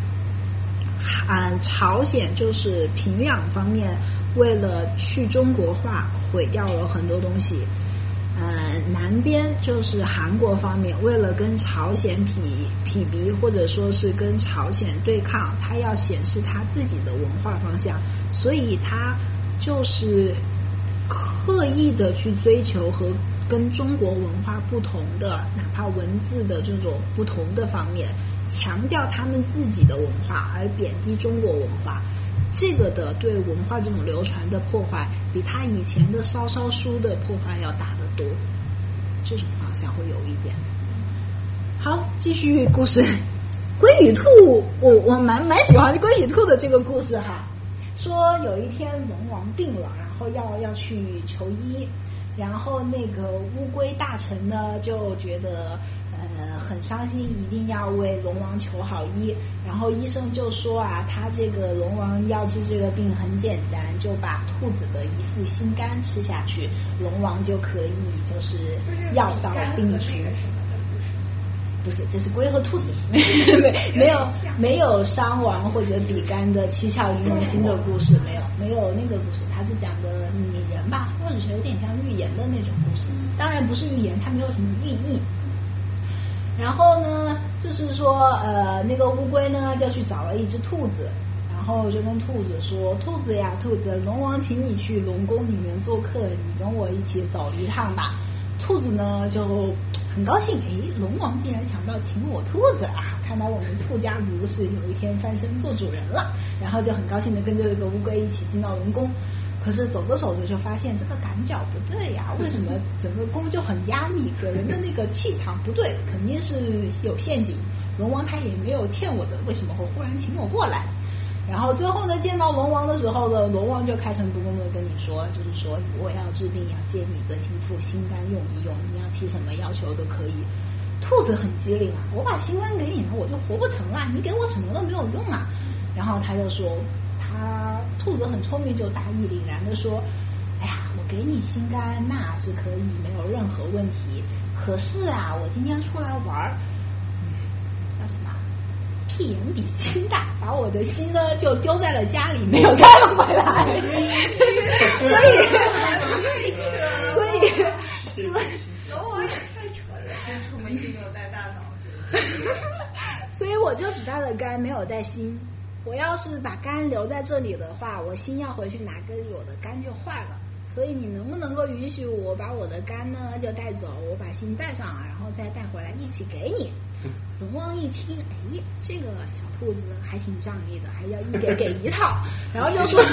韩朝鲜就是平壤方面为了去中国化，毁掉了很多东西。呃，南边就是韩国方面为了跟朝鲜匹匹敌，或者说是跟朝鲜对抗，他要显示他自己的文化方向，所以他就是刻意的去追求和跟中国文化不同的，哪怕文字的这种不同的方面，强调他们自己的文化，而贬低中国文化。这个的对文化这种流传的破坏，比他以前的稍稍书的破坏要大得多。这种方向会有一点。好，继续故事。龟与兔，我我蛮蛮喜欢龟与兔的这个故事哈。说有一天龙王病了，然后要要去求医，然后那个乌龟大臣呢就觉得呃很伤心，一定要为龙王求好医。然后医生就说啊，他这个龙王要治这个病很简单，就把兔子的一副心肝吃下去，龙王就可以就是药到病除。不是，这是龟和兔子，没没有没有伤亡或者比干的七窍玲珑心的故事，没有没有那个故事，它是讲的拟人吧，或者是有点像寓言的那种故事，当然不是寓言，它没有什么寓意。然后呢，就是说呃那个乌龟呢就去找了一只兔子，然后就跟兔子说，兔子呀兔子，龙王请你去龙宫里面做客，你跟我一起走一趟吧。兔子呢就很高兴，诶，龙王竟然想到请我兔子啊！看来我们兔家族是有一天翻身做主人了，然后就很高兴的跟着这个乌龟一起进到龙宫。可是走着走着就发现这个感觉不对呀，为什么整个宫就很压抑，给人的那个气场不对，肯定是有陷阱。龙王他也没有欠我的，为什么会忽然请我过来？然后最后呢，见到龙王的时候呢，龙王就开诚布公的跟你说，就是说我要治病要借你的一副心肝用一用，你要提什么要求都可以。兔子很机灵啊，我把心肝给你了，我就活不成了，你给我什么都没有用啊。然后他就说，他兔子很聪明，就大义凛然的说，哎呀，我给你心肝那是可以，没有任何问题。可是啊，我今天出来玩，嗯，叫什么？屁眼比心大，把我的心呢就丢在了家里，没有带回来。所以，所以，所以， 龙王也太扯了，真出门一定没有带大脑。 所以我就只带了肝，没有带心。我要是把肝留在这里的话，我心要回去拿根，我的肝就坏了。所以你能不能够允许我把我的肝呢就带走，我把心带上，然后再带回来一起给你？龙王一听，哎，这个小兔子还挺仗义的，还要一给给一套，然后就说，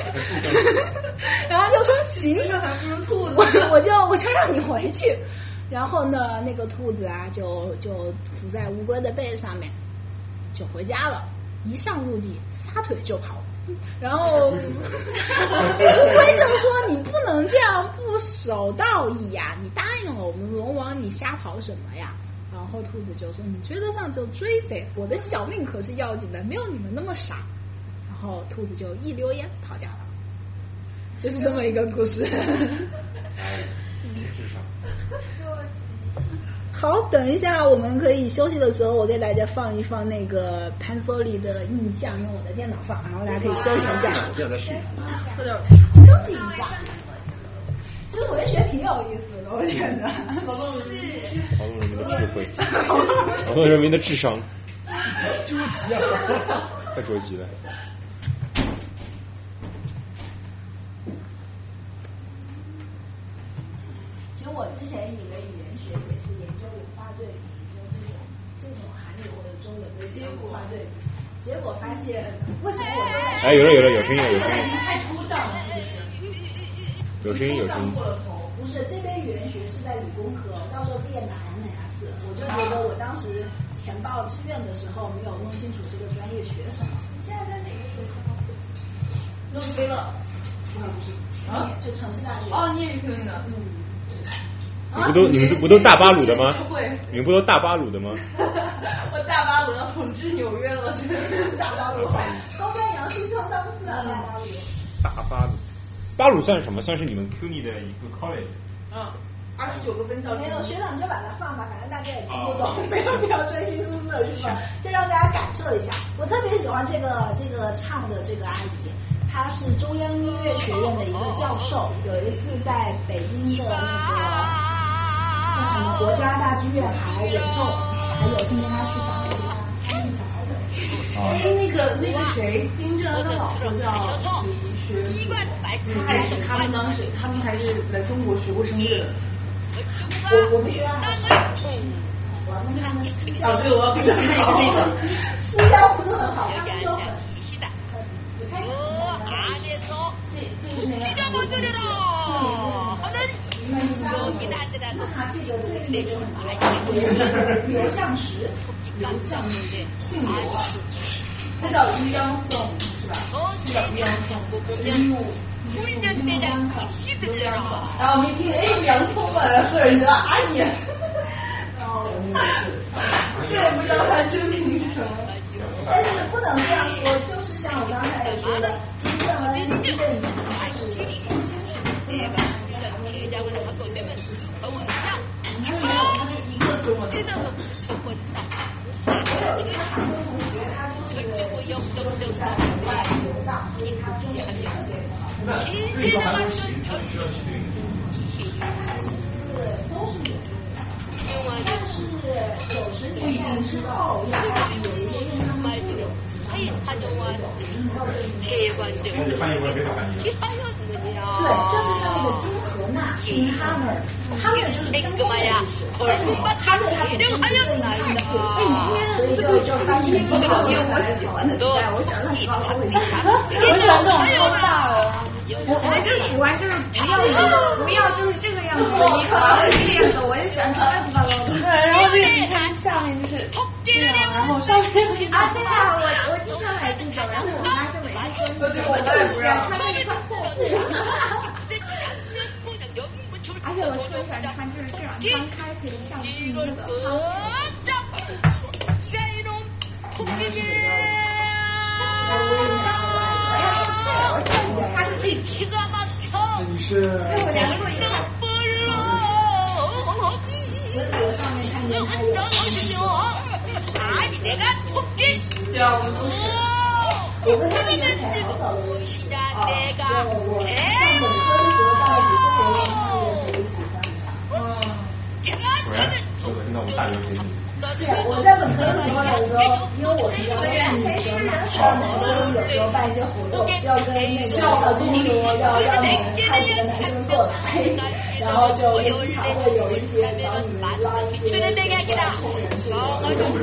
然后就说行， 还不如兔子， 我我就我就让你回去。 然后呢，那个兔子啊，就就伏在乌龟的背上面，就回家了。一上陆地，撒腿就跑。然后乌龟就说：“你不能这样不守道义呀！你答应了我们龙王，你瞎跑什么呀？”然后兔子就说：“你追得上就追呗，我的小命可是要紧的，没有你们那么傻。”然后兔子就一溜烟跑掉了。就是这么一个故事。好，等一下我们可以休息的时候，我给大家放一放那个 Pansori 的印象，用我的电脑放，然后大家可以休息一下。 这样再试。 喝点休息一下。其实文学挺有意思的，我觉得。 劳动人民的智慧，劳动人民的智商。 捉急啊！ 太着急了。 其实我之前以为语言学也是研究文化对比，研究这种这种韩语或者中文的文化对比，结果发现为什么我说在哎，有了有了，有声音了，有声音。 太抽象了，是不是？ 有声音有声音。 不是，这边语言学是在理工科，到时候自己拿 M S， 我就觉得我当时填报志愿的时候没有弄清楚这个专业学什么。 你现在在哪个学校？ 弄飞了。 啊，不是，啊，就城市大学。 哦，你也是听的。嗯。 你不都你们不都大巴鲁的吗？你们不都大巴鲁的吗？ 我大巴鲁要统治纽约了，真的。 大巴鲁，高端阳气上档次啊，大巴鲁。 大巴鲁，巴鲁算是什么？算是你们 C U N Y 的一个 college。 嗯。二十九个分校。 没有，学长就把它放吧，反正大家也听不懂，没有必要专心致志的去放，就让大家感受一下。我特别喜欢这个这个唱的这个阿姨，她是中央音乐学院的一个教授，有一次在北京的那个叫什么国家大剧院还演奏，还有幸跟她去当那个参与小孩的。 哎，那个那个谁，金正恩的老婆叫李学福，他还是他们当时他们还是来中国学过声乐的。 我我们学校还是，我要跟他们私交。 哦，对，我要跟他们那个那个私交不是很好，他们就很不太喜欢。 这这是那个。 那他这个对应就很多，刘向石，刘向石， 姓刘啊，他叫于央颂是吧？叫于央颂，于武。然后我们一听，哎，洋葱嘛，赫尔觉得啊你，然后我们对，不知道他真名是什么。 但是不能这样说，就是像我刚才也说的，金正恩这个已经是中心是不能把它当做一个事情。 他没有，他就一个中文。 我有一个韩国同学，他就是就是在海外游荡，所以他中文也特别不好。 那为什么韩国习字需要去对应中文？ 他习字都是有用的，但是九十年代之后又开始有一些用他们固有词，他们就有一种没有对应。 那就翻译过来没法翻译。 对，就是像那个金和纳 ，in hammer，hammer 就是灯光的意思，但是 hammer 它本身是对应汉字，所以就就翻译金和纳。 我喜欢的时代，我想让你把我回家。 我喜欢这种超大的。 我我就喜欢就是不要不要就是这个样子的衣服，然后这个样子，我就喜欢乱七八糟的。 对，然后这个你看下面就是这样，然后上面啊，对啊，我我经常买这种，然后我妈就每次说你我也不要穿那一块破布。而且我说一下，你看就是这样张开可以像进那个汤它是最奇怪吗？ 你是我量过一下。 我上面看见它有对啊，我们都是。 我跟他们也很好早的认识啊，就我上本科的时候大概几十年前他们也很喜欢他。 果然，我听到我们大学同学。 是呀，我在本科的时候，有时候因为我们学校都是女生嘛，然后男生有时候办一些活动，就要跟那个小军说要要你们派几个男生过来，然后就也经常会有一些找你们拉一些过来骗人是的。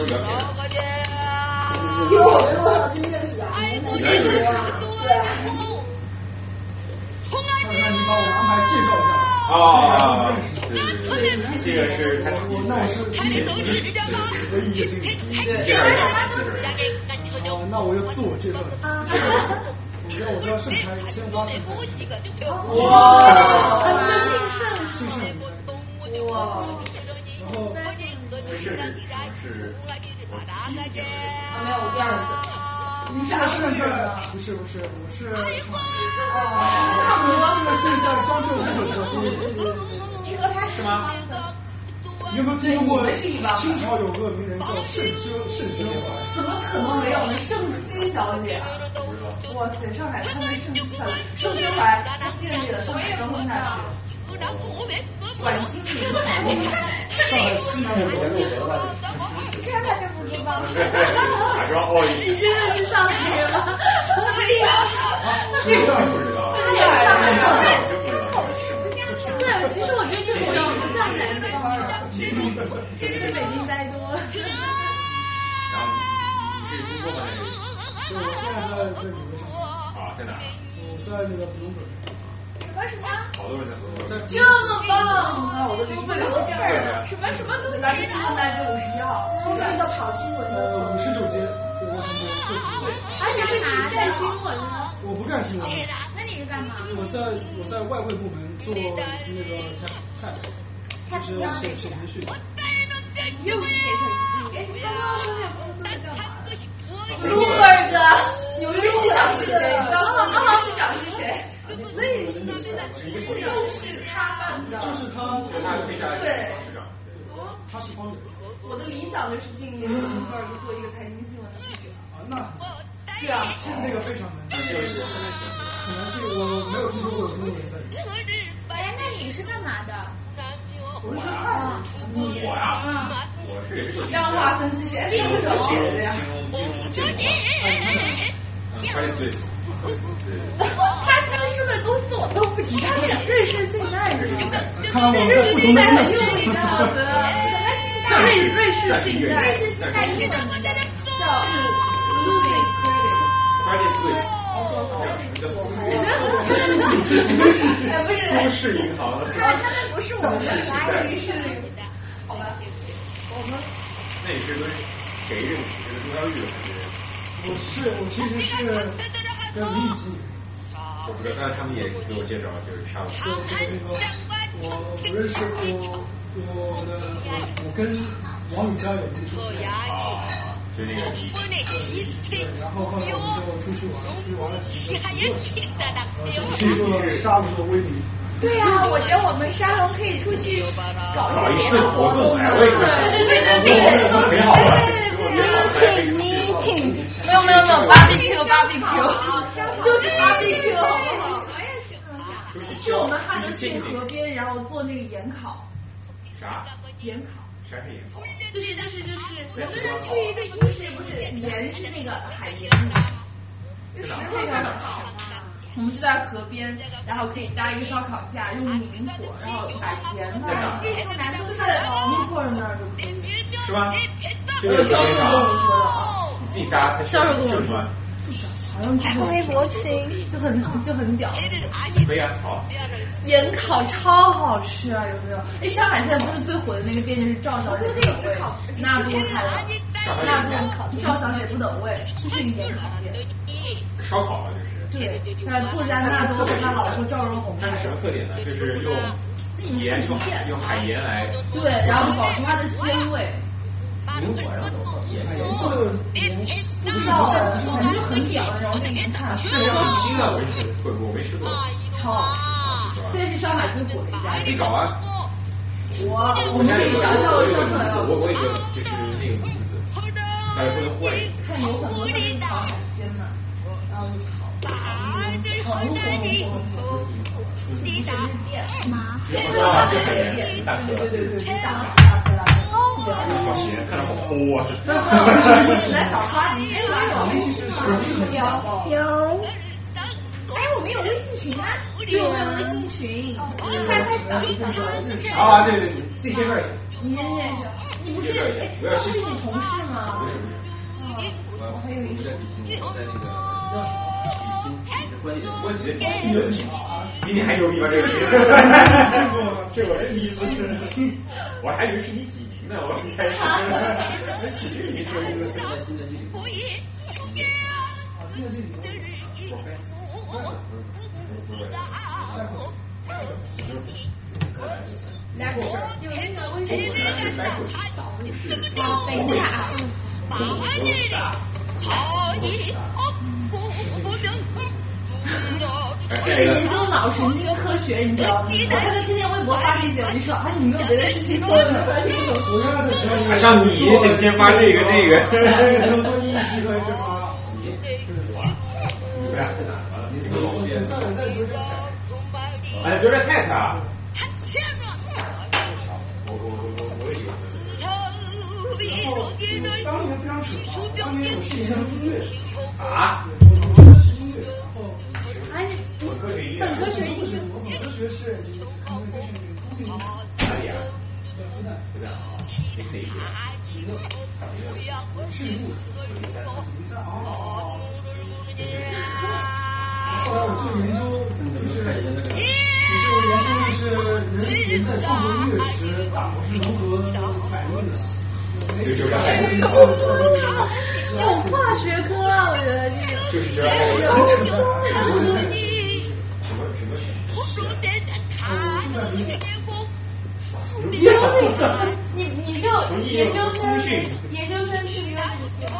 因为我跟罗小军认识啊，你们男生多啊，对啊。 那你帮我安排介绍一下吧。 啊。 这个是他我那我是唯一一个经理。 介绍一下，介绍一下。 哦，那我要自我介绍。我叫我叫盛开，鲜花盛开。 哇，这姓盛。 姓盛。 哇。 然后。 是是。 啊，没有，我第二个。 你是现在不是不是，我是哦， 差不多。这个是在漳州本的。 你和他是吗？ 你有没有听过清朝有个名人叫盛宣盛宣怀？ 怎么可能没有呢？盛熙小姐啊！哇塞，上海滩的盛熙小姐，盛宣怀她建立了上海交通大学。晚清名才。 上海西南有个有个一看他就不知道。 假装哦。 你真的是上海人吗？ 对呀。 这个不知道。 对呀。对，其实我觉得这种人不像南北方人，在北京待多。 然后你是工作吗？ 对，我现在在在纽约上班。 啊，在哪？ 我在那个布鲁克。 什么什么？ 好多人在合作。 这么棒啊！我的名字都是什么什么东西？ 来自河南九五十一号， 是那个跑新闻的。 呃，五十九街，我我我对。而且是哪干新闻呢？ 我不干新闻。 那你是干嘛？ 我在我在外汇部门做那个 tab tab， 就是写写程序。 又是写程序。哎，刚刚说那个公司是干嘛的？ 朱本哥，纽约市长是谁？刚刚刚刚市长是谁？ 所以现在就是他办的， 就是他， 就他推下来对， 他是方人。 我的理想就是进那个布尔格做一个财经新闻的记者。 啊，那对啊， 是那个非常难，但是可能是我没有听说过有中国人在里面。 哎，那你是干嘛的？ 我是二，我呀，我是也是做量化分析学，金融学的呀， 金融金融金融啊，Credit Suisse。 他他们说的公司我都不知道，瑞士信贷是吗？ 看来我们在不同的公司。 什么瑞瑞士信贷？瑞士信贷英文名叫叫 Credit Suisse。叫苏式，哎不是苏式银行。 看来他们不是我们的法语是。 好吧， 我们。 那你是跟谁认识？这个中央预的还是？ 我是我其实是跟李宇基。 我不知道，但是他们也给我介绍，就是差不多。 对对，那个我我认识我我的我我跟王宇佳有接触。 啊，就那个你。 对，然后后来我们就出去玩，出去玩了几个几个时间，呃，去做沙龙的威尼。 对呀、啊，我觉得我们沙龙可以出去搞一次活动，哎，为什么？ 对对对对对， 挺好的。 meeting meeting， 没有没有没有 barbecue barbecue， 就是 barbecue 好不好？ 我也是这么想。 是我们还能去河边，然后做那个盐烤。 啥？ 盐烤。 啥是盐烤？ 就是就是就是， 能不能去一个一是不是盐是那个海盐， 就石头上烤。 我们就在河边，然后可以搭一个烧烤架，用明火，然后把盐放。 技术难度就在尼泊尔那儿就可以。 是吗？ 这个教授跟我说的啊。 你自己搭， 教授跟我说。 好像就是微博情， 就很就很屌。 可以啊，好。 盐烤超好吃啊，有没有？哎，上海现在不是最火的那个店就是赵小姐不等味，那多开了，那多烤赵小姐不等味，就是一个盐烤店。 烧烤啊，就是。 对，然后作家纳多和他老婆赵荣红。 它是什么特点呢？就是用盐用用海盐来。 对，然后保持它的鲜味。 明火然后怎么放盐？ 这个不知道，反正就很屌的，然后那一看， 这个很新啊，我我我没吃过。 超好吃，现在是上海最火的一家。 自己搞啊！ 我我们可以找一下我上海我我也觉得就是那个名字，大家不能换。 看有很多它是烤海鲜嘛，然后就烤。红红红红红，出去是日店， 妈， 这是海盐， 对对对对对，大大大大，特别好咸，看着好齁啊！ 我只来小刷子，刷子其实是有有，哎，我们有微信群啊， 对，我们有微信群， 快快快， 啊，对对，自己贴个。 你念念着，你不是不是你同事吗？ 不是不是，我还有一个我在那个。 关键关键比你还牛逼吧这个题？这我这意思是，我还以为是你以名呢，我一开始。这个你说意思？新的经理。 好，新的经理。 来口有那个微信。 好，等一下啊。 是研究脑神经科学，你知道吗？我看他天天微博发这些，我就说啊，你没有别的事情做呢。 还像你整天发这个那个。 就做一期和一个发。 你们俩在哪？完了，你这个老编。 在在昨天。 哎，昨天太太啊。我我我我我也有。 然后当年非常扯，当年我是一项音乐啊。 我读的是音乐，然后。 哎， 本科学音乐。 本科学音乐。 我本科学是就是看那个是空气影响。 哪里啊？ 在复旦。 复旦啊。你哪一学？ 零六。零六。是零五。零三。零三啊。后来我做研究，就是我做研究就是人人在创作音乐时，大脑是如何反应的。 就是反应。 有化学科啊，我觉得这个。 就是这样。什么什么研究你你就研究生研究生是个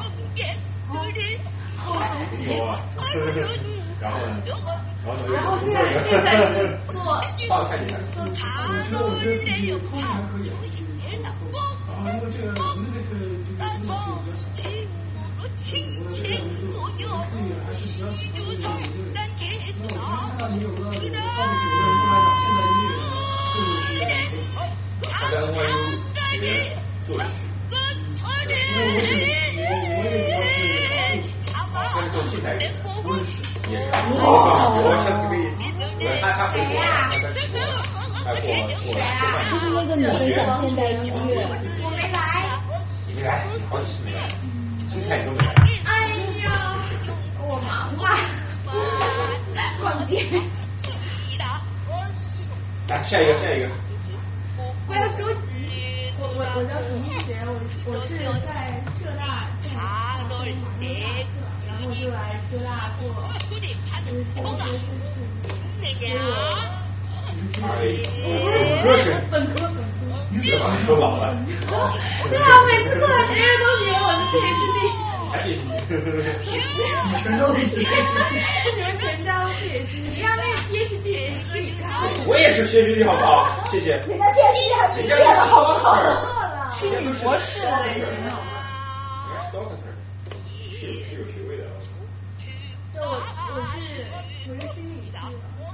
有啊。然后呢？然后然后现在现在是做报看你看。 我觉得我觉得自己空气还可以，啊，因为这个 music 就是音乐比较小，我觉得我自己还是比较喜欢这个音乐。因为我前面看到你有个发给有的人过来讲现代音乐，或者是他在 N Y U 里面作曲。 因为我是我我也主要是搞作曲， 但是做现代人， 我也是。 也是。哦。我下次可以，他他回国，他过过过。 就是那个女生讲现代音乐。 我没来。 你没来，好几次没来，青菜你都没来。 哎呀，我忙吧，逛街。 来下一个，下一个。 不要着急。 我我我叫陈梦贤，我我是在浙大在大学马上然后我就来浙大做就是先学四四， 本科生。 本科本科。 你怎么说老了？ 对啊，每次过来别人都以为我是 PhD。 还 PhD？ 你全都是 PhD。你们全家都 PhD， 你让那个 PhD 去你看。 我也是 PhD 好不好？谢谢。 人家 PhD 还毕业了，好不好？ 是女博士的类型好吗？ 是有是有学位的。 对，我我是我是心理系的。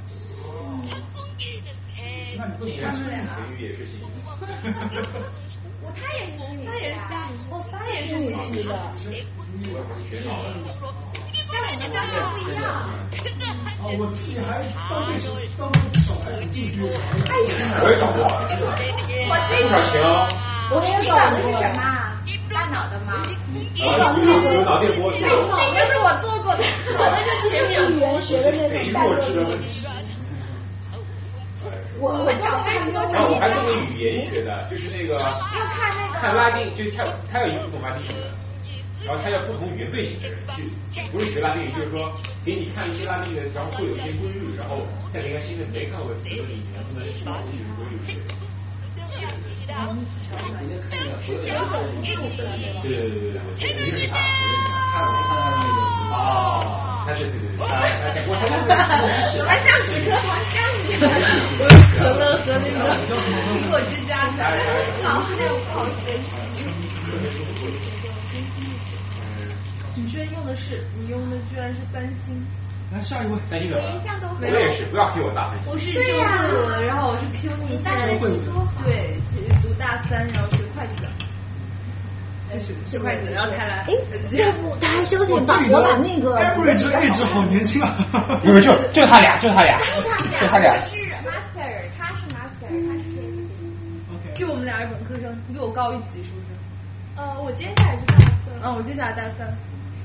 那你不能看这样。培育也是心理。 我他也是心理，他也是心理， 哦，他也是心理系的。 学好了。 但我们大家不一样。 啊，我自己还当卫生当小白鼠进去。 哎呀。 我也搞过。 我自己不少钱哦。 我也搞的是什么？大脑的吗？ 啊，有有脑电波。 那个是我做过的，我那是前面语言学的那种。 种。 弱智的问题。 我我讲还是都然后我还做过语言学的，就是那个要看那个看拉丁，就是他他要一个不同拉丁语的，然后他要不同语言背景的人去，不是学拉丁语，就是说给你看一些拉丁语的，然后会有一些规律，然后再给一个新的没看过的词，你能不能把这些规律学？对对对对对，你认识他？我认识他，我看他那个哦，他是对对对，他他我他我还像几颗黄香一样。 可乐和那个苹果汁加起来， 老师那种好学习。 你居然用的是，你用的居然是三星。 来下一位， 三星的。我也是，不要给我大三星。 我是中文，然后我是 Q 你现在对，读大三，然后学会计的。学会计，然后才来。 哎，要不他休息吧？我把那个。 位置位置好年轻啊！ 不是，就就他俩，就他俩，就他俩。 我是 master，他是 master，他是 PhD。 就我们俩是本科生，你比我高一级是不是？ 呃，我接下来是大四。 嗯，我接下来大三。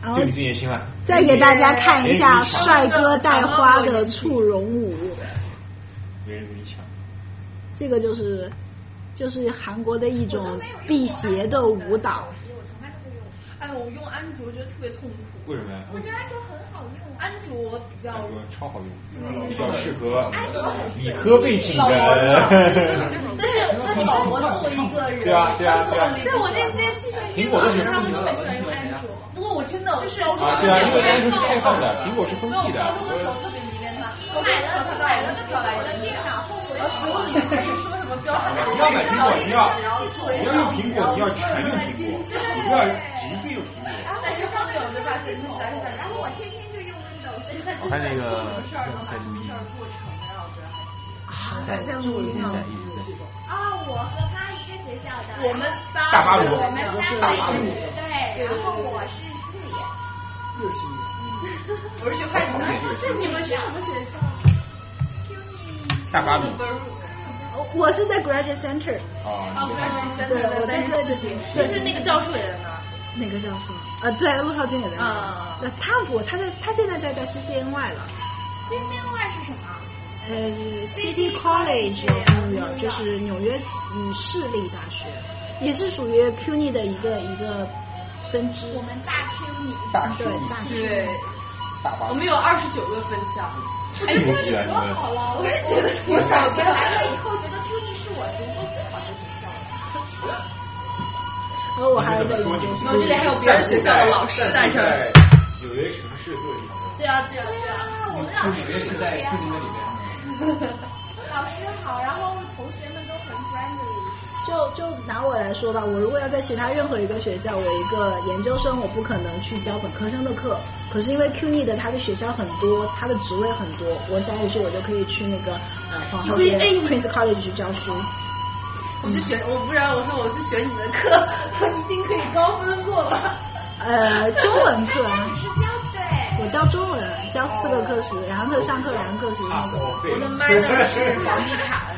就你最年轻了。 再给大家看一下帅哥带花的簇绒舞。 没人跟你抢。 这个就是就是韩国的一种辟邪的舞蹈。 哎，我用安卓觉得特别痛苦。 为什么呀？ 我觉得安卓很好用。 安卓比较。 安卓超好用，比较适合理科背景的。 但是他老婆作为一个人， 对啊对啊对啊。 但我那些计算机老师他们都很喜欢用安卓。不过我真的就是啊对啊，因为安卓是开放的，苹果是封闭的。 高中的时候特别迷恋它，我买了他买了就挑来的电脑后悔。然后所有女开始说什么不要买你要买苹果，你要你要用苹果，你要全用苹果，你不要只会用苹果。 但是后面我就发现就是， 然后我天天就用 Windows。 我看那个在录音。 啊，在在录音呢。一直在。 啊，我和他一个学校的。 我们仨。 大巴鲁。 我们仨大巴鲁。对，然后我是心理。 又心理。 我是学会计的。 那你们是什么学校？ 大巴鲁。 我是在 Graduate Center。 哦。 对，我在 Graduate Center。 就是那个教授也在那儿。 哪个教授？呃，对，陆少军也在那儿。呃，他不，他在，他现在在在 C C N Y 了。 C C N Y 是什么？ 呃 ，City College of New York 就是纽约嗯市立大学，也是属于 C U N Y 的一个一个分支。 我们大 C U N Y。 大对大对。我们有二十九个分校。 太牛逼了！ 多好了，我是觉得我大学来了以后，觉得 C U N Y 是我读过最好的学校了。 然后我还有个， 我这里还有别的学校的老师在这儿。 纽约城市各地方。 对啊对啊对啊， 我们老师是在树林的里面。 老师好，然后同学们都很 friendly。 就就拿我来说吧，我如果要在其他任何一个学校，我一个研究生，我不可能去教本科生的课。可是因为 C U N Y 的它的学校很多，它的职位很多，我想也许我就可以去那个呃皇后街 Queen's College 去教书。 我是选，我不然我说我是选你的课，一定可以高分过吧？ 呃，中文课啊。 是教对。 我教中文，教四个课时，两堂课上课，两堂课时那个。 我的 minor 是房地产。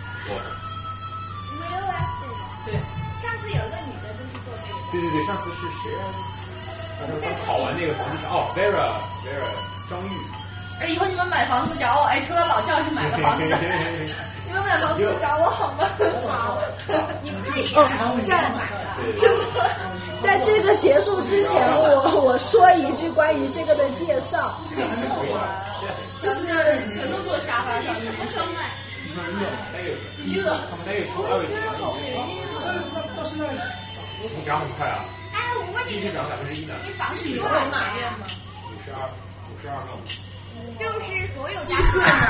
Real estate。 对。 上次有一个女的就是做这个。 对对对，上次是谁啊？他说刚考完那个房地产，哦 ，Vera Vera 张玉。 哎，以后你们买房子找我，哎，除了老赵是买个房子的。你们买房子找我好吗？ 好，你们可以哦，在真的，在这个结束之前，我我说一句关于这个的介绍。 就是全都坐沙发上，什么时候买？ 三月份。热。三月初二月底。 到现在涨很快啊。 哎，我问你， 一直涨百分之一呢。 你房是有人买院吗？ 五十二，五十二万五。 就是所有家税呢？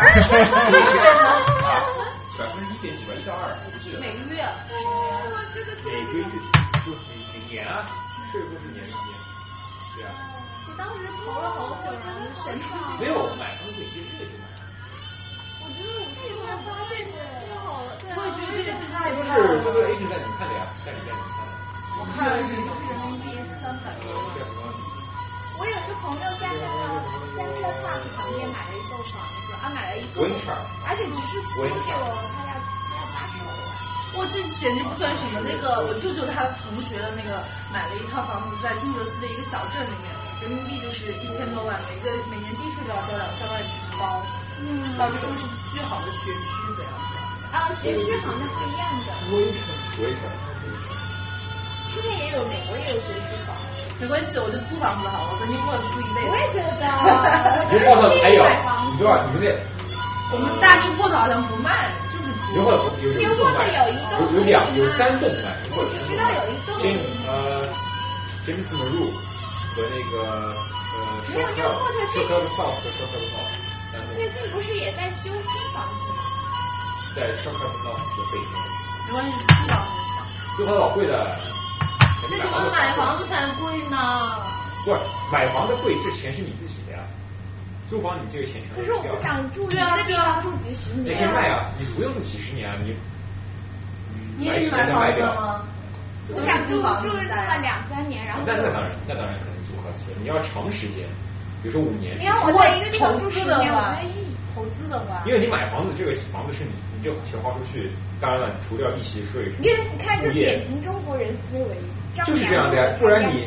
百分之一点几吧，一到二，我不记得。 每个月。 哦，这个。 每个月就每年啊，税都是年年，对啊。 我当时投了好久，然后神奇。 没有买房子一个月就买。 我觉得我自己突然发现太好了， 我也觉得这个太都是这个 agent 在怎么看的呀？在你在怎么看的？ 我看了是人民币三百多。 我有一个朋友在那个 Central Park 旁边买了一栋房子，啊，买了一栋，而且只是租给我，他要他要八十万。 哇，这简直不算什么。那个我舅舅他同学的那个买了一套房子在金泽斯的一个小镇里面，人民币就是一千多万，每个每年地税都要交两三万纸包。嗯。到就说是巨好的学区怎样子。 啊，学区好像不一样的。 威城，威城。 这边也有，美国也有学区房。 没关系，我就租房子好了，我在纽沃克租一辈子。 我也觉得。 纽沃克还有，你多少？你们那？ 我们大纽沃克好像不卖，就是租。 纽沃克有纽沃克有一栋， 有有两有三栋卖。 我只知道有一栋。 James 呃 James Monroe 和那个呃 Shortcut South 和 Shortcut North 三栋。 最近不是也在修新房子吗？ 在 Shortcut North 的北边。 没关系，租房子。 租房老贵的。 为什么买房子才贵呢？ 不是买房的贵，这钱是你自己的呀。租房你这个钱全可是我不想住对啊这个地方住几十年。 你可以卖啊，你不用住几十年啊，你。 你也是买房子吗？ 我想住住住了两三年，然后。 那那当然，那当然可能租合适。你要长时间，比如说五年。 你要我在一个地方住十年，我愿意。 投资的话。 因为你买房子，这个房子是你，你就钱花出去，当然了，除掉利息税。 因为你看，这典型中国人思维。 就是这样的呀，不然你你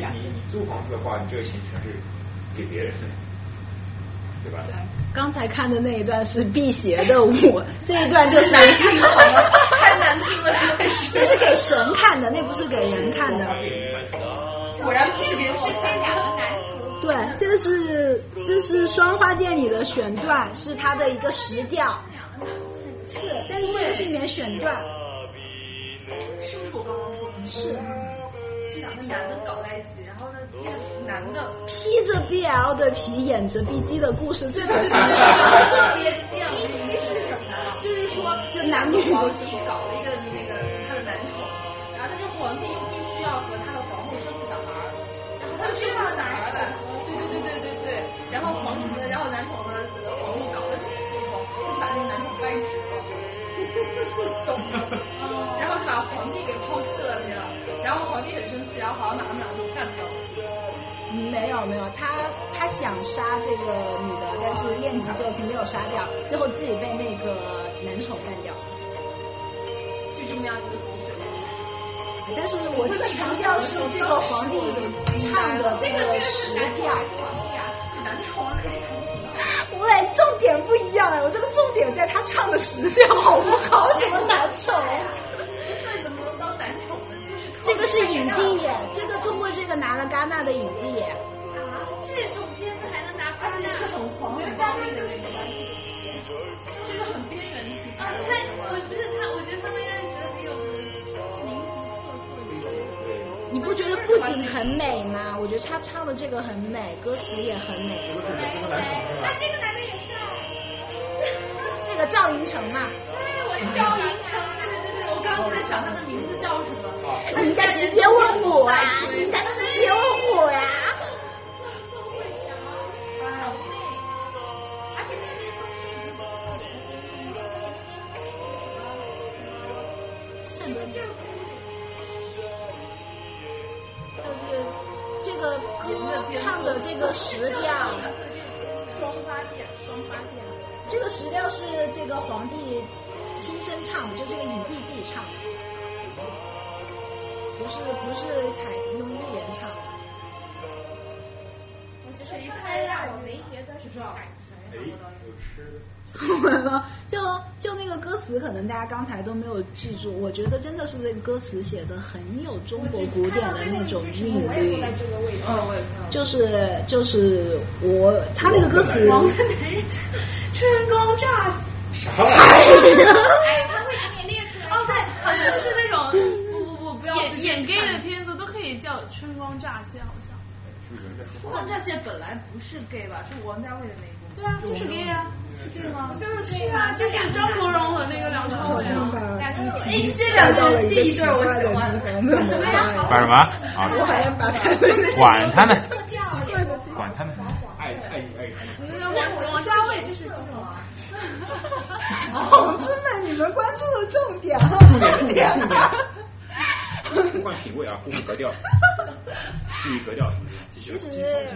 租房子的话，你这个钱全是给别人的，对吧？ 对，刚才看的那一段是辟邪的舞，这一段就是太难听了，真的是。 这是给神看的，那不是给人看的。 果然不是给我这两个男主。 对，这是这是双花店里的选段，是他的一个实调。是，但是这个是里面选段。 是不是我刚刚说的？ 是。 是两个男的搞在一起，然后呢，那个男的披着 B L 的皮，演着 B G 的故事，最可惜的特别贱。B G 是什么？就是说， 就男女皇帝搞了一个那个他的男宠，然后他这皇帝又必须要和他的皇后生个小孩，然后他又生不出小孩来。对对对对对对。然后皇宠的，然后男宠和皇后搞了几次以后，他就把那个男宠掰直了，懂吗？然后就把皇帝给抛弃了，你知道？然后皇帝很生气，然后好像把他们两个都干掉了。 没有没有，他他想杀这个女的，但是恋极旧情没有杀掉，最后自己被那个男宠干掉。 就这么样一个狗血故事。 但是我这个强调是这个皇帝唱的这个实调。 这男宠啊，肯定肯定。 我俩重点不一样哎，我这个重点在他唱的实调好不好？什么男宠？ 那你怎么能当男宠呢？就是这个是影帝耶，这个通过这个拿了戛纳的影帝耶。 啊，这种片子还能拿戛纳？ 而且是很黄很暴力的那种，就是很边缘题材的。 我不是他，我觉得他们应该是觉得很有民族特色，就是你不觉得布景很美吗？我觉得他唱的这个很美，歌词也很美。 那这个男的也是啊。 那个赵寅成嘛。 对，我赵寅成，对对对对，我刚刚在想他的名字叫什么。 你应该直接问我啊！你应该直接问我呀。 宋慧乔、小妹，而且那些东西已经不是我的圣德这个就是这个歌唱的这个实调。 双花店，双花店。 这个实调是这个皇帝亲身唱的，就这个影帝自己唱的。不是不是采用艺人唱的。 我觉得唱的让我没觉得是感神。 哎，有吃的。 完了，就就那个歌词，可能大家刚才都没有记住。我觉得真的是这个歌词写的很有中国古典的那种韵律。 哦，我也看到。 就是就是我他那个歌词。 王的男人春光乍泄。 啥？ 哎，他会给你列出来。 哦，对，是不是那种？ 演演 gay 的片子都可以叫春光乍泄，好像。 春光乍泄本来不是 gay 吧，是王家卫的那一部。 对啊，就是 gay 啊，是 gay 吗？ 就是 gay 啊，就是张国荣和那个梁朝伟啊。 两个人。 哎，这两个这一对我喜欢。 把什么？啊！ 我好像把他管他呢，管他呢。 爱爱爱王王家卫就是这种啊。 同志们，你们关注的重点啊！ 重点重点重点。互换品味啊，互换格调，注意格调。 其实，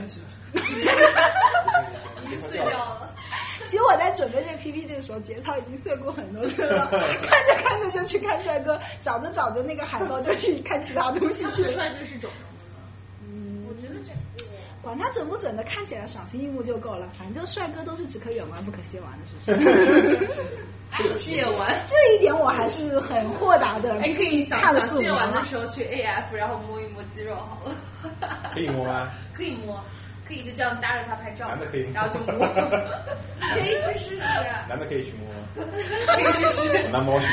碎掉了。其实我在准备这个 P P T 的时候，节操已经碎过很多次了。看着看着就去看帅哥，找着找着那个海报就去看其他东西去了。 帅哥是整容的吗？ 嗯，我觉得整。管他整不整的，看起来赏心悦目就够了。反正帅哥都是只可远观不可亵玩的，是不是？ 亵玩这一点我还是很豁达的。 哎，可以想看想亵玩的时候去 A F， 然后摸一摸肌肉好了。 可以摸吗？ 可以摸，可以就这样搭着他拍照。 男的可以摸， 然后就摸。 可以去试试。 男的可以去摸。 可以试试。 拿猫去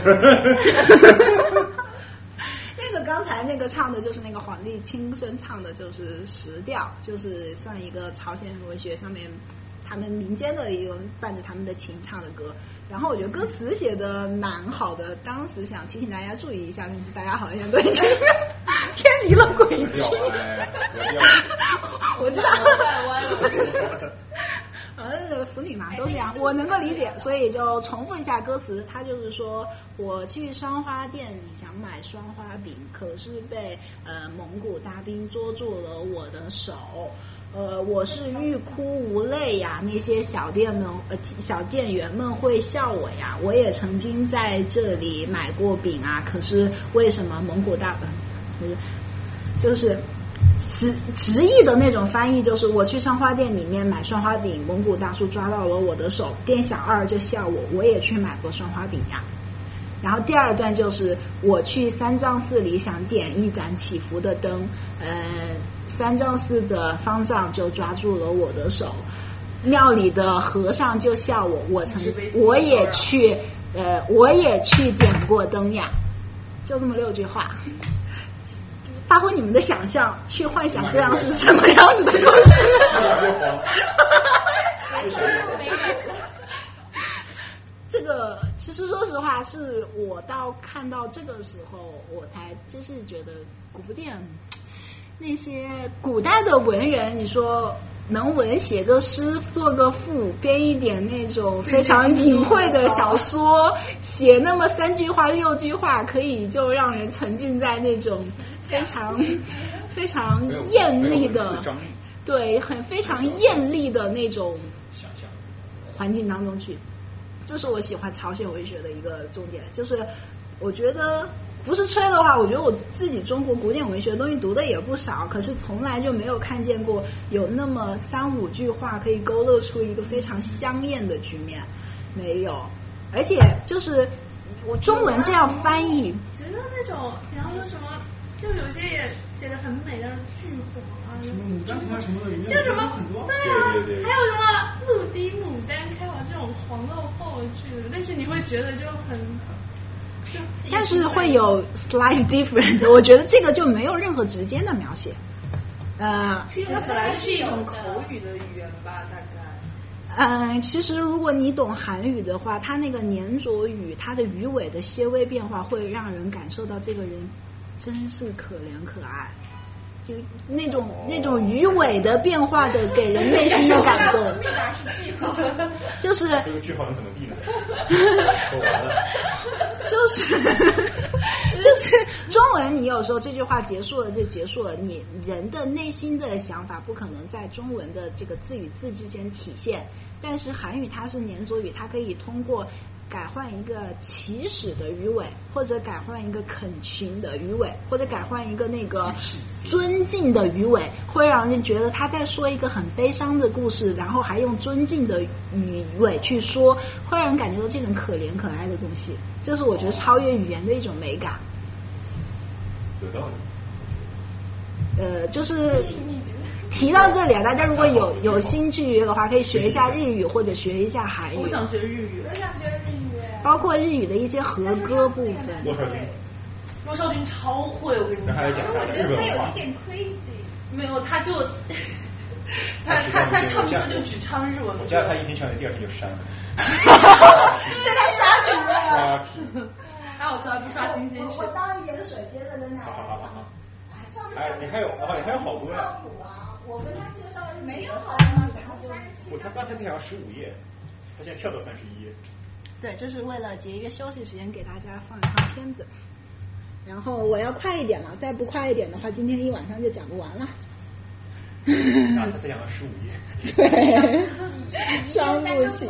摸。 那个刚才那个唱的就是那个皇帝亲身唱的，就是实调，就是算一个朝鲜文学上面他们民间的一个伴着他们的琴唱的歌。然后我觉得歌词写的蛮好的，当时想提醒大家注意一下，但是大家好像都已经偏离了轨迹。我知道。呃，腐女嘛都这样，我能够理解，所以就重复一下歌词。他就是说，我去双花店里想买双花饼，可是被呃蒙古大兵捉住了我的手。呃，我是欲哭无泪呀，那些小店们呃小店员们会笑我呀。我也曾经在这里买过饼啊，可是为什么蒙古大呃不是就是直直译的那种翻译就是我去上花店里面买双花饼，蒙古大叔抓到了我的手，店小二就笑我，我也去买过双花饼呀。然后第二段就是我去三藏寺里想点一盏祈福的灯，呃，三藏寺的方丈就抓住了我的手，庙里的和尚就笑我，我曾我也去呃我也去点过灯呀，就这么六句话。发挥你们的想象，去幻想这样是什么样子的故事。这个其实说实话，是我到看到这个时候，我才真是觉得古典那些古代的文人，你说能文写个诗，做个赋，编一点那种非常隐晦的小说，写那么三句话六句话，可以就让人沉浸在那种非常非常艳丽的，对，很非常艳丽的那种环境当中去。这是我喜欢朝鲜文学的一个重点，就是我觉得不是吹的话，我觉得我自己中国古典文学的东西读的也不少，可是从来就没有看见过有那么三五句话可以勾勒出一个非常香艳的局面，没有。而且就是我中文这样翻译， 觉得那种比方说什么，就有些也写的很美，但是剧火啊， 什么牡丹花什么的， 就什么很多， 对啊，对对对，还有什么露滴牡丹开花这种黄漏后句的，但是你会觉得就很。 但是会有 slight different， 我觉得这个就没有任何直接的描写。呃， 是因为它本来是一种口语的语言吧，大概。 嗯、呃，其实如果你懂韩语的话，它那个黏着语，它的语尾的些微变化，会让人感受到这个人真是可怜可爱。就那种那种鱼尾的变化的，给人内心的感动。 密码是句号， 就是这个句号能怎么避呢？ 说完了。就是就是中文，你有时候这句话结束了就结束了，你人的内心的想法不可能在中文的这个字与字之间体现，但是韩语它是黏着语，它可以通过改换一个起始的语尾，或者改换一个恳请的语尾，或者改换一个那个尊敬的语尾，会让人觉得他在说一个很悲伤的故事，然后还用尊敬的语尾去说，会让人感觉到这种可怜可爱的东西，这是我觉得超越语言的一种美感。 有道理。 呃，就是提到这里啊，大家如果有有兴趣的话，可以学一下日语或者学一下韩语。 我想学日语， 我想学日语， 包括日语的一些和歌部分。 骆少军， 骆少军超会，我跟你讲。 我觉得他有一点 crazy。 没有，他就他他他唱歌就只唱日文。 我知道他一天唱完，第二天就删了。 被他刷屏了。 还有从来不刷新鲜事。 我倒一点水，接着跟大家讲。 哎，你还有哦，你还有好多呀。 我跟他介绍日没有好多吗？ 我他刚才才讲十五页，他现在跳到三十一页。对， 这是为了节约休息时间，给大家放一放片子。然后我要快一点了，再不快一点的话，今天一晚上就讲不完了。 那他才讲了十五页。 对，伤不起。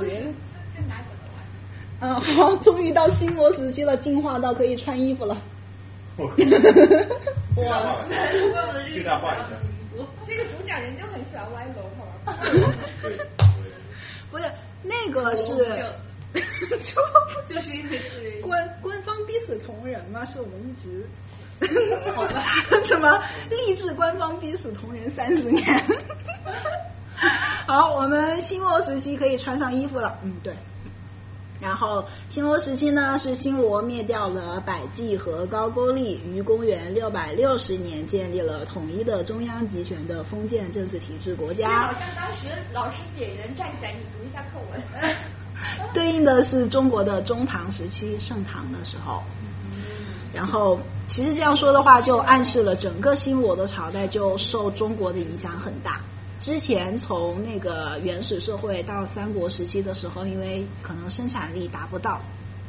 嗯，好，终于到新罗时期了，进化到可以穿衣服了。 我哇塞，最大化一下。 这个主讲人就很喜欢歪楼，好吧？ 对， 不是那个是， 就就是因为官官方逼死同人嘛，是我们一直好吧？ 什么励志官方逼死同人三十年？好，我们新罗时期可以穿上衣服了。嗯，对。然后新罗时期呢，是新罗灭掉了百济和高句丽，于公元六百六十年建立了统一的中央集权的封建政治体制国家。 好像当时老师点人站起来，你读一下课文。 对应的是中国的中唐时期，盛唐的时候。然后其实这样说的话，就暗示了整个新罗的朝代就受中国的影响很大。之前从那个原始社会到三国时期的时候，因为可能生产力达不到，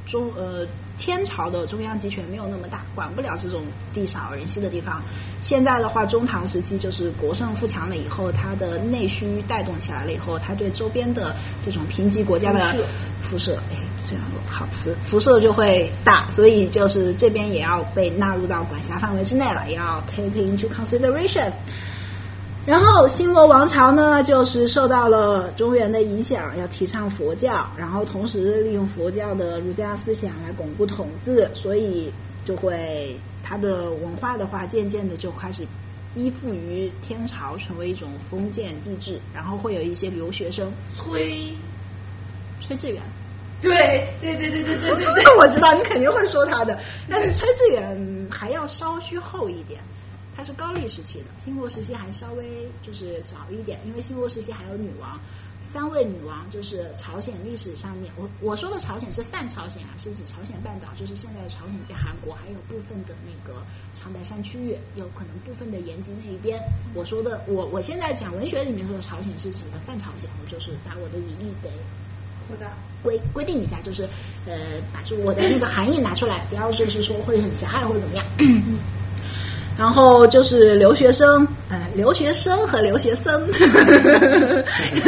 中呃天朝的中央集权没有那么大，管不了这种地少人稀的地方。现在的话，中唐时期就是国胜富强了以后，它的内需带动起来了以后，它对周边的这种贫瘠国家的辐射，哎，这样好词，辐射就会大，所以就是这边也要被纳入到管辖范围之内了，也要 take into consideration。然后新罗王朝呢，就是受到了中原的影响，要提倡佛教，然后同时利用佛教的儒家思想来巩固统治，所以就会它的文化的话，渐渐的就开始依附于天朝，成为一种封建帝制，然后会有一些留学生， 崔崔致远。 对对对对对对对对， 我知道你肯定会说他的，但是崔致远还要稍虚后一点。它是高丽时期的，新罗时期还稍微就是少一点，因为新罗时期还有女王，三位女王就是朝鲜历史上面，我我说的朝鲜是泛朝鲜啊，是指朝鲜半岛，就是现在的朝鲜在韩国，还有部分的那个长白山区域，有可能部分的延吉那一边。我说的我我现在讲文学里面说的朝鲜是指的泛朝鲜，我就是把我的语义给扩大规规定一下，就是呃把就我的那个含义拿出来，不要就是说会很狭隘或者怎么样。然后就是留学生，呃，留学生和留学生，对，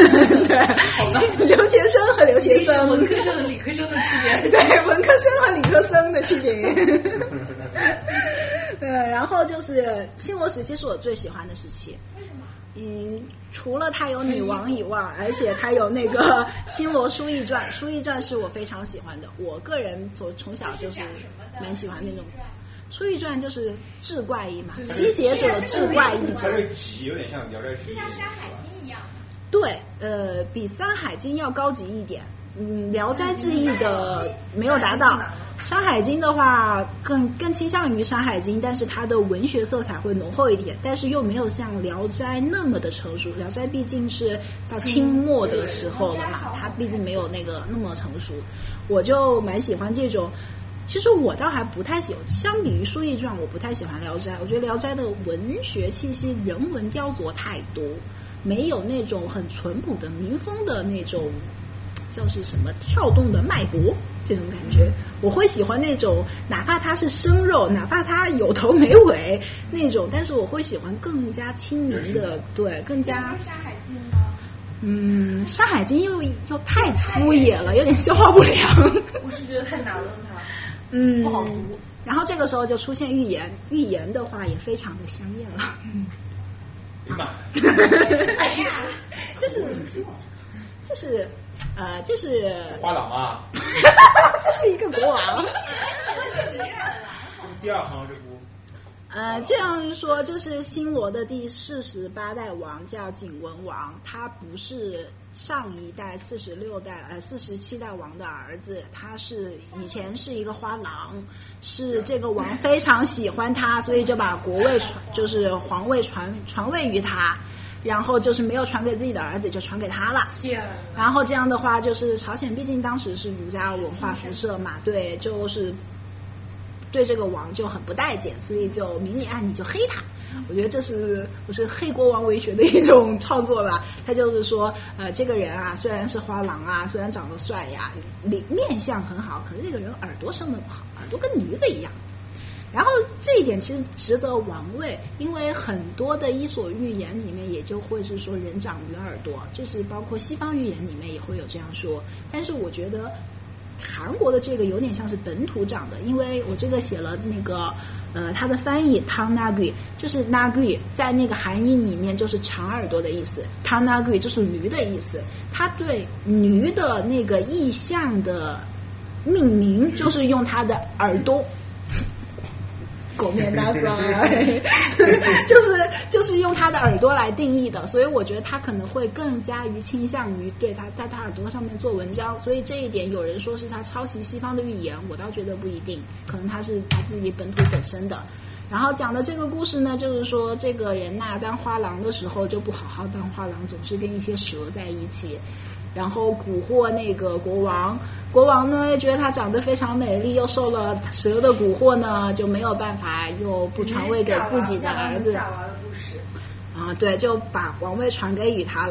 留学生和留学生， 文科生和理科生的区别， 对，文科生和理科生的区别。呃，然后就是新罗时期是我最喜欢的时期。为什么？嗯，除了它有女王以外，而且它有那个新罗书艺传，书艺传是我非常喜欢的。我个人从从小就是蛮喜欢那种。书艺传就是志怪异嘛，吸血者志怪异者， 它这集有点像聊斋志异， 就像山海经一样。 对，呃，比山海经要高级一点。嗯，聊斋志异的没有达到，山海经的话更更倾向于山海经，但是它的文学色彩会浓厚一点，但是又没有像聊斋那么的成熟。聊斋毕竟是到清末的时候的嘛，它毕竟没有那个那么成熟。我就蛮喜欢这种。其实我倒还不太喜欢，相比于《书艺传》，我不太喜欢《聊斋》。我觉得《聊斋》的文学气息、人文雕琢太多，没有那种很淳朴的民风的那种，叫是什么跳动的脉搏这种感觉。我会喜欢那种，哪怕它是生肉，哪怕它有头没尾那种，但是我会喜欢更加亲民的，对，更加。 山海经吗？ 嗯，山海经又又太粗野了，有点消化不良。 我是觉得太难了，它。 嗯， 不好读。 然后这个时候就出现预言，预言的话也非常的香艳了。嗯， 明白。 哎呀，这是这是呃这是花郎啊。 这是一个国王。 这是第二行这部。 呃，这样说，这是新罗的第四十八代王，叫景文王，他不是上一代四十六代呃四十七代王的儿子，他是以前是一个花郎，是这个王非常喜欢他，所以就把国位传就是皇位传传位于他，然后就是没有传给自己的儿子，就传给他了。然后这样的话，就是朝鲜毕竟当时是儒家文化辐射嘛，对，就是对这个王就很不待见，所以就明里暗里就黑他。我觉得这是不是黑国王为学的一种创作吧？他就是说，呃，这个人啊，虽然是花郎啊，虽然长得帅呀，脸面相很好，可是这个人耳朵生得不好，耳朵跟驴子一样。然后这一点其实值得玩味，因为很多的伊索寓言里面也就会是说人长驴耳朵，就是包括西方寓言里面也会有这样说。但是我觉得韩国的这个有点像是本土长的，因为我这个写了那个呃它的翻译 Tanagui， 就是 Nagui 在那个韩语里面就是长耳朵的意思， Tanagui 就是驴的意思，它对驴的那个意象的命名就是用它的耳朵。狗面大赛，就是就是用他的耳朵来定义的，所以我觉得他可能会更加于倾向于对他在他耳朵上面做文章，所以这一点有人说是他抄袭西方的寓言，我倒觉得不一定，可能他是他自己本土本身的。然后讲的这个故事呢，就是说这个人呐、啊，当花郎的时候就不好好当花郎，总是跟一些蛇在一起，然后蛊惑那个国王。国王呢觉得她长得非常美丽，又受了蛇的蛊惑呢，就没有办法，又不传位给自己的儿子。啊，对，就把王位传给予他了。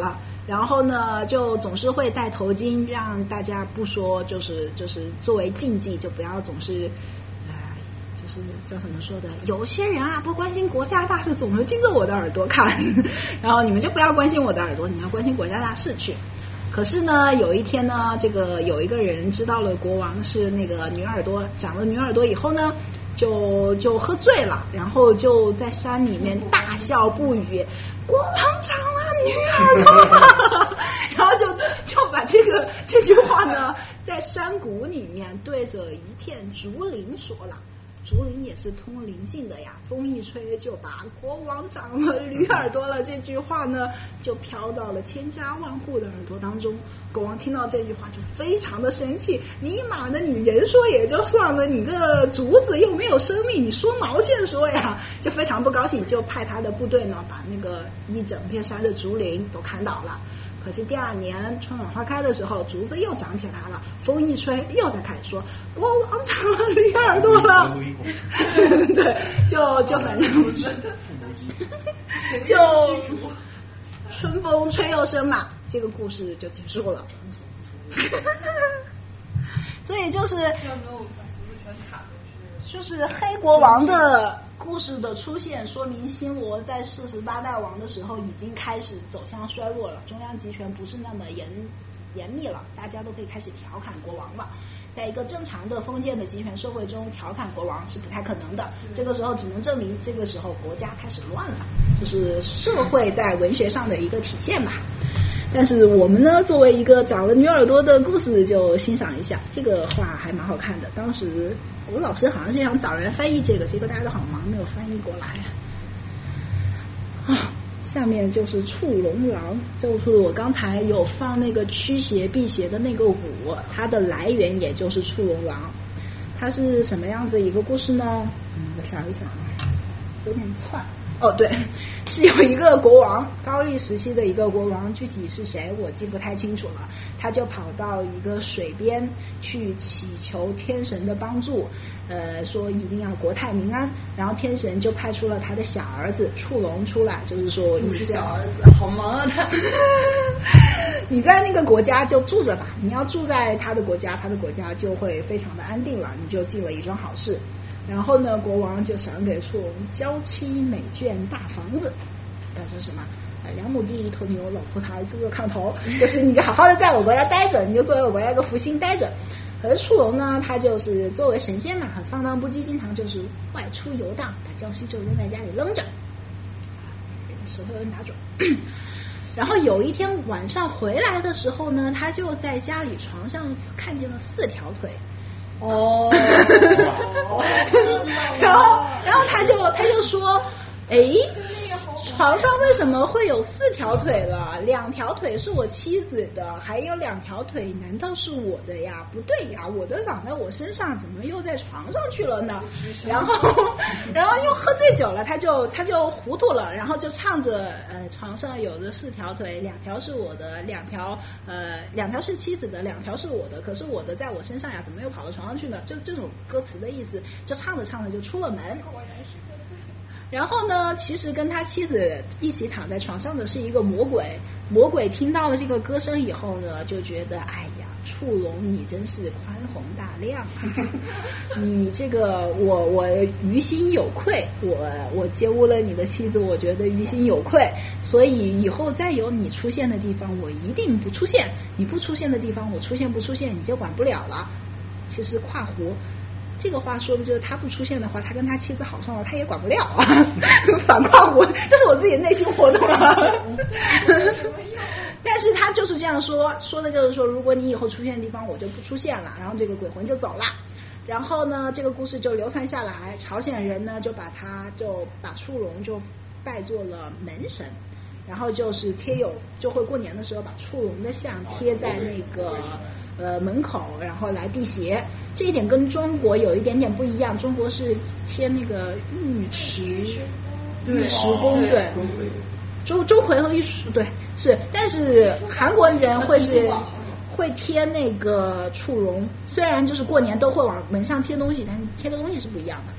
然后呢就总是会戴头巾，让大家不说就是就是作为禁忌，就不要总是呃就是叫什么说的，有些人啊不关心国家大事，总是盯着我的耳朵看，然后你们就不要关心我的耳朵，你要关心国家大事去。可是呢有一天呢，这个有一个人知道了国王是那个女耳朵，长了女耳朵以后呢就就喝醉了，然后就在山里面大笑不语，国王长了女耳朵了然后就就把这个这句话呢在山谷里面对着一片竹林说了。竹林也是通灵性的呀，风一吹就把国王长了驴耳朵了这句话呢就飘到了千家万户的耳朵当中。国王听到这句话就非常的生气，你妈的你人说也就算了，你个竹子又没有生命，你说毛线说呀，就非常不高兴，就派他的部队呢把那个一整片山的竹林都砍倒了。可是第二年春暖花开的时候，竹子又长起来了，风一吹又在开始说国王长了驴耳朵了对，就就反正就春风吹又生嘛，这个故事就结束了所以就是就是黑国王的故事的出现，说明新罗在四十八代王的时候已经开始走向衰落了，中央集权不是那么严严厉了，大家都可以开始调侃国王了。在一个正常的封建的集权社会中，调侃国王是不太可能的，这个时候只能证明这个时候国家开始乱了，就是社会在文学上的一个体现吧。但是我们呢作为一个长了女耳朵的故事就欣赏一下，这个画还蛮好看的，当时我老师好像是想找人翻译这个，结果大家都好忙没有翻译过来啊。下面就是触龙狼，就是我刚才有放那个驱邪辟邪的那个舞，它的来源也就是触龙狼。它是什么样子一个故事呢？嗯，我想一想啊，有点串。哦，对，是有一个国王，高丽时期的一个国王，具体是谁我记不太清楚了。他就跑到一个水边去祈求天神的帮助，呃，说一定要国泰民安。然后天神就派出了他的小儿子触龙出来，就是说你是小儿子，好忙啊他。你在那个国家就住着吧，你要住在他的国家，他的国家就会非常的安定了，你就进了一桩好事。然后呢，国王就赏给触龙娇妻美眷大房子，表示什么？两亩地一头牛，老葡萄一个炕头，就是你就好好的在我国家待着，你就作为我国家一个福星待着。可是触龙呢，他就是作为神仙嘛，很放荡不羁，经常就是外出游荡，把娇妻就扔在家里扔着，舌头有点打肿。然后有一天晚上回来的时候呢，他就在家里床上看见了四条腿。哦，然后然后他就他就说，哎，床上为什么会有四条腿了？两条腿是我妻子的，还有两条腿难道是我的呀？不对呀，我的长在我身上，怎么又在床上去了呢？然后然后又喝醉酒了，他就他就糊涂了，然后就唱着呃床上有着四条腿，两条是我的，两条呃两条是妻子的，两条是我的，可是我的在我身上呀，怎么又跑到床上去呢？就这种歌词的意思，就唱着唱着就出了门。然后呢，其实跟他妻子一起躺在床上的是一个魔鬼。魔鬼听到了这个歌声以后呢，就觉得哎呀，触龙你真是宽宏大量啊！你这个我我于心有愧，我我奸污了你的妻子，我觉得于心有愧，所以以后再有你出现的地方，我一定不出现。你不出现的地方，我出现不出现你就管不了了。其实跨湖。这个话说的就是他不出现的话，他跟他妻子好上了，他也管不了啊。反跨湖，这是我自己内心活动啊。但是他就是这样说，说的就是说，如果你以后出现的地方，我就不出现了，然后这个鬼魂就走了。然后呢，这个故事就流传下来，朝鲜人呢就把他就把触龙就拜作了门神。然后就是贴有，就会过年的时候把触龙的像贴在那个呃门口，然后来辟邪。这一点跟中国有一点点不一样，中国是贴那个尉迟尉迟恭，对，钟钟馗和尉迟对是，但是韩国人会是会贴那个触龙，虽然就是过年都会往门上贴东西，但是贴的东西是不一样的。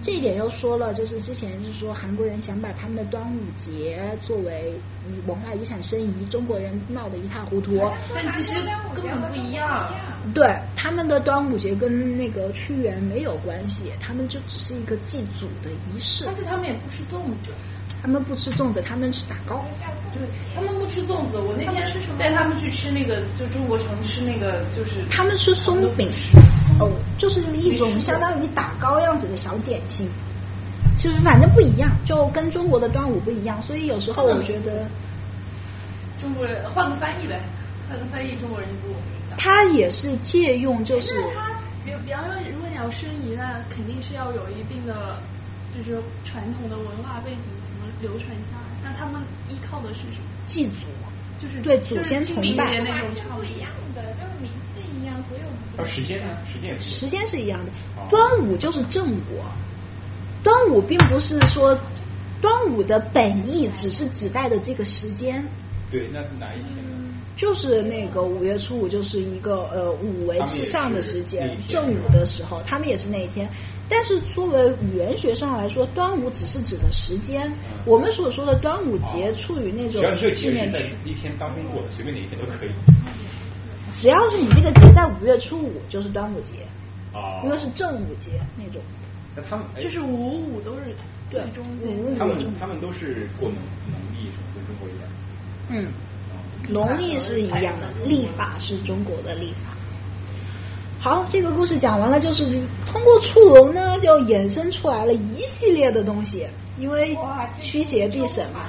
这一点又说了，就是之前是说韩国人想把他们的端午节作为文化遗产申遗，中国人闹得一塌糊涂。 但其实根本不一样。 对，他们的端午节跟那个屈原没有关系，他们就只是一个祭祖的仪式。 而且他们也不吃粽子。 他们不吃粽子，他们吃打糕。 对，他们不吃粽子。我那天带他们去吃那个，就中国城吃那个，就是他们吃松饼，哦，就是一种相当于打糕样子的小点心。就是反正不一样，就跟中国的端午不一样，所以有时候我觉得中国人换个翻译呗，换个翻译，中国人不敏感。 他也是借用，就是他比比方说，如果你要申遗，那肯定是要有一定的就是传统的文化背景怎么流传下来。那他们依靠的是什么？ 祭祖， 就是对祖先崇拜那种不一样的，就是名字一样，所有还有时间呢？时间时间是一样的。端午就是正午，端午并不是说端午的本意只是指代的这个时间。 对，那哪一天呢？ 就是那个五月初五，就是一个呃五为至上的时间，正午的时候，他们也是那一天。但是作为语言学上来说，端午只是指的时间。嗯、我们所说的端午节处于那种只要这个节是在一天当中过的，随便哪一天都可以。 只要是你这个节在五月初五，就是端午节。 哦。 因为是正午节那种。 那他们就是五五都是最中间。 他们他们都是过农农历什么跟中国一样。 嗯。农历是一样的，历法是中国的历法。好，这个故事讲完了，就是通过触龙呢，就衍生出来了一系列的东西，因为驱邪避神嘛。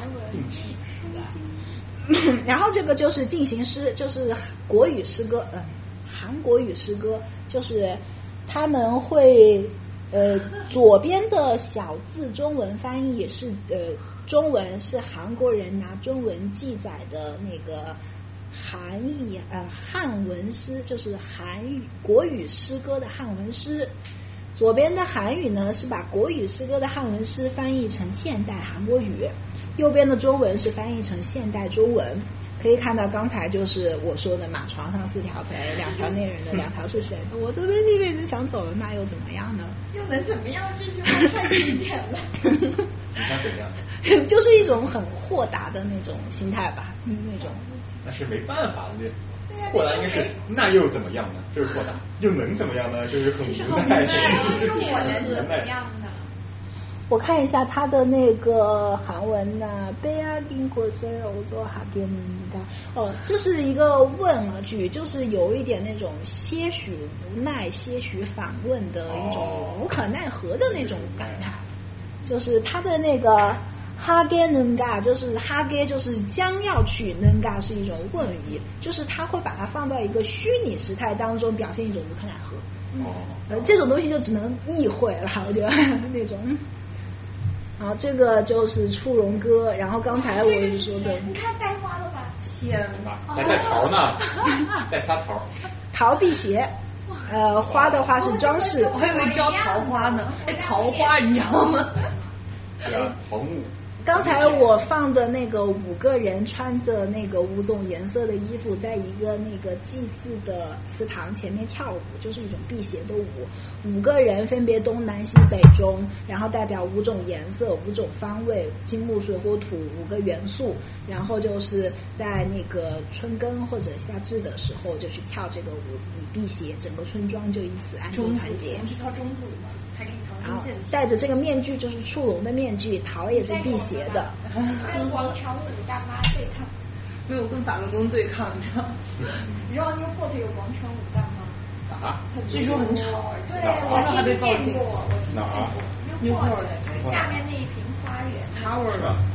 然后这个就是定型诗，就是国语诗歌，嗯、呃，韩国语诗歌，就是他们会呃左边的小字中文翻译是呃。中文是韩国人拿中文记载的那个韩译呃汉文诗，就是韩语国语诗歌的汉文诗。左边的韩语呢是把国语诗歌的汉文诗翻译成现代韩国语，右边的中文是翻译成现代中文。可以看到刚才就是我说的马床上四条腿，两条内人的两条是谁的？我这边一辈子想走了，那又怎么样呢？ 又能怎么样？这句话太经典了。 你想怎样？ 就是一种很豁达的那种心态吧，嗯，那种。 那是没办法的，豁达应该是那又怎么样呢？这是豁达，又能怎么样呢？就是很无奈。 是我能怎么样呢？ 我看一下他的那个韩文呐、啊，贝亚金国塞欧做哈电的哦，这是一个问句，就是有一点那种些许无奈、些许反问的一种无可奈何的那种感叹，就是他的那个哈给能嘎，就是哈给就是将要去，能嘎是一种问语，就是他会把它放到一个虚拟时态当中，表现一种无可奈何。哦，呃，这种东西就只能意会了，我觉得那种。然后这个就是出笼歌，然后刚才我就说的， 你看带花了吧？ 天哪，还带桃呢，带仨桃。 桃辟邪，呃，花的话是装饰。 我还以为招桃花呢，哎，桃花你知道吗？ 对啊，桃木。 刚才我放的那个五个人穿着那个五种颜色的衣服，在一个那个祭祀的祠堂前面跳舞，就是一种辟邪的舞。五个人分别东南西北中，然后代表五种颜色、五种方位，金木水火土五个元素，然后就是在那个春耕或者夏至的时候就去跳这个舞以辟邪，整个村庄就以此安定团结。 我们是跳中子舞吗？还可以强身健体。 戴着这个面具就是触龙的面具，桃也是辟邪的。 跟广场舞大妈对抗， 没有跟法轮功对抗，你知道？ 你知道 Newport 有广场舞大妈？ 啊？ 据说很吵， 对，我还被报警。 我听哪儿 ？Newport 就是下面那一片花园。 Tower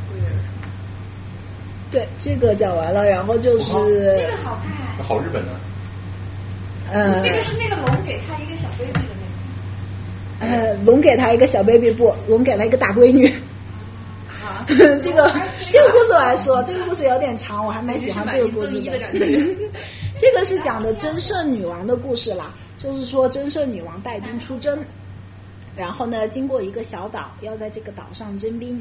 对，这个讲完了，然后就是这个好看， 好日本呢。 呃， 这个是那个龙给他一个小 baby 的那个。 呃，龙给他一个小 baby 不，龙给他一个大闺女。 啊， 这个这个故事我来说，这个故事有点长，我还蛮喜欢这个故事的。这个是讲的真圣女王的故事啦，就是说真圣女王带兵出征，然后呢，经过一个小岛，要在这个岛上征兵。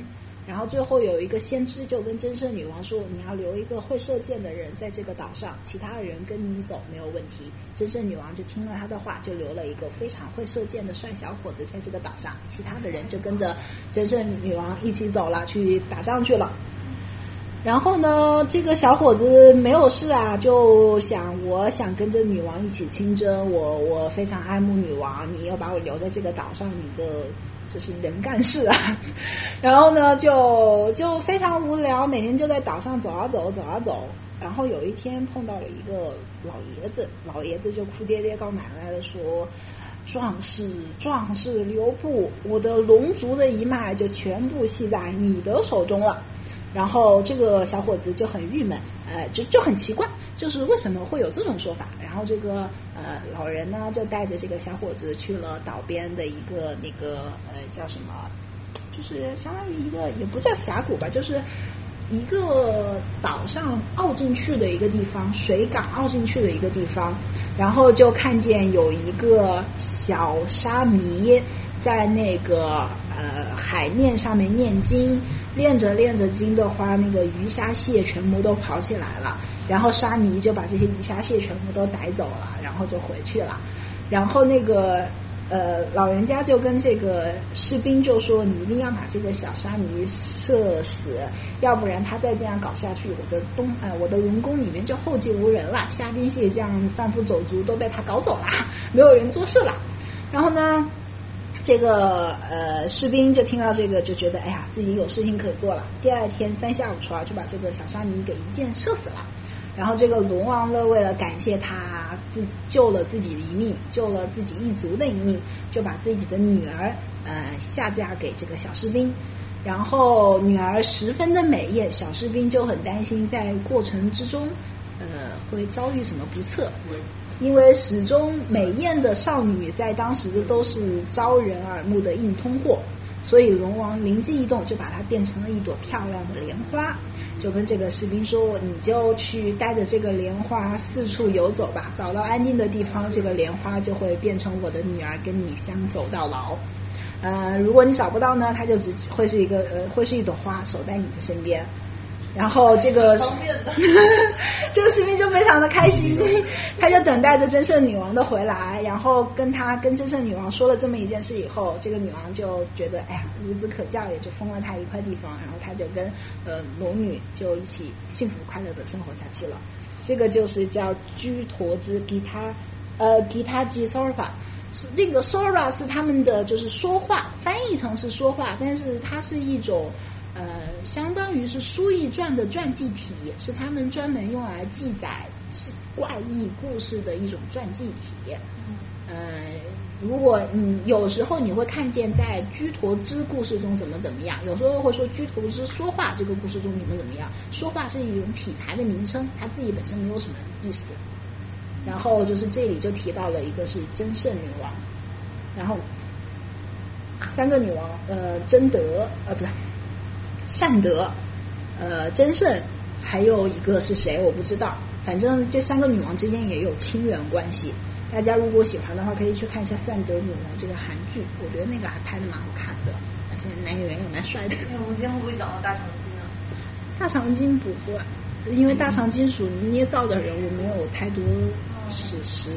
然后最后有一个先知就跟真圣女王说，你要留一个会射箭的人在这个岛上，其他人跟你走没有问题。真圣女王就听了他的话，就留了一个非常会射箭的帅小伙子在这个岛上，其他的人就跟着真圣女王一起走了，去打仗去了。然后呢，这个小伙子没有事啊，就想我想跟着女王一起亲征，我我非常爱慕女王，你要把我留在这个岛上，你个这是人干事啊。然后呢，就就非常无聊，每天就在岛上走啊走，走啊走。然后有一天碰到了一个老爷子，老爷子就哭爹爹告奶奶的说，壮士壮士留步，我的龙族的一脉就全部系在你的手中了。然后这个小伙子就很郁闷，呃，就就很奇怪，就是为什么会有这种说法？然后这个呃老人呢，就带着这个小伙子去了岛边的一个那个呃叫什么，就是相当于一个也不叫峡谷吧，就是一个岛上凹进去的一个地方，水港凹进去的一个地方，然后就看见有一个小沙弥在那个呃海面上面念经。练着练着经的话，那个鱼虾蟹全部都跑起来了，然后沙弥就把这些鱼虾蟹全部都逮走了，然后就回去了。然后那个呃老人家就跟这个士兵就说，你一定要把这个小沙弥射死，要不然他再这样搞下去，我的东呃我的龙宫里面就后继无人了，虾兵蟹将贩夫走卒都被他搞走了，没有人做事了。然后呢，这个呃士兵就听到这个就觉得哎呀自己有事情可做了，第二天三下五除二就把这个小沙弥给一箭射死了。然后这个龙王呢，为了感谢他自己救了自己的一命，救了自己一族的一命，就把自己的女儿呃下嫁给这个小士兵。然后女儿十分的美艳，小士兵就很担心在过程之中呃会遭遇什么不测，因为始终美艳的少女在当时都是招人耳目的硬通货，所以龙王灵机一动，就把它变成了一朵漂亮的莲花，就跟这个士兵说，你就去带着这个莲花四处游走吧，找到安静的地方，这个莲花就会变成我的女儿，跟你相守到老。呃，如果你找不到呢，它就只会是一个呃，会是一朵花守在你的身边。然后这个这个士兵就非常的开心，他就等待着真圣女王的回来，然后跟他跟真圣女王说了这么一件事以后，这个女王就觉得哎呀孺子可教，也就封了他一块地方，然后他就跟呃龙女就一起幸福快乐的生活下去了。这个就是叫居陀之吉他呃吉他吉 Sora， 是这个 Sora 是他们的就是说话，翻译成是说话，但是它是一种呃，相当于是书易传的传记体，是他们专门用来记载怪异故事的一种传记体。呃，如果嗯有时候你会看见在居陀之故事中怎么怎么样，有时候会说居陀之说话这个故事中怎么怎么样，说话是一种题材的名称，它自己本身没有什么意思。然后就是这里就提到了一个是真圣女王，然后三个女王呃贞德呃不是善德呃真圣，还有一个是谁我不知道，反正这三个女王之间也有亲缘关系。大家如果喜欢的话可以去看一下善德女王这个韩剧，我觉得那个还拍的蛮好看的，而且男演员也蛮帅的。 我们今天会不会讲到大长今啊？ 大长今不会，因为大长今属于捏造的人物，没有太多史实。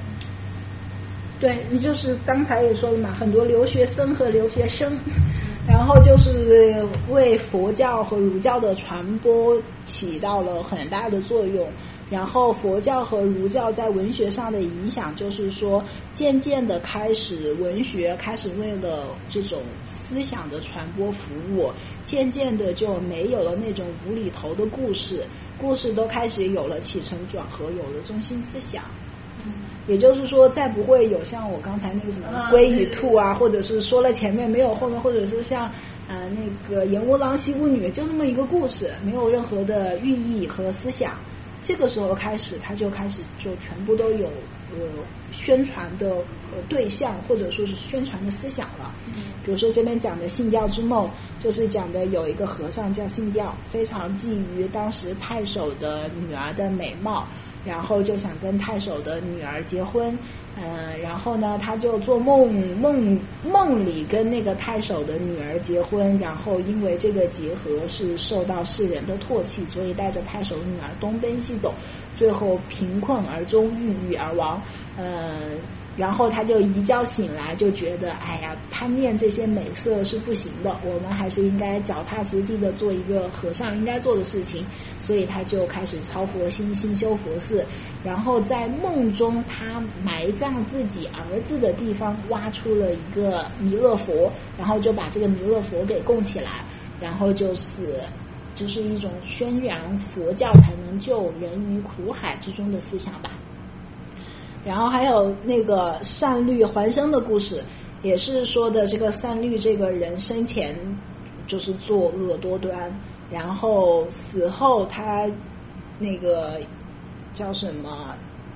对，就是刚才也说了嘛，很多留学生和留学生，然后就是为佛教和儒教的传播起到了很大的作用。然后佛教和儒教在文学上的影响，就是说渐渐的开始文学开始为了这种思想的传播服务，渐渐的就没有了那种无厘头的故事，故事都开始有了起承转合，有了中心思想。也就是说再不会有像我刚才那个什么龟与兔啊，或者是说了前面没有后面，或者是像呃那个阎罗郎西巫女，就那么一个故事，没有任何的寓意和思想。这个时候开始他就开始就全部都有呃宣传的呃对象，或者说是宣传的思想了。比如说这边讲的信调之梦，就是讲的有一个和尚叫信调，非常觊觎当时太守的女儿的美貌， 然后就想跟太守的女儿结婚，嗯、呃，然后呢，他就做梦梦梦里跟那个太守的女儿结婚，然后因为这个结合是受到世人的唾弃，所以带着太守的女儿东奔西走，最后贫困而终，郁郁而亡，呃。然后他就一觉醒来，就觉得哎呀，贪恋这些美色是不行的，我们还是应该脚踏实地的做一个和尚应该做的事情。所以他就开始抄佛心，心修佛寺。然后在梦中，他埋葬自己儿子的地方挖出了一个弥勒佛，然后就把这个弥勒佛给供起来，然后就是就是一种宣扬佛教才能救人于苦海之中的思想吧。然后还有那个善律还生的故事，也是说的这个善律这个人生前就是作恶多端，然后死后他那个叫什么，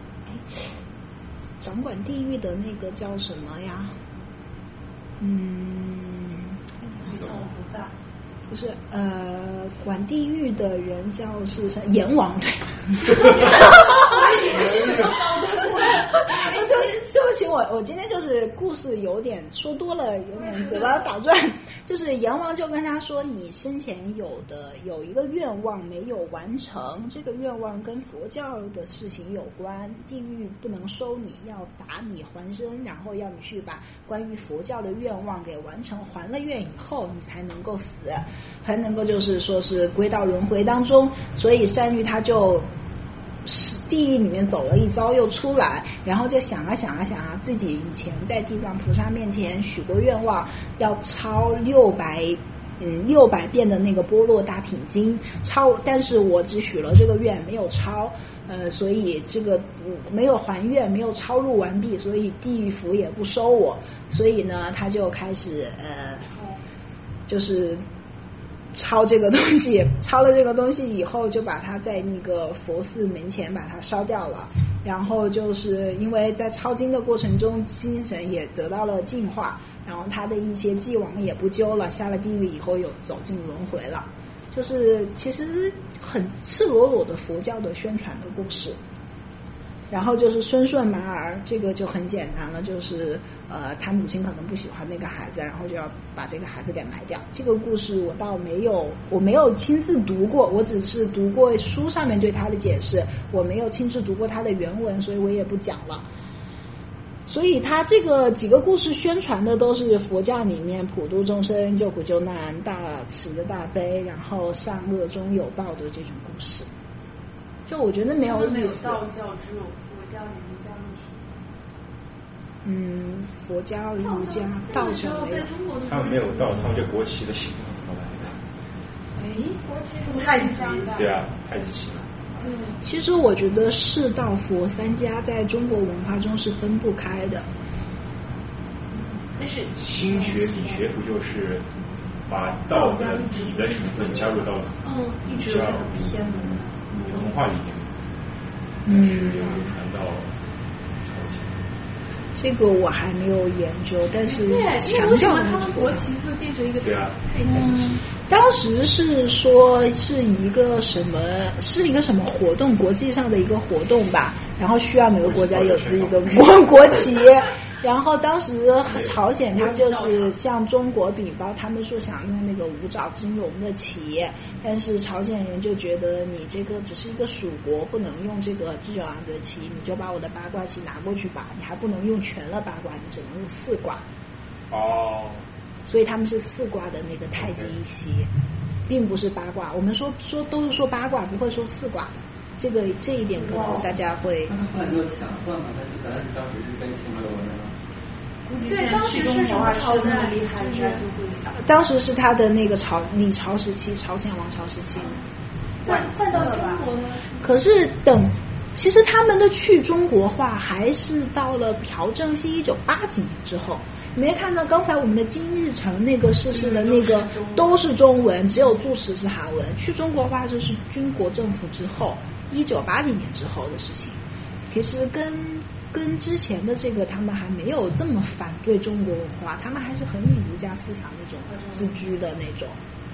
掌管地狱的那个叫什么呀？嗯， 菩萨。 不是呃，管地狱的人叫是阎王，对。对对不起，我我今天就是故事有点说多了，有点嘴巴打转。就是阎王就跟他说，你生前有的有一个愿望没有完成，这个愿望跟佛教的事情有关，地狱不能收你，要打你还生，然后要你去把关于佛教的愿望给完成，还了愿以后你才能够死，还能够就是说是归到轮回当中。所以善律他就地狱里面走了一遭又出来，然后就想啊想啊想啊，自己以前在地藏菩萨面前许过愿望，要抄六百嗯六百遍的那个般若大品经，抄，但是我只许了这个愿没有抄，呃，所以这个、嗯、没有还愿，没有抄入完毕，所以地狱府也不收我，所以呢，他就开始呃，就是抄这个东西，抄了这个东西以后，就把它在那个佛寺门前把它烧掉了。然后就是因为在抄经的过程中，精神也得到了净化，然后他的一些既往也不究了，下了地狱以后又走进轮回了。就是其实很赤裸裸的佛教的宣传的故事。然后就是孙顺马儿，这个就很简单了，就是呃他母亲可能不喜欢那个孩子，然后就要把这个孩子给埋掉。这个故事我倒没有，我没有亲自读过，我只是读过书上面对他的解释，我没有亲自读过他的原文，所以我也不讲了。所以他这个几个故事宣传的都是佛教里面普度众生、救苦救难、大慈的大悲，然后善恶终有报的这种故事。就我觉得没有意思。 道教只有佛教、儒教。 嗯，佛教、儒家、道教没有。 他们没有道，他们这国旗的形状怎么来的？ 哎，国旗是太极的。 对啊，太极旗。 对，其实我觉得释道佛三家在中国文化中是分不开的。 但是心学、理学不就是把道的理的成分加入到嗯，一直有偏门。 文化里面，但是又流传到朝鲜。 这个我还没有研究，但是强调他们国旗会变成一个对啊， 嗯，当时是说是一个什么，是一个什么活动，国际上的一个活动吧，然后需要每个国家有自己的国国旗。然后当时朝鲜他就是向中国禀报，他们说想用那个五爪金龙的旗，但是朝鲜人就觉得你这个只是一个属国，不能用这个这种样子的旗，你就把我的八卦旗拿过去吧，你还不能用全了八卦，你只能用四卦。 哦。 所以他们是四卦的那个太极旗，并不是八卦。我们说说都是说八卦，不会说四卦的。这个这一点可能大家会。 那后来就想换嘛，那就可能当时是跟清朝有关的。 对，当时是什么朝代厉害，就会想。 当时是他的那个朝李朝时期，朝鲜王朝时期。 换换到了吧？ 可是等，其实他们的去中国化还是到了朴正熙一九八几年之后。你没看到刚才我们的金日成那个逝世的那个都是中文，只有住持是韩文。去中国化就是军国政府之后，一九八几年之后的事情。其实跟跟之前的这个他们还没有这么反对中国文化，他们还是很以儒家思想那种自居的那种。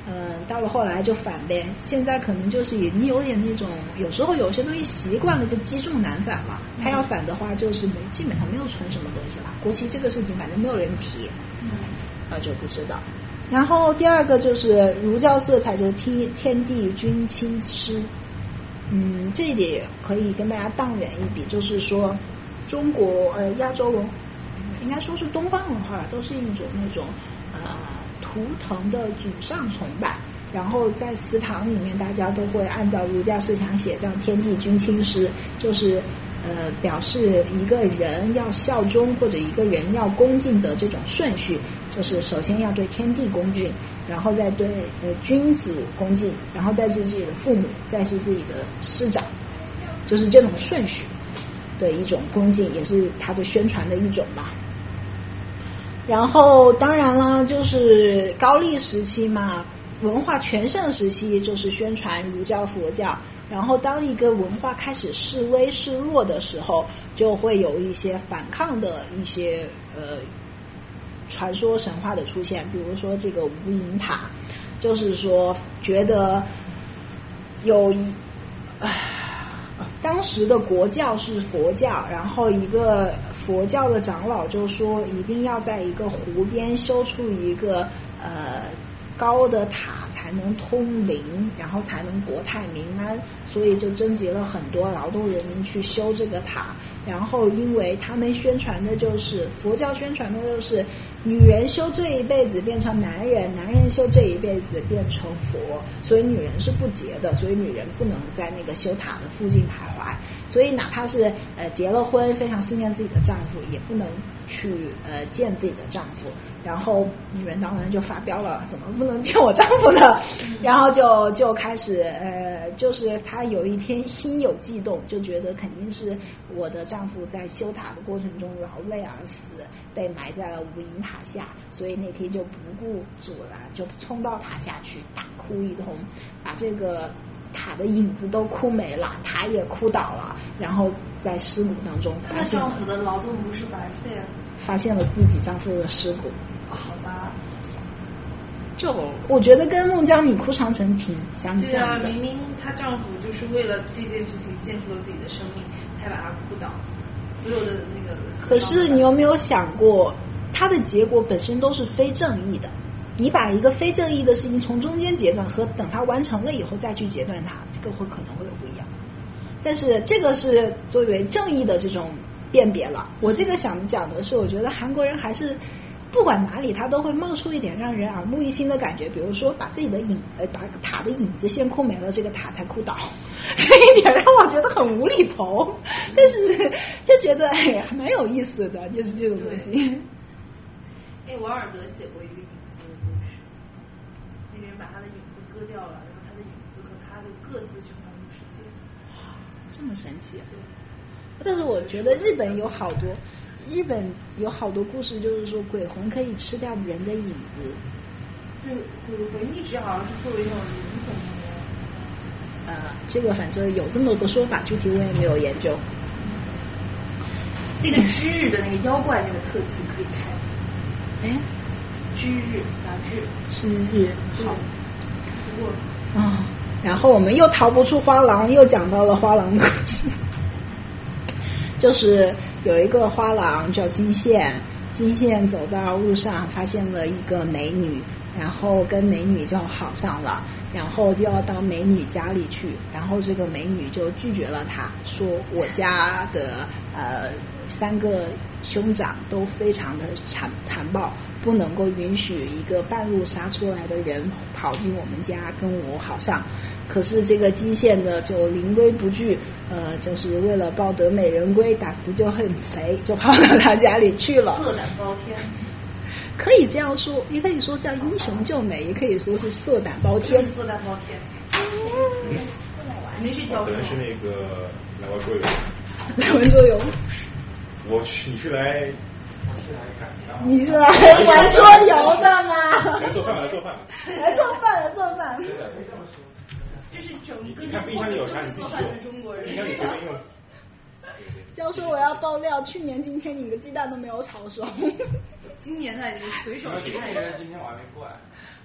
嗯，到了后来就反呗，现在可能就是已经有点那种，有时候有些东西习惯了就积重难返了。他要反的话，就是没基本上没有存什么东西了。国旗这个事情反正没有人提，嗯，啊就不知道。然后第二个就是儒教色彩，就是天天地君亲师，嗯，这一点也可以跟大家荡远一笔，就是说中国呃亚洲文，应该说是东方文化都是一种那种呃。图腾的祖上崇拜，然后在祠堂里面大家都会按照儒家思想写上天地君亲师，就是呃表示一个人要效忠或者一个人要恭敬的这种顺序，就是首先要对天地恭敬，然后再对呃君子恭敬，然后再是自己的父母，再是自己的师长，就是这种顺序的一种恭敬，也是他的宣传的一种吧。然后当然了，就是高丽时期嘛，文化全盛时期就是宣传儒教佛教，然后当一个文化开始式微式弱的时候，就会有一些反抗的一些呃传说神话的出现，比如说这个无影塔，就是说觉得有一唉当时的国教是佛教，然后一个佛教的长老就说一定要在一个湖边修出一个呃高的塔才能通灵，然后才能国泰民安，所以就征集了很多劳动人民去修这个塔。然后因为他们宣传的就是佛教宣传的就是女人修这一辈子变成男人，男人修这一辈子变成佛，所以女人是不洁的，所以女人不能在那个修塔的附近徘徊，所以哪怕是呃结了婚非常思念自己的丈夫，也不能去呃见自己的丈夫。然后女人当然就发飙了，怎么不能见我丈夫呢？然后就就开始呃就是她有一天心有悸动，就觉得肯定是我的丈夫在修塔的过程中劳累而死，被埋在了无影塔下，所以那天就不顾阻拦，就冲到塔下去大哭一通，把这个塔的影子都哭没了，塔也哭倒了，然后在尸骨当中发现了丈夫的劳动不是白费啊， 发现了自己丈夫的尸骨。 好吧， 就我觉得跟孟姜女哭长城挺相像的。对啊，明明明她丈夫就是为了这件事情献出了自己的生命，才把她哭倒，所有的那个。 可是你有没有想过，它的结果本身都是非正义的。你把一个非正义的事情从中间截断，和等它完成了以后再去截断它，这个会可能会有不一样。但是这个是作为正义的这种辨别了。我这个想讲的是，我觉得韩国人还是不管哪里，他都会冒出一点让人耳目一新的感觉。比如说，把自己的影呃，把塔的影子先哭没了，这个塔才哭倒，这一点让我觉得很无厘头。但是就觉得哎，还蛮有意思的，就是这种东西。 哎，王尔德写过一个影子的故事，那个人把他的影子割掉了，然后他的影子和他的个子就能实现。 这么神奇啊！对。但是我觉得日本有好多，日本有好多故事，就是说鬼魂可以吃掉人的影子。 对，鬼魂一直好像是作为一种灵魂的。 呃，这个反正有这么个说法，具体我也没有研究。 那个知日的那个妖怪那个特辑可以看。 哎， 知日杂志。 知日好。 不过啊、哦，然后我们又逃不出花郎，又讲到了花郎的故事。就是有一个花郎叫金线，金线走到路上发现了一个美女，然后跟美女就好上了，然后就要到美女家里去，然后这个美女就拒绝了他，说我家的呃三个兄长都非常的残残暴，不能够允许一个半路杀出来的人跑进我们家跟我好上。可是这个金线呢就临危不惧，呃，就是为了抱得美人归，胆子就很肥，就跑到他家里去了。 色胆包天， 可以这样说，也可以说叫英雄救美，也可以说是色胆包天。 色胆包天。 嗯， 你是教可能是那个来玩桌游。 来玩桌游。 我去，你是来？ 你是来玩桌游的吗？ 来做饭，来做饭。 来做饭，来做饭。 这是整个你看冰箱里有啥你自己做饭的中国人。 冰箱里随便用。 教授，我要爆料，去年今天你的鸡蛋都没有炒熟。 今年他已经随手今年今天我还没过来。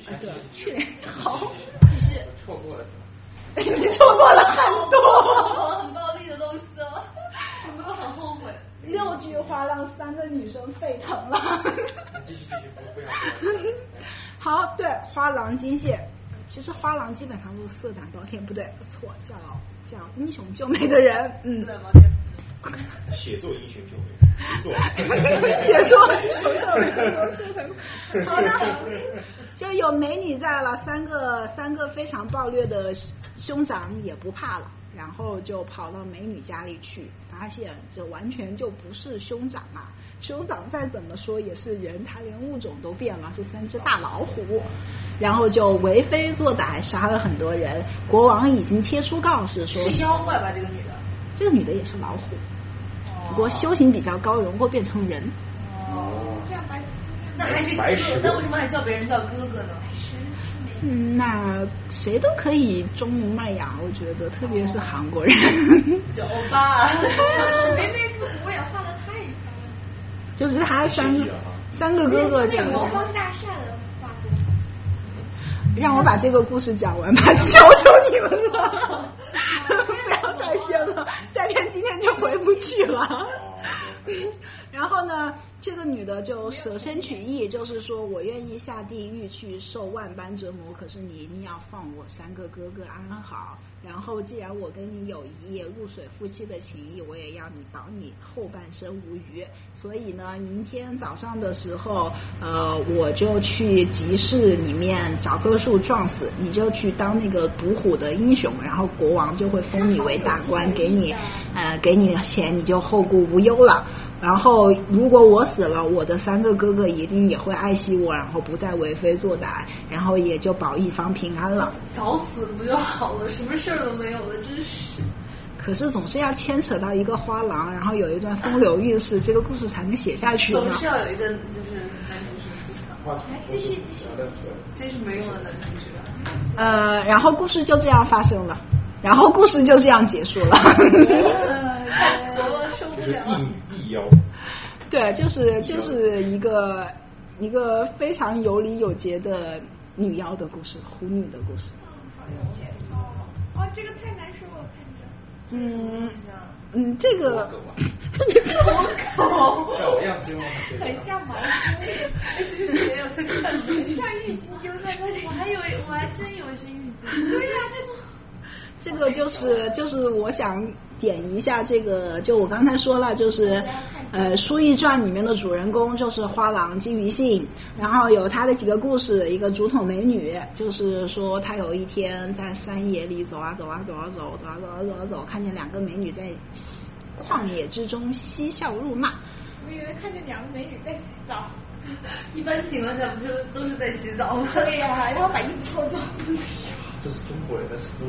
对，去年好。 继续。错过了是吧？你错过了很多。 很暴力的东西哦，有没有很后悔？ 六句话让三个女生沸腾了。 继续继续，不要。 好，对，花郎金蟹，其实花郎基本上都是色胆包天，不对，错，叫叫英雄救美的人，嗯。 写作英雄救美，作。 写作英雄救美，写作色胆。好的，就有美女在了，三个三个非常暴虐的兄长也不怕了。然后就跑到美女家里去，发现这完全就不是兄长啊！兄长再怎么说也是人，他连物种都变了，是三只大老虎。然后就为非作歹，杀了很多人。国王已经贴出告示说， 是妖怪吧？这个女的， 这个女的也是老虎，不过修行比较高，容易变成人。 哦，这样白那还是哥哥，那为什么还叫别人叫哥哥呢？ 嗯，那谁都可以装聋卖哑，我觉得，特别是韩国人。 有吧？ 是没那幅图我也画的太漂亮。 就是他三个三个哥哥这样。 魔方大厦的画风。 让我把这个故事讲完吧，求求你们了，不要再编了，再编今天就回不去了。然后呢，这个女的就舍身取义，就是说我愿意下地狱去受万般折磨，可是你一定要放我三个哥哥安好。然后既然我跟你有一夜露水夫妻的情谊，我也要你保你后半生无虞。所以呢，明天早上的时候，呃，我就去集市里面找棵树撞死，你就去当那个捕虎的英雄，然后国王就会封你为大官，给你呃给你钱，你就后顾无忧了。然后如果我死了，我的三个哥哥一定也会爱惜我，然后不再为非作歹，然后也就保一方平安了。 早死不就好了，什么事儿都没有了，真是。 可是总是要牵扯到一个花郎，然后有一段风流韵事，这个故事才能写下去呢。 总是要有一个就是男主角出场。 继续继续。 真是没用的男主角。 呃，然后故事就这样发生了，然后故事就这样结束了。 受不了。 异妖。 对，就是就是一个一个非常有理有节的女妖的故事，狐女的故事。 哦，这个太难受了，看着。 嗯嗯，这个。 狗。狗样子很像毛巾， 就是没有在看， 很像浴巾丢在那里。我还以为我还真以为是浴巾。对呀，这么。 这个就是就是我想点一下这个，就我刚才说了，就是呃《书异传》里面的主人公就是花郎金鱼信，然后有他的几个故事，一个竹筒美女，就是说他有一天在山野里走啊走啊走啊走走啊走啊走啊走，看见两个美女在旷野之中嬉笑怒骂。 我以为看见两个美女在洗澡。 一般情况下不是都是在洗澡吗？ 对呀、啊，然后把衣服脱走。 这是中国人的思维。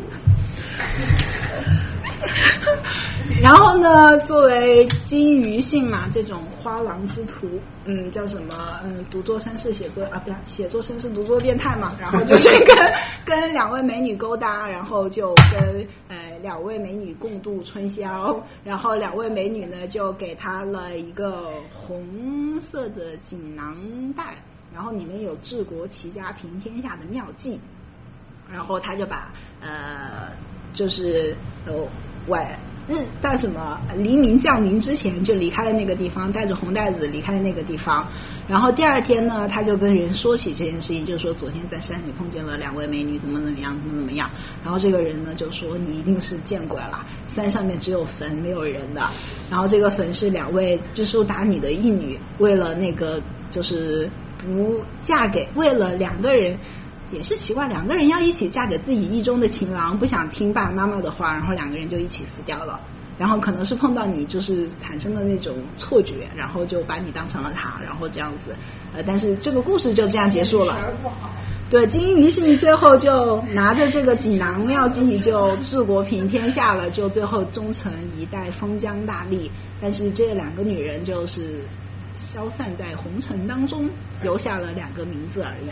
然后呢，作为金鱼信嘛，这种花郎之徒，嗯，叫什么？嗯，独坐绅士，写作啊，不是写作绅士，独坐变态嘛。然后就是跟跟两位美女勾搭，然后就跟呃两位美女共度春宵。然后两位美女呢，就给他了一个红色的锦囊袋，然后里面有治国齐家平天下的妙计。然后他就把呃，就是呃晚日在什么黎明降临之前就离开了那个地方，带着红袋子离开了那个地方。然后第二天呢，他就跟人说起这件事情，就说昨天在山里碰见了两位美女，怎么怎么样，怎么怎么样。然后这个人呢就说你一定是见鬼了，山上面只有坟没有人的。然后这个坟是两位知书达理的义女，为了那个就是不嫁给，为了两个人。也是奇怪，两个人要一起嫁给自己意中的情郎，不想听爸爸妈妈的话，然后两个人就一起死掉了。然后可能是碰到你，就是产生的那种错觉，然后就把你当成了他，然后这样子。呃，但是这个故事就这样结束了。对，金鱼信最后就拿着这个锦囊妙计就治国平天下了，就最后终成一代封疆大吏。但是这两个女人就是消散在红尘当中，留下了两个名字而已。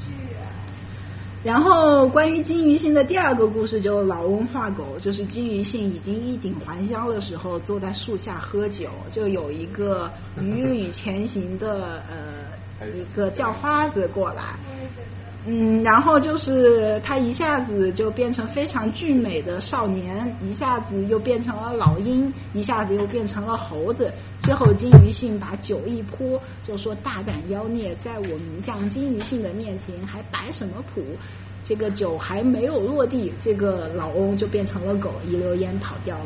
然后关于金鱼信的第二个故事就是老翁画狗，就是金鱼信已经衣锦还乡的时候，坐在树下喝酒，就有一个踽踽前行的呃一个叫花子过来， 嗯，然后就是他一下子就变成非常俊美的少年，一下子又变成了老鹰，一下子又变成了猴子。最后金鱼信把酒一泼，就说大胆妖孽，在我名将金鱼信的面前还摆什么谱？这个酒还没有落地，这个老翁就变成了狗，一溜烟跑掉了。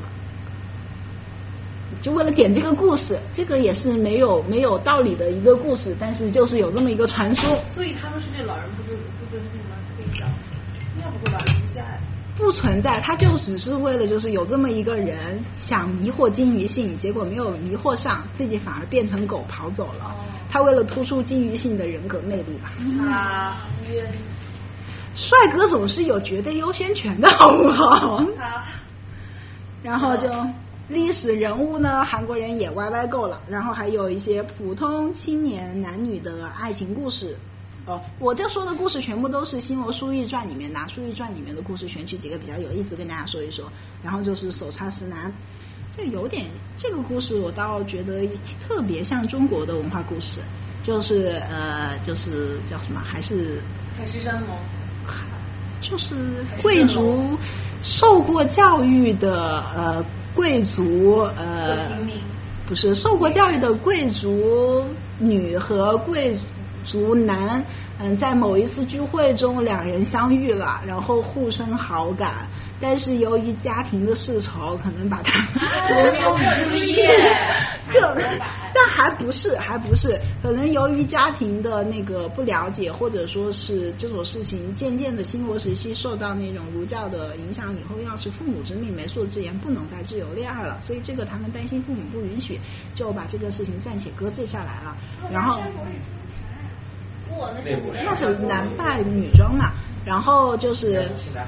就为了点这个故事，这个也是没有没有道理的一个故事，但是就是有这么一个传说。 所以他们是对老人不尊不尊敬吗？可以这样，应该不会吧？不在。 不存在，他就只是为了就是有这么一个人想迷惑金鱼信，结果没有迷惑上，自己反而变成狗跑走了。哦、他为了突出金鱼信的人格魅力吧。 他冤。 帅哥总是有绝对优先权的，好不好？然后就。历史人物呢，韩国人也歪歪够了，然后还有一些普通青年男女的爱情故事。哦，我这说的故事全部都是《新罗书玉传》里面拿《书玉传》里面的故事选取几个比较有意思跟大家说一说。然后就是手插石楠，这有点这个故事我倒觉得特别像中国的文化故事，就是呃就是叫什么还是海誓山盟， 就是贵族受过教育的呃。贵族呃不是受过教育的贵族女和贵族男，嗯，在某一次聚会中两人相遇了，然后互生好感，但是由于家庭的世仇，可能把他罗密欧与朱丽叶， 这但还不是还不是，可能由于家庭的那个不了解，或者说是这种事情渐渐的新罗时期受到那种儒教的影响以后，要是父母之命媒妁之言，不能再自由恋爱了，所以这个他们担心父母不允许，就把这个事情暂且搁置下来了。然后不， 那是男扮女装嘛，然后就是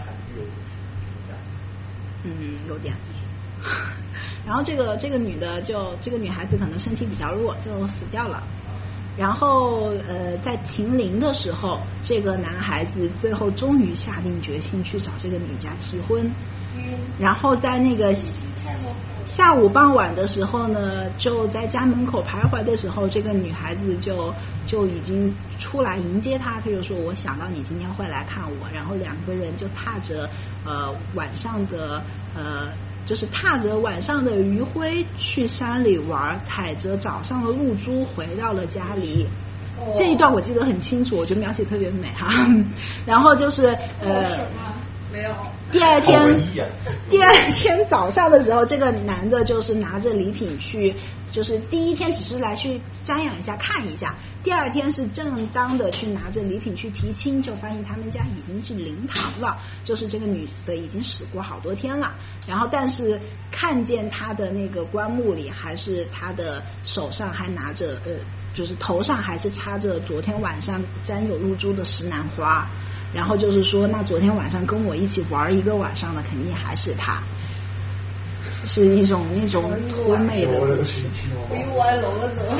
嗯有点然后这个这个女的就这个女孩子可能身体比较弱，就死掉了。然后呃在停灵的时候，这个男孩子最后终于下定决心去找这个女家提婚。然后在那个下午傍晚的时候呢，就在家门口徘徊的时候，这个女孩子就就已经出来迎接他，他就说我想到你今天会来看我，然后两个人就踏着呃晚上的呃就是踏着晚上的余晖去山里玩，踩着早上的露珠回到了家里。哦、这一段我记得很清楚，我觉得描写特别美哈。然后就是呃没有。 第二天，第二天早上的时候，这个男的就是拿着礼品去，就是第一天只是来去瞻仰一下看一下，第二天是正当的去拿着礼品去提亲，就发现他们家已经是灵堂了，就是这个女的已经死过好多天了，然后但是看见她的那个棺木里还是她的手上还拿着呃就是头上还是插着昨天晚上沾有露珠的石楠花，然后就是说那昨天晚上跟我一起玩一个晚上的肯定还是他，是一种那种托媚的故事。 比我还聋了怎么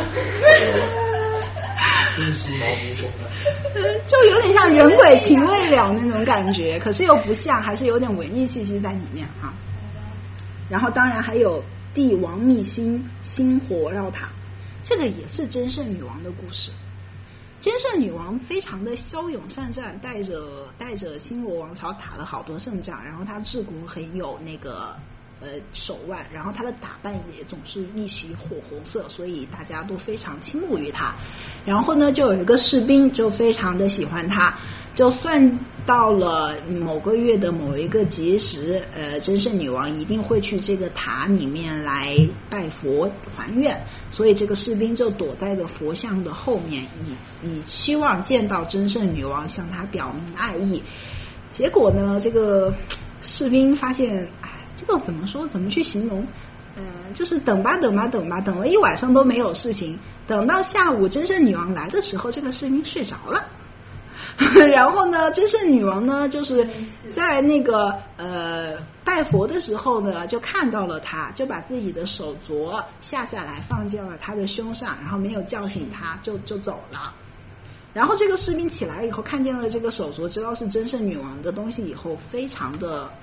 真是毛骨悚然就有点像人鬼情未了那种感觉，可是又不像，还是有点文艺气息在里面哈。然后当然还有帝王秘辛星火绕塔，这个也是真圣女王的故事。真圣女王非常的骁勇善战，带着带着新罗王朝打了好多胜仗，然后她治国很有那个呃手腕，然后她的打扮也总是一袭火红色，所以大家都非常倾慕于她。然后呢，就有一个士兵就非常的喜欢她，就算到了某个月的某一个吉时，呃，真圣女王一定会去这个塔里面来拜佛还愿，所以这个士兵就躲在了佛像的后面，以以期望见到真圣女王，向她表明爱意。结果呢，这个士兵发现，哎，这个怎么说？怎么去形容？嗯、呃，就是等吧，等吧，等吧，等了一晚上都没有事情。等到下午真圣女王来的时候，这个士兵睡着了。然后呢，真圣女王呢，就是在那个呃拜佛的时候呢，就看到了他，就把自己的手镯下下来放在了他的胸上，然后没有叫醒他，就就走了。然后这个士兵起来以后，看见了这个手镯，知道是真圣女王的东西以后，非常的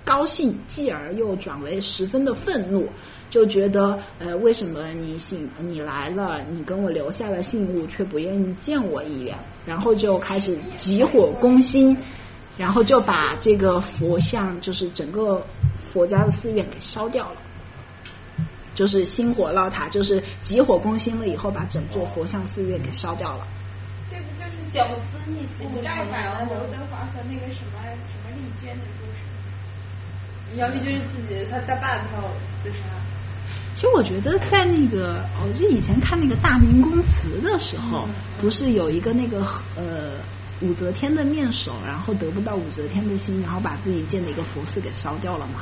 高兴，继而又转为十分的愤怒，就觉得呃为什么你信你来了，你跟我留下了信物，却不愿意见我一面，然后就开始急火攻心，然后就把这个佛像，就是整个佛家的寺院给烧掉了。就是星火烙塔，就是急火攻心了以后，把整座佛像寺院给烧掉了。 这不就是小司逆袭古代版的刘德华和那个什么什么丽娟的故事？ 杨丽娟是自己她大半跳自杀。 其实我觉得在那个哦，就以前看那个《大明宫词》的时候，嗯、不是有一个那个呃武则天的面首，然后得不到武则天的心，然后把自己建的一个佛寺给烧掉了嘛。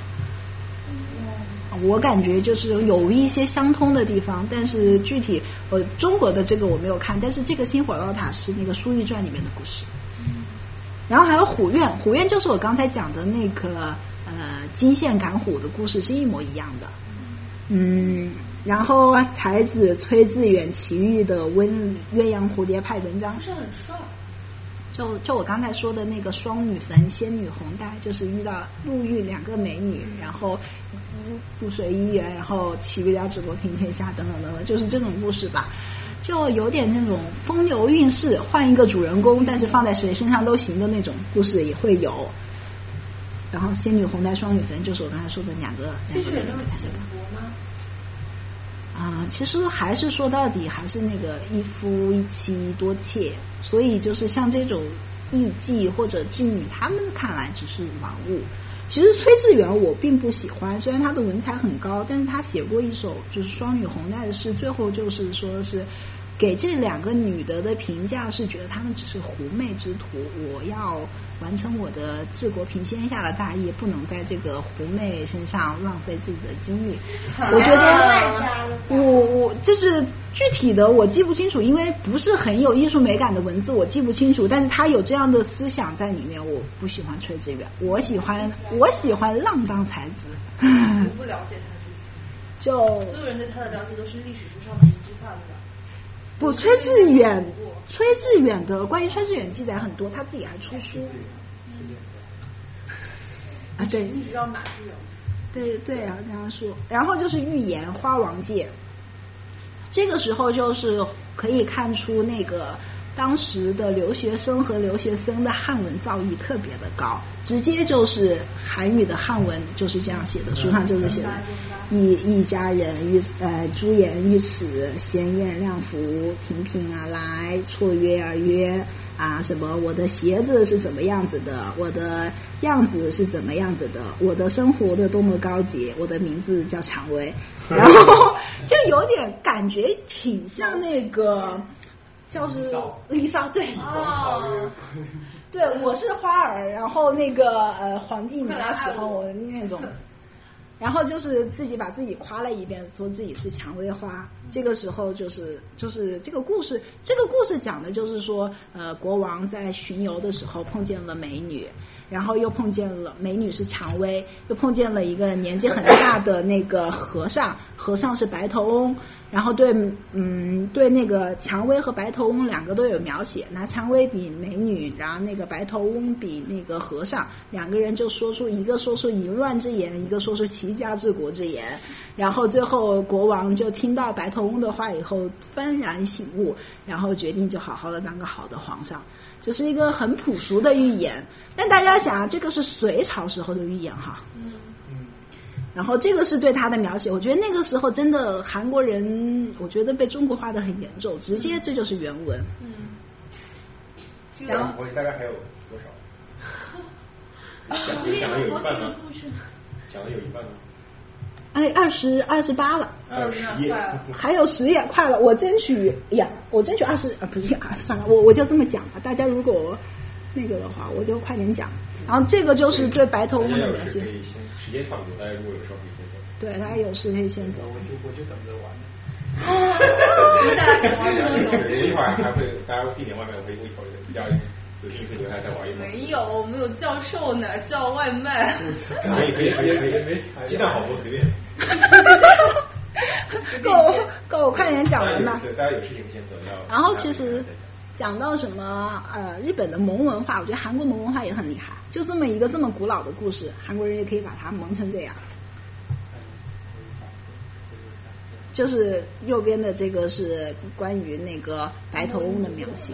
我感觉就是有一些相通的地方，但是具体呃中国的这个我没有看，但是这个星火烙塔是那个《书玉传》里面的故事。然后还有虎院，虎院就是我刚才讲的那个呃金线赶虎的故事是一模一样的。嗯，然后才子崔致远奇遇的温鸳鸯蝴蝶派文章， 不是很帅。 就就我刚才说的那个双女坟仙女红带，就是遇到陆玉两个美女，然后露水姻缘，然后齐国家治国平天下等等等等，就是这种故事吧，就有点那种风流韵事，换一个主人公，但是放在谁身上都行的那种故事也会有。然后仙女红带双女坟就是我刚才说的两个。 其实有那么浅薄吗？ 啊、呃，其实还是说到底还是那个一夫一妻多妾，所以就是像这种艺妓或者妓女，他们看来只是玩物。其实崔致远我并不喜欢，虽然他的文采很高，但是他写过一首就是双女红带的诗，最后就是说是给这两个女的的评价是觉得她们只是狐媚之徒，我要完成我的治国平天下的大业，不能在这个狐媚身上浪费自己的精力。我觉得我我就是具体的我记不清楚，因为不是很有艺术美感的文字我记不清楚，但是他有这样的思想在里面。我不喜欢崔致远，我喜欢我喜欢浪荡才子。 我不了解他之前， 就所有人对他的了解都是历史书上的一句话，对吧？ 不，崔致远，崔致远的关于崔致远记载很多，他自己还出书。啊，对， 你知道马致远？ 对对啊，这样说。然后就是预言花王戒，这个时候就是可以看出那个当时的留学生和留学生的汉文造诣特别的高，直接就是韩语的汉文就是这样写的，书上就是写的一一家人遇呃朱颜遇此，闲燕亮服，平平而来，绰约而约啊，什么我的鞋子是怎么样子的，我的样子是怎么样子的，我的生活的多么高级，我的名字叫蔷薇，然后就有点感觉挺像那个就是离骚，对哦，对，我是花儿，然后那个呃皇帝你要喜欢我那种。然后就是自己把自己夸了一遍，说自己是蔷薇花。这个时候就是就是这个故事，这个故事讲的就是说，呃，国王在巡游的时候碰见了美女，然后又碰见了美女是蔷薇，又碰见了一个年纪很大的那个和尚，和尚是白头翁。然后对嗯对那个蔷薇和白头翁两个都有描写，拿蔷薇比美女，然后那个白头翁比那个和尚，两个人就说出一个说出淫乱之言，一个说出齐家治国之言。然后最后国王就听到白头翁的话以后幡然醒悟，然后决定就好好的当个好的皇上，就是一个很朴素的寓言。但大家想啊，这个是隋朝时候的寓言哈。嗯。然后这个是对他的描写，我觉得那个时候真的韩国人，我觉得被中国化的很严重，直接这就是原文。嗯。 然后我大概还有多少？讲讲的有一半吗？讲的有一半吗？ 哎，二十二十八了， 还有十页， 还有十页，快了，我争取呀，我争取二十啊，不是啊，算了，我我就这么讲吧，大家如果那个的话，我就快点讲。然后这个就是对白头翁的描写。 时间差不多，大家如果有事可以先走。 对，大家有事可以先走。 我就我就等着玩。 留下来等玩桌游。 我一会儿还会，大家闭点外面，我会我一会儿比较有兴趣可以留下来再玩一会儿。 没有，我们有教授呢，需要外卖。 可以可以可以可以，没鸡蛋好多随便。 够够，快点讲完吧。 对，大家有事情先走掉。 然后其实。 讲到什么呃日本的蒙文化，我觉得韩国蒙文化也很厉害，就这么一个这么古老的故事，韩国人也可以把它蒙成这样。就是右边的这个是关于那个白头翁的描写。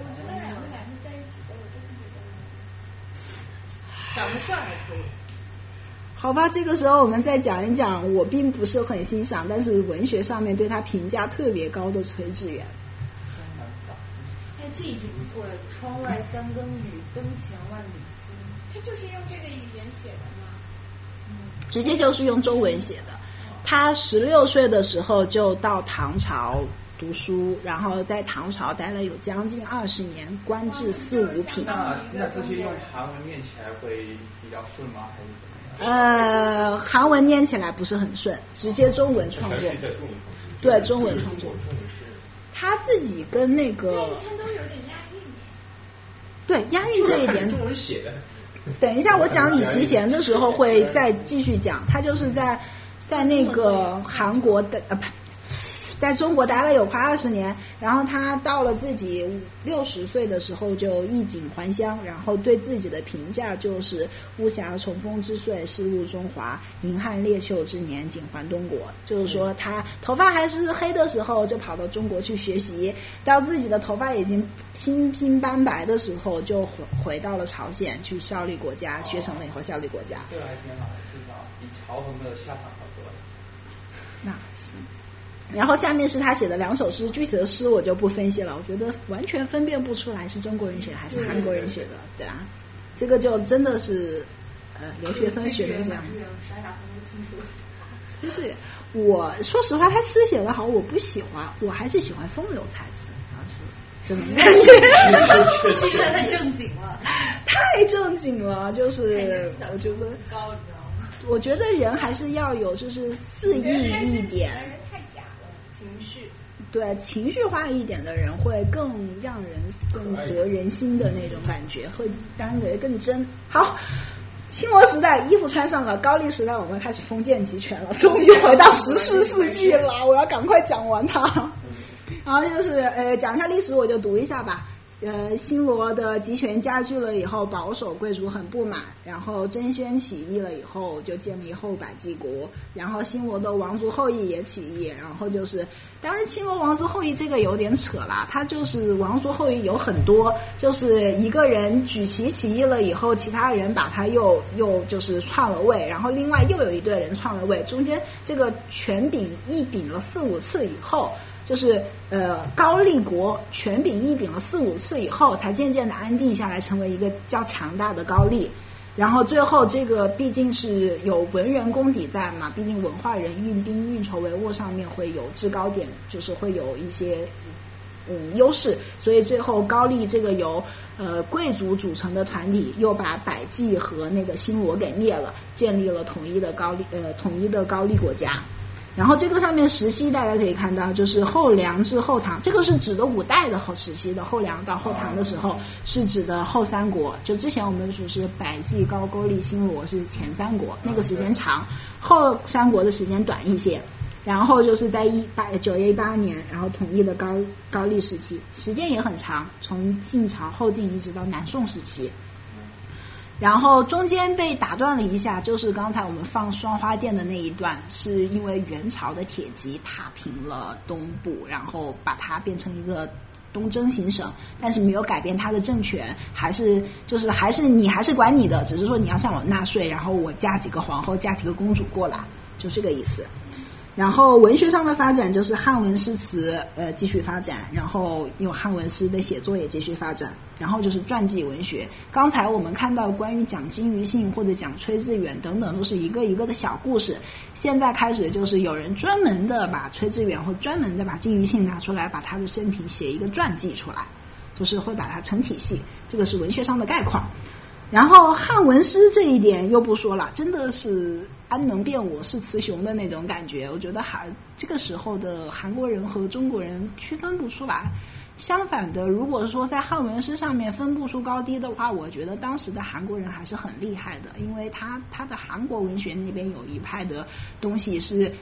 长得帅还可以。 好吧，这个时候我们再讲一讲我并不是很欣赏，但是文学上面对他评价特别高的崔致远。 哎，这一句不错哎，窗外三更雨，灯前万里星。 他就是用这个语言写的吗？ 嗯，直接就是用中文写的。他十六岁的时候就到唐朝读书，然后在唐朝待了有将近二十年，官至四五品。 那那这些用韩文念起来会比较顺吗？还是怎么样？ 呃，韩文念起来不是很顺，直接中文创作。对，中文创作。他自己跟那个。 你看都有点押韵。 对，押韵这一点。 中文写的。 等一下，我讲李奇贤的时候会再继续讲，他就是在。在那个韩国的呃不，在中国待了有快二十年，然后他到了自己六十岁的时候就衣锦还乡，然后对自己的评价就是巫峡重丰之岁，失入中华，银汉列秀之年，锦还东国。就是说他头发还是黑的时候就跑到中国去学习，到自己的头发已经青青斑白的时候就回回到了朝鲜去效力国家，学成了以后效力国家。 这个还挺好的，至少比曹洪的下场好多了。 那是。然后下面是他写的两首诗，具体的诗我就不分析了，我觉得完全分辨不出来是中国人写的还是韩国人写的，对啊，这个就真的是呃留学生学的这样。 傻傻分不清楚。 崔致远，我说实话，他诗写的好，我不喜欢，我还是喜欢风流才子，真的感觉是因为太正经了， 太正经了，就是我觉得高，你知道吗？ 我觉得人还是要有就是肆意一点。 太假了， 情绪。 对，情绪化一点的人会更让人更得人心的那种感觉，会让人更真。好。清末时代衣服穿上了，高丽时代我们开始封建集权了，终于回到十四世纪了，我要赶快讲完它。然后就是呃讲一下历史，我就读一下吧。呃，新罗的集权加剧了以后，保守贵族很不满，然后甄宣起义了以后，就建立后百济国，然后新罗的王族后裔也起义，然后就是当然新罗王族后裔这个有点扯啦，他就是王族后裔有很多，就是一个人举旗起义了以后，其他人把他又又就是篡了位，然后另外又有一队人篡了位，中间这个权柄一柄了四五次以后，就是呃高丽国权柄一柄了四五次以后，才渐渐的安定下来，成为一个较强大的高丽。然后最后这个毕竟是有文人功底在嘛，毕竟文化人运兵运筹帷幄上面会有制高点，就是会有一些嗯优势，所以最后高丽这个由呃贵族组成的团体又把百济和那个新罗给灭了，建立了统一的高丽呃统一的高丽国家。然后这个上面时期大家可以看到，就是后梁至后唐，这个是指的五代的后时期的，后梁到后唐的时候是指的后三国，就之前我们说是百济高句丽新罗是前三国，那个时间长，后三国的时间短一些。然后就是在一八九一八年，然后统一的高高丽时期，时间也很长，从晋朝后晋一直到南宋时期。然后中间被打断了一下，就是刚才我们放双花殿的那一段，是因为元朝的铁骑踏平了东部，然后把它变成一个东征行省，但是没有改变他的政权，还是就是还是你还是管你的，只是说你要向我纳税，然后我嫁几个皇后嫁几个公主过来，就这个意思。然后文学上的发展就是汉文诗词呃继续发展，然后用汉文诗的写作也继续发展，然后就是传记文学。刚才我们看到关于讲金鱼信或者讲崔致远等等都是一个一个的小故事，现在开始就是有人专门的把崔致远或专门的把金鱼信拿出来，把他的生平写一个传记出来，就是会把它成体系，这个是文学上的概况。然后汉文诗这一点又不说了，真的是安能辨我是雌雄的那种感觉，我觉得韩这个时候的韩国人和中国人区分不出来。相反的，如果说在汉文诗上面分不出高低的话，我觉得当时的韩国人还是很厉害的，因为他他的韩国文学那边有一派的东西是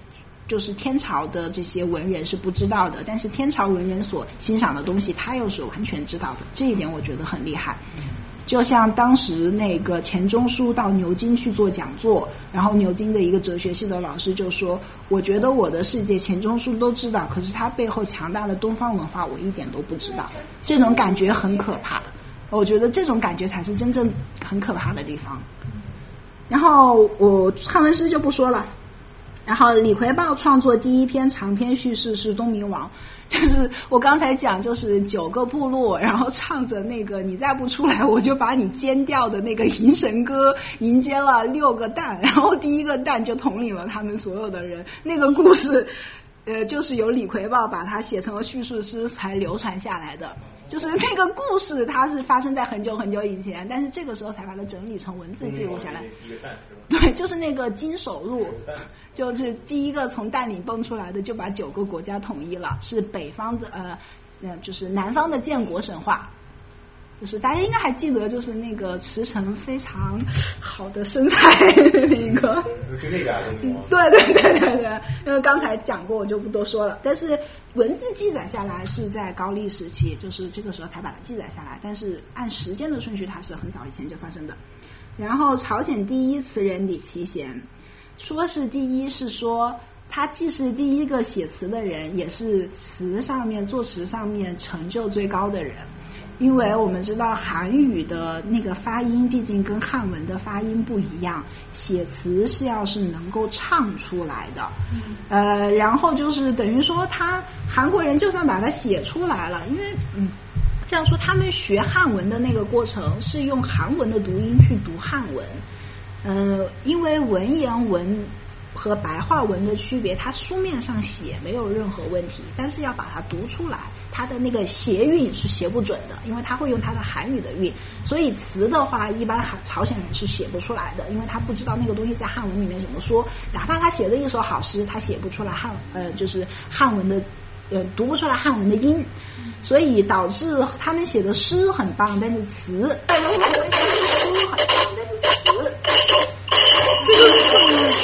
就是天朝的这些文人是不知道的，但是天朝文人所欣赏的东西他又是完全知道的，这一点我觉得很厉害。就像当时那个钱钟书到牛津去做讲座，然后牛津的一个哲学系的老师就说，我觉得我的世界钱钟书都知道，可是他背后强大的东方文化我一点都不知道，这种感觉很可怕，我觉得这种感觉才是真正很可怕的地方。然后我汉文诗就不说了，然后李逵豹创作第一篇长篇叙事是东明王，就是我刚才讲就是九个部落，然后唱着那个你再不出来我就把你煎掉的那个迎神歌，迎接了六个蛋，然后第一个蛋就统领了他们所有的人，那个故事呃，就是由李逵豹把它写成了叙述诗才流传下来的，就是那个故事它是发生在很久很久以前，但是这个时候才把它整理成文字记录下来。对，就是那个金手入，就是第一个从蛋里蹦出来的，就把九个国家统一了，是北方的呃呃，就是南方的建国神话。就是大家应该还记得，就是那个驰骋非常好的身材那个， 就那个啊， 对对对对对，因为刚才讲过，我就不多说了。但是文字记载下来是在高丽时期，就是这个时候才把它记载下来，但是按时间的顺序，它是很早以前就发生的。然后朝鲜第一词人李奇贤，说是第一是说他既是第一个写词的人，也是词上面作词上面成就最高的人。因为我们知道韩语的那个发音毕竟跟汉文的发音不一样，写词是要是能够唱出来的，呃，然后就是等于说他韩国人就算把它写出来了，因为嗯这样说他们学汉文的那个过程是用韩文的读音去读汉文，呃，因为文言文和白话文的区别，它书面上写没有任何问题，但是要把它读出来，它的那个谐韵是写不准的，因为它会用它的韩语的韵，所以词的话一般朝鲜人是写不出来的，因为他不知道那个东西在汉文里面怎么说，哪怕他写的一首好诗，他写不出来汉呃就是汉文的呃读不出来汉文的音，所以导致他们写的诗很棒，但是词诗很棒，但是词这个是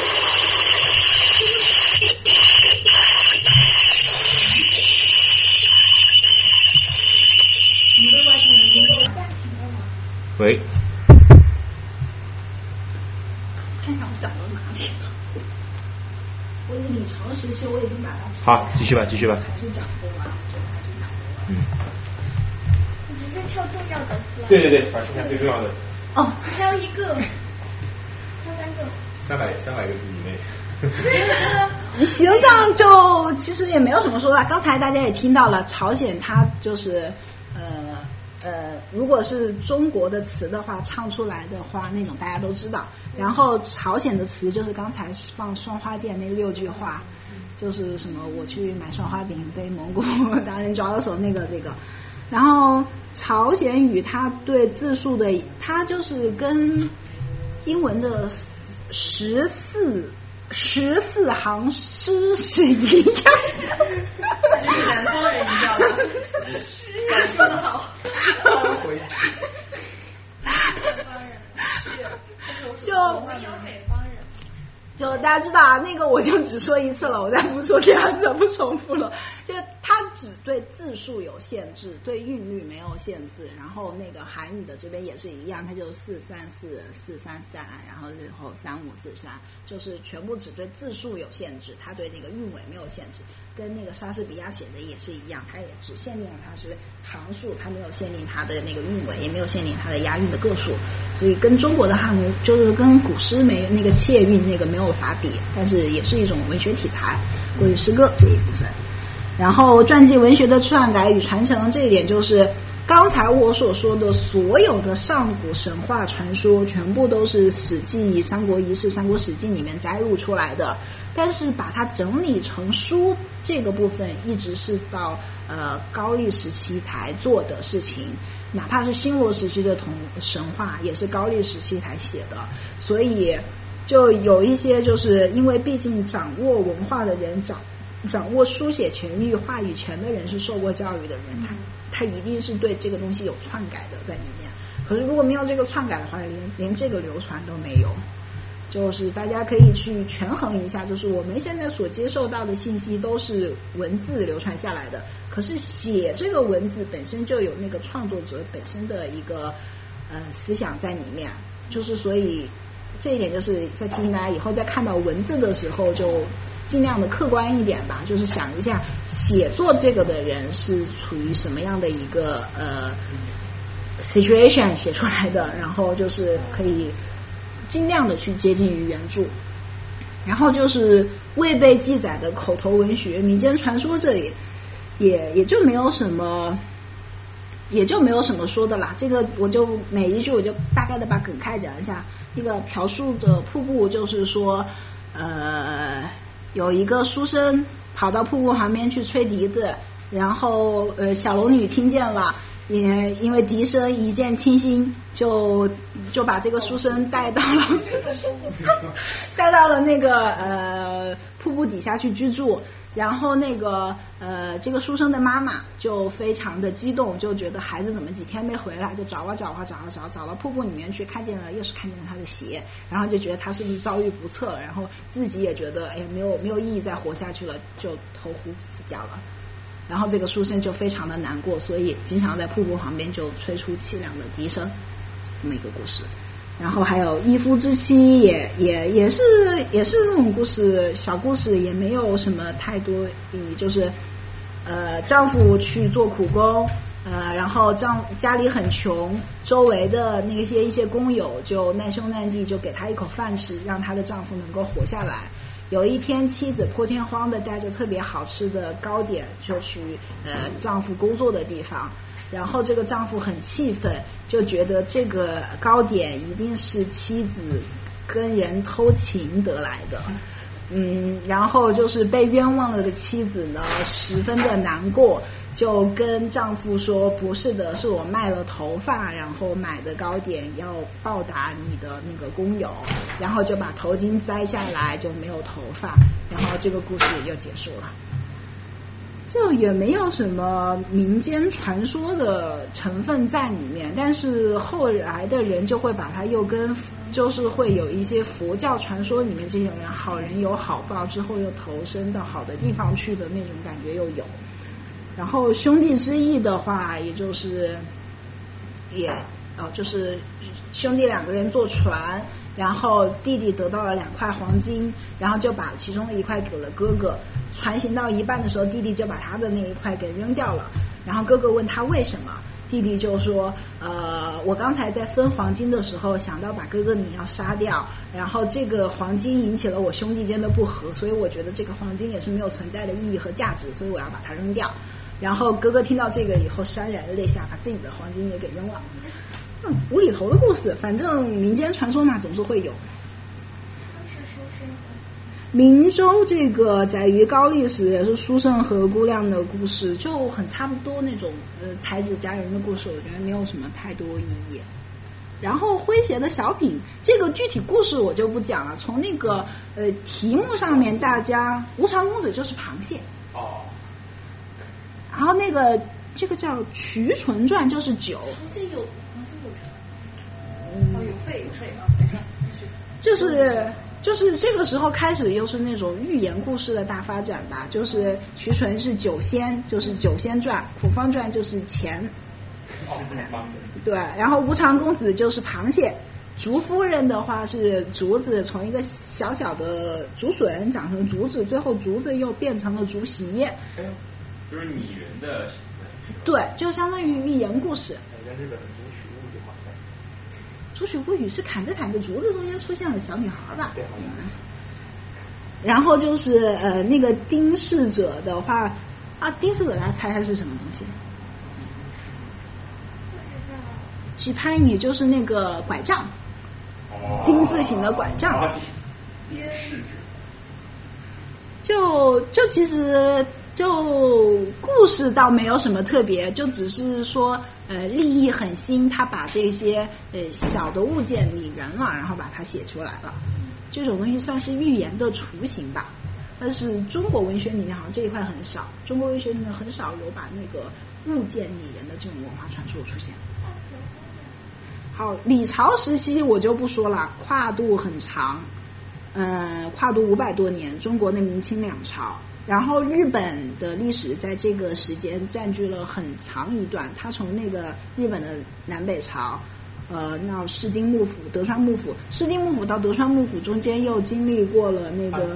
喂， 看看我讲到哪里了？我一个李朝时期我已经把它好，继续吧，继续吧。 还是讲过了，还是讲过了。 嗯。 你直接跳重要的词。 对对对，把剩下最重要的。 哦，挑一个，挑三个。 三百三百个字以内。 行，这样就其实也没有什么说的。刚才大家也听到了，朝鲜它就是呃。呃，如果是中国的词的话，唱出来的话，那种大家都知道。然后朝鲜的词就是刚才放双花店那六句话，就是什么我去买双花饼被蒙古达人抓了手那个这个。然后朝鲜语它对字数的，它就是跟英文的十四十四行诗是一样的。 这是南方人，你知道吗？ 说得好。就我们有北方人， 就大家知道啊，那个我就只说一次了，我再不说第二次不重复了。就它只对字数有限制，对韵律没有限制。然后那个韩语的这边也是一样，它就四三四四三三，然后最后三五四三，就是全部只对字数有限制，它对那个韵尾没有限制。跟那个莎士比亚写的也是一样，它也只限定了它是行数，它没有限定它的那个韵尾，也没有限定它的押韵的个数，所以跟中国的汉文就是跟古诗没那个切韵那个没有法比，但是也是一种文学题材，过于诗歌这一部分。然后传记文学的篡改与传承，这一点就是刚才我所说的所有的上古神话传说全部都是史记、三国仪式、三国史记里面摘录出来的，但是把它整理成书这个部分一直是到呃高丽时期才做的事情，哪怕是新罗时期的同神话也是高丽时期才写的，所以就有一些就是因为毕竟掌握文化的人，掌掌握书写权益话语权的人是受过教育的人，他他一定是对这个东西有篡改的在里面，可是如果没有这个篡改的话，连连这个流传都没有。 就是大家可以去权衡一下，就是我们现在所接受到的信息都是文字流传下来的，可是写这个文字本身就有那个创作者本身的一个呃思想在里面，就是所以这一点就是在提醒大家以后在看到文字的时候就尽量的客观一点吧，就是想一下写作这个的人是处于什么样的一个呃 situation 写出来的，然后就是可以尽量的去接近于原著。然后就是未被记载的口头文学、民间传说，这里也也就没有什么也就没有什么说的啦，这个我就每一句我就大概的把梗概讲一下。那个朴树的瀑布就是说呃有一个书生跑到瀑布旁边去吹笛子，然后呃小龙女听见了，也因为笛声一见倾心，就就把这个书生带到了带到了那个呃瀑布底下去居住。然后那个呃这个书生的妈妈就非常的激动，就觉得孩子怎么几天没回来，就找啊找啊找啊找找到瀑布里面去，看见了又是看见了他的鞋，然后就觉得他是不是遭遇不测，然后自己也觉得哎呀没有没有意义再活下去了，就投湖死掉了。然后这个书生就非常的难过，所以经常在瀑布旁边就吹出凄凉的笛声，这么一个故事。然后还有一夫之妻也也也是也是这种故事，小故事，也没有什么太多意义，就是呃丈夫去做苦工，呃然后丈家里很穷，周围的那些一些工友就难兄难弟，就给她一口饭吃，让她的丈夫能够活下来。有一天妻子破天荒的带着特别好吃的糕点就去呃丈夫工作的地方，然后这个丈夫很气愤，就觉得这个糕点一定是妻子跟人偷情得来的，嗯，然后就是被冤枉了的妻子呢十分的难过，就跟丈夫说不是的，是我卖了头发然后买的糕点，要报答你的那个工友，然后就把头巾摘下来就没有头发，然后这个故事又结束了。就也没有什么民间传说的成分在里面，但是后来的人就会把它又跟就是会有一些佛教传说里面这种人好人有好报之后又投身到好的地方去的那种感觉又有。然后兄弟之义的话也就是也哦就是兄弟两个人坐船，然后弟弟得到了两块黄金，然后就把其中的一块给了哥哥，船行到一半的时候弟弟就把他的那一块给扔掉了，然后哥哥问他为什么，弟弟就说呃我刚才在分黄金的时候想到把哥哥你要杀掉，然后这个黄金引起了我兄弟间的不和，所以我觉得这个黄金也是没有存在的意义和价值，所以我要把它扔掉。然后哥哥听到这个以后潸然泪下，把自己的黄金也给扔了。嗯，无厘头的故事，反正民间传说嘛总是会有。明州这个载于高丽史也是书生和姑娘的故事，就很差不多那种呃才子佳人的故事，我觉得没有什么太多意义。然后诙谐的小品，这个具体故事我就不讲了，从那个呃题目上面大家无常公子就是螃蟹哦，然后那个这个叫瞿淳传就是酒， 螃蟹有螃蟹有嗯、哦有肺有肺啊，没事继续。 就是就是这个时候开始又是那种寓言故事的大发展吧，就是瞿淳是酒仙，就是酒仙传，苦方传就是钱，对，然后无常公子就是螃蟹，竹夫人的话是竹子从一个小小的竹笋长成竹子，最后竹子又变成了竹席， 就是拟人的， 对，就相当于寓言故事。 跟日本的竹取物语好像。 竹取物语是砍着砍着竹子中间出现了小女孩吧？ 对，好像。 然后就是呃那个丁氏者的话啊，丁氏者大家猜猜是什么东西？举拍你就是那个拐杖，哦、丁字形的拐杖。就就其实就故事倒没有什么特别，就只是说呃立意很新，他把这些呃小的物件拟人了，然后把它写出来了。这种东西算是寓言的雏形吧，但是中国文学里面好像这一块很少，中国文学里面很少有把那个物件拟人的这种文化传说出现。好，李朝时期我就不说了，跨度很长， 呃，跨度五百多年，中国的明清两朝。然后日本的历史在这个时间占据了很长一段，它从那个日本的南北朝，呃，那室町幕府、德川幕府，室町幕府到德川幕府中间又经历过了那个，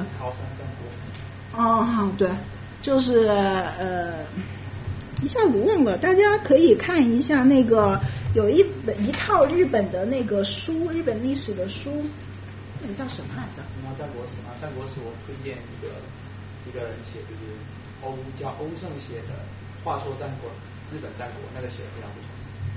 哦，对，就是呃，一下子忘了，大家可以看一下那个有一本一套日本的那个书，日本历史的书，那个叫什么来着？ 你要战国史吗？战国史我推荐一个一个人写，就是欧叫欧胜写的《话说战国》，日本战国那个写的非常不错。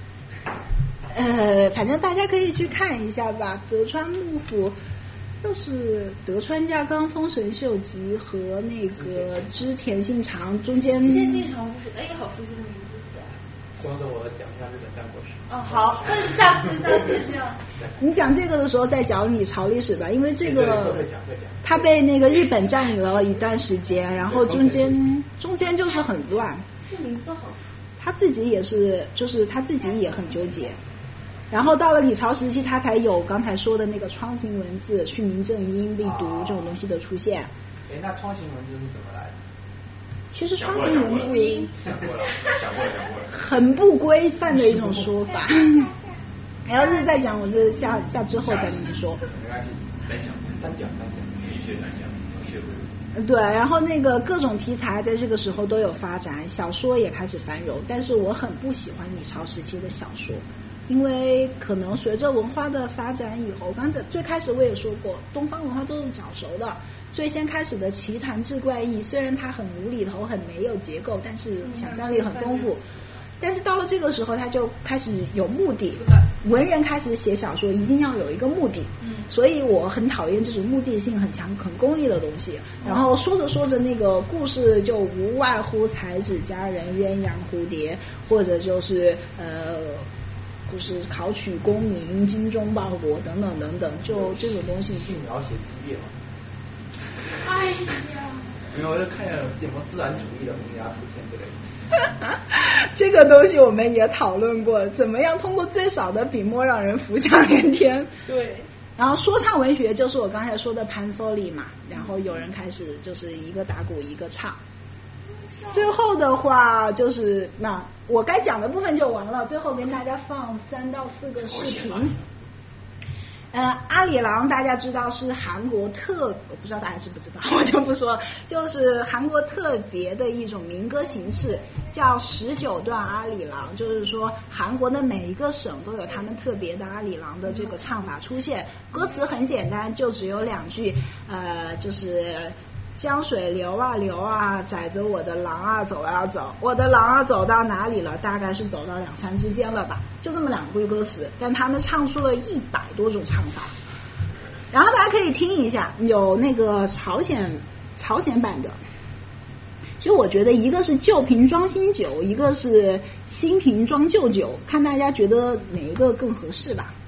呃，反正大家可以去看一下吧。德川幕府就是德川家康、丰臣秀吉和那个织田信长中间。 织田信长就是哎，好熟悉的名字。 光着我讲一下日本战国史。 哦，好，那就下次下次这样。 你讲这个的时候再讲李朝历史吧，因为这个他被那个日本占领了一段时间，然后中间中间就是很乱。 这名字好熟。 他自己也是，就是他自己也很纠结。然后到了李朝时期，他才有刚才说的那个窗形文字、去名正音、必读这种东西的出现。 哎，那窗形文字是怎么来的？ 其实窗形文字讲过了，讲过了，讲过了， 很不规范的一种说法。然后是再讲，我这下下之后再跟你说。 没关系，单讲单讲单讲，文学单讲，文学会。 对，然后那个各种题材在这个时候都有发展，小说也开始繁荣，但是我很不喜欢李朝时期的小说，因为可能随着文化的发展以后，刚才最开始我也说过，东方文化都是早熟的，最先开始的奇谈志怪异，虽然它很无厘头，很没有结构，但是想象力很丰富。但是到了这个时候，他就开始有目的，文人开始写小说一定要有一个目的，嗯，所以我很讨厌这种目的性很强、很功利的东西。然后说着说着，那个故事就无外乎才子佳人、鸳鸯蝴蝶，或者就是呃，就是考取功名、精忠报国等等等等，就这种东西去描写激烈嘛。 哎呀， 没有，我就看见有什么自然主义的名家出现之类的。 这个东西我们也讨论过，怎么样通过最少的笔墨让人浮想联翩。 对。 然后说唱文学就是我刚才说的盘索里嘛，然后有人开始就是一个打鼓一个唱。最后的话就是那我该讲的部分就完了，最后跟大家放三到四个视频。呃，阿里郎大家知道是韩国特，我不知道大家知不知道，我就不说，就是韩国特别的一种民歌形式，叫十九段阿里郎，就是说韩国的每一个省都有他们特别的阿里郎的这个唱法出现，歌词很简单，就只有两句，呃，就是江水流啊流啊，载着我的狼啊走啊走，我的狼啊走到哪里了？大概是走到两山之间了吧，就这么两句歌词，但他们唱出了一百多种唱法。然后大家可以听一下，有那个朝鲜朝鲜版的。其实我觉得一个是旧瓶装新酒，一个是新瓶装旧酒，看大家觉得哪一个更合适吧。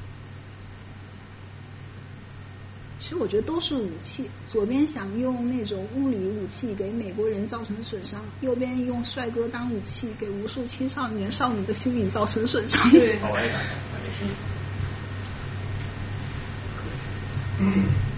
其实我觉得都是武器，左边想用那种物理武器给美国人造成损伤，右边用帅哥当武器给无数青少年少女的心灵造成损伤。 对， 好，我也打，没事。 嗯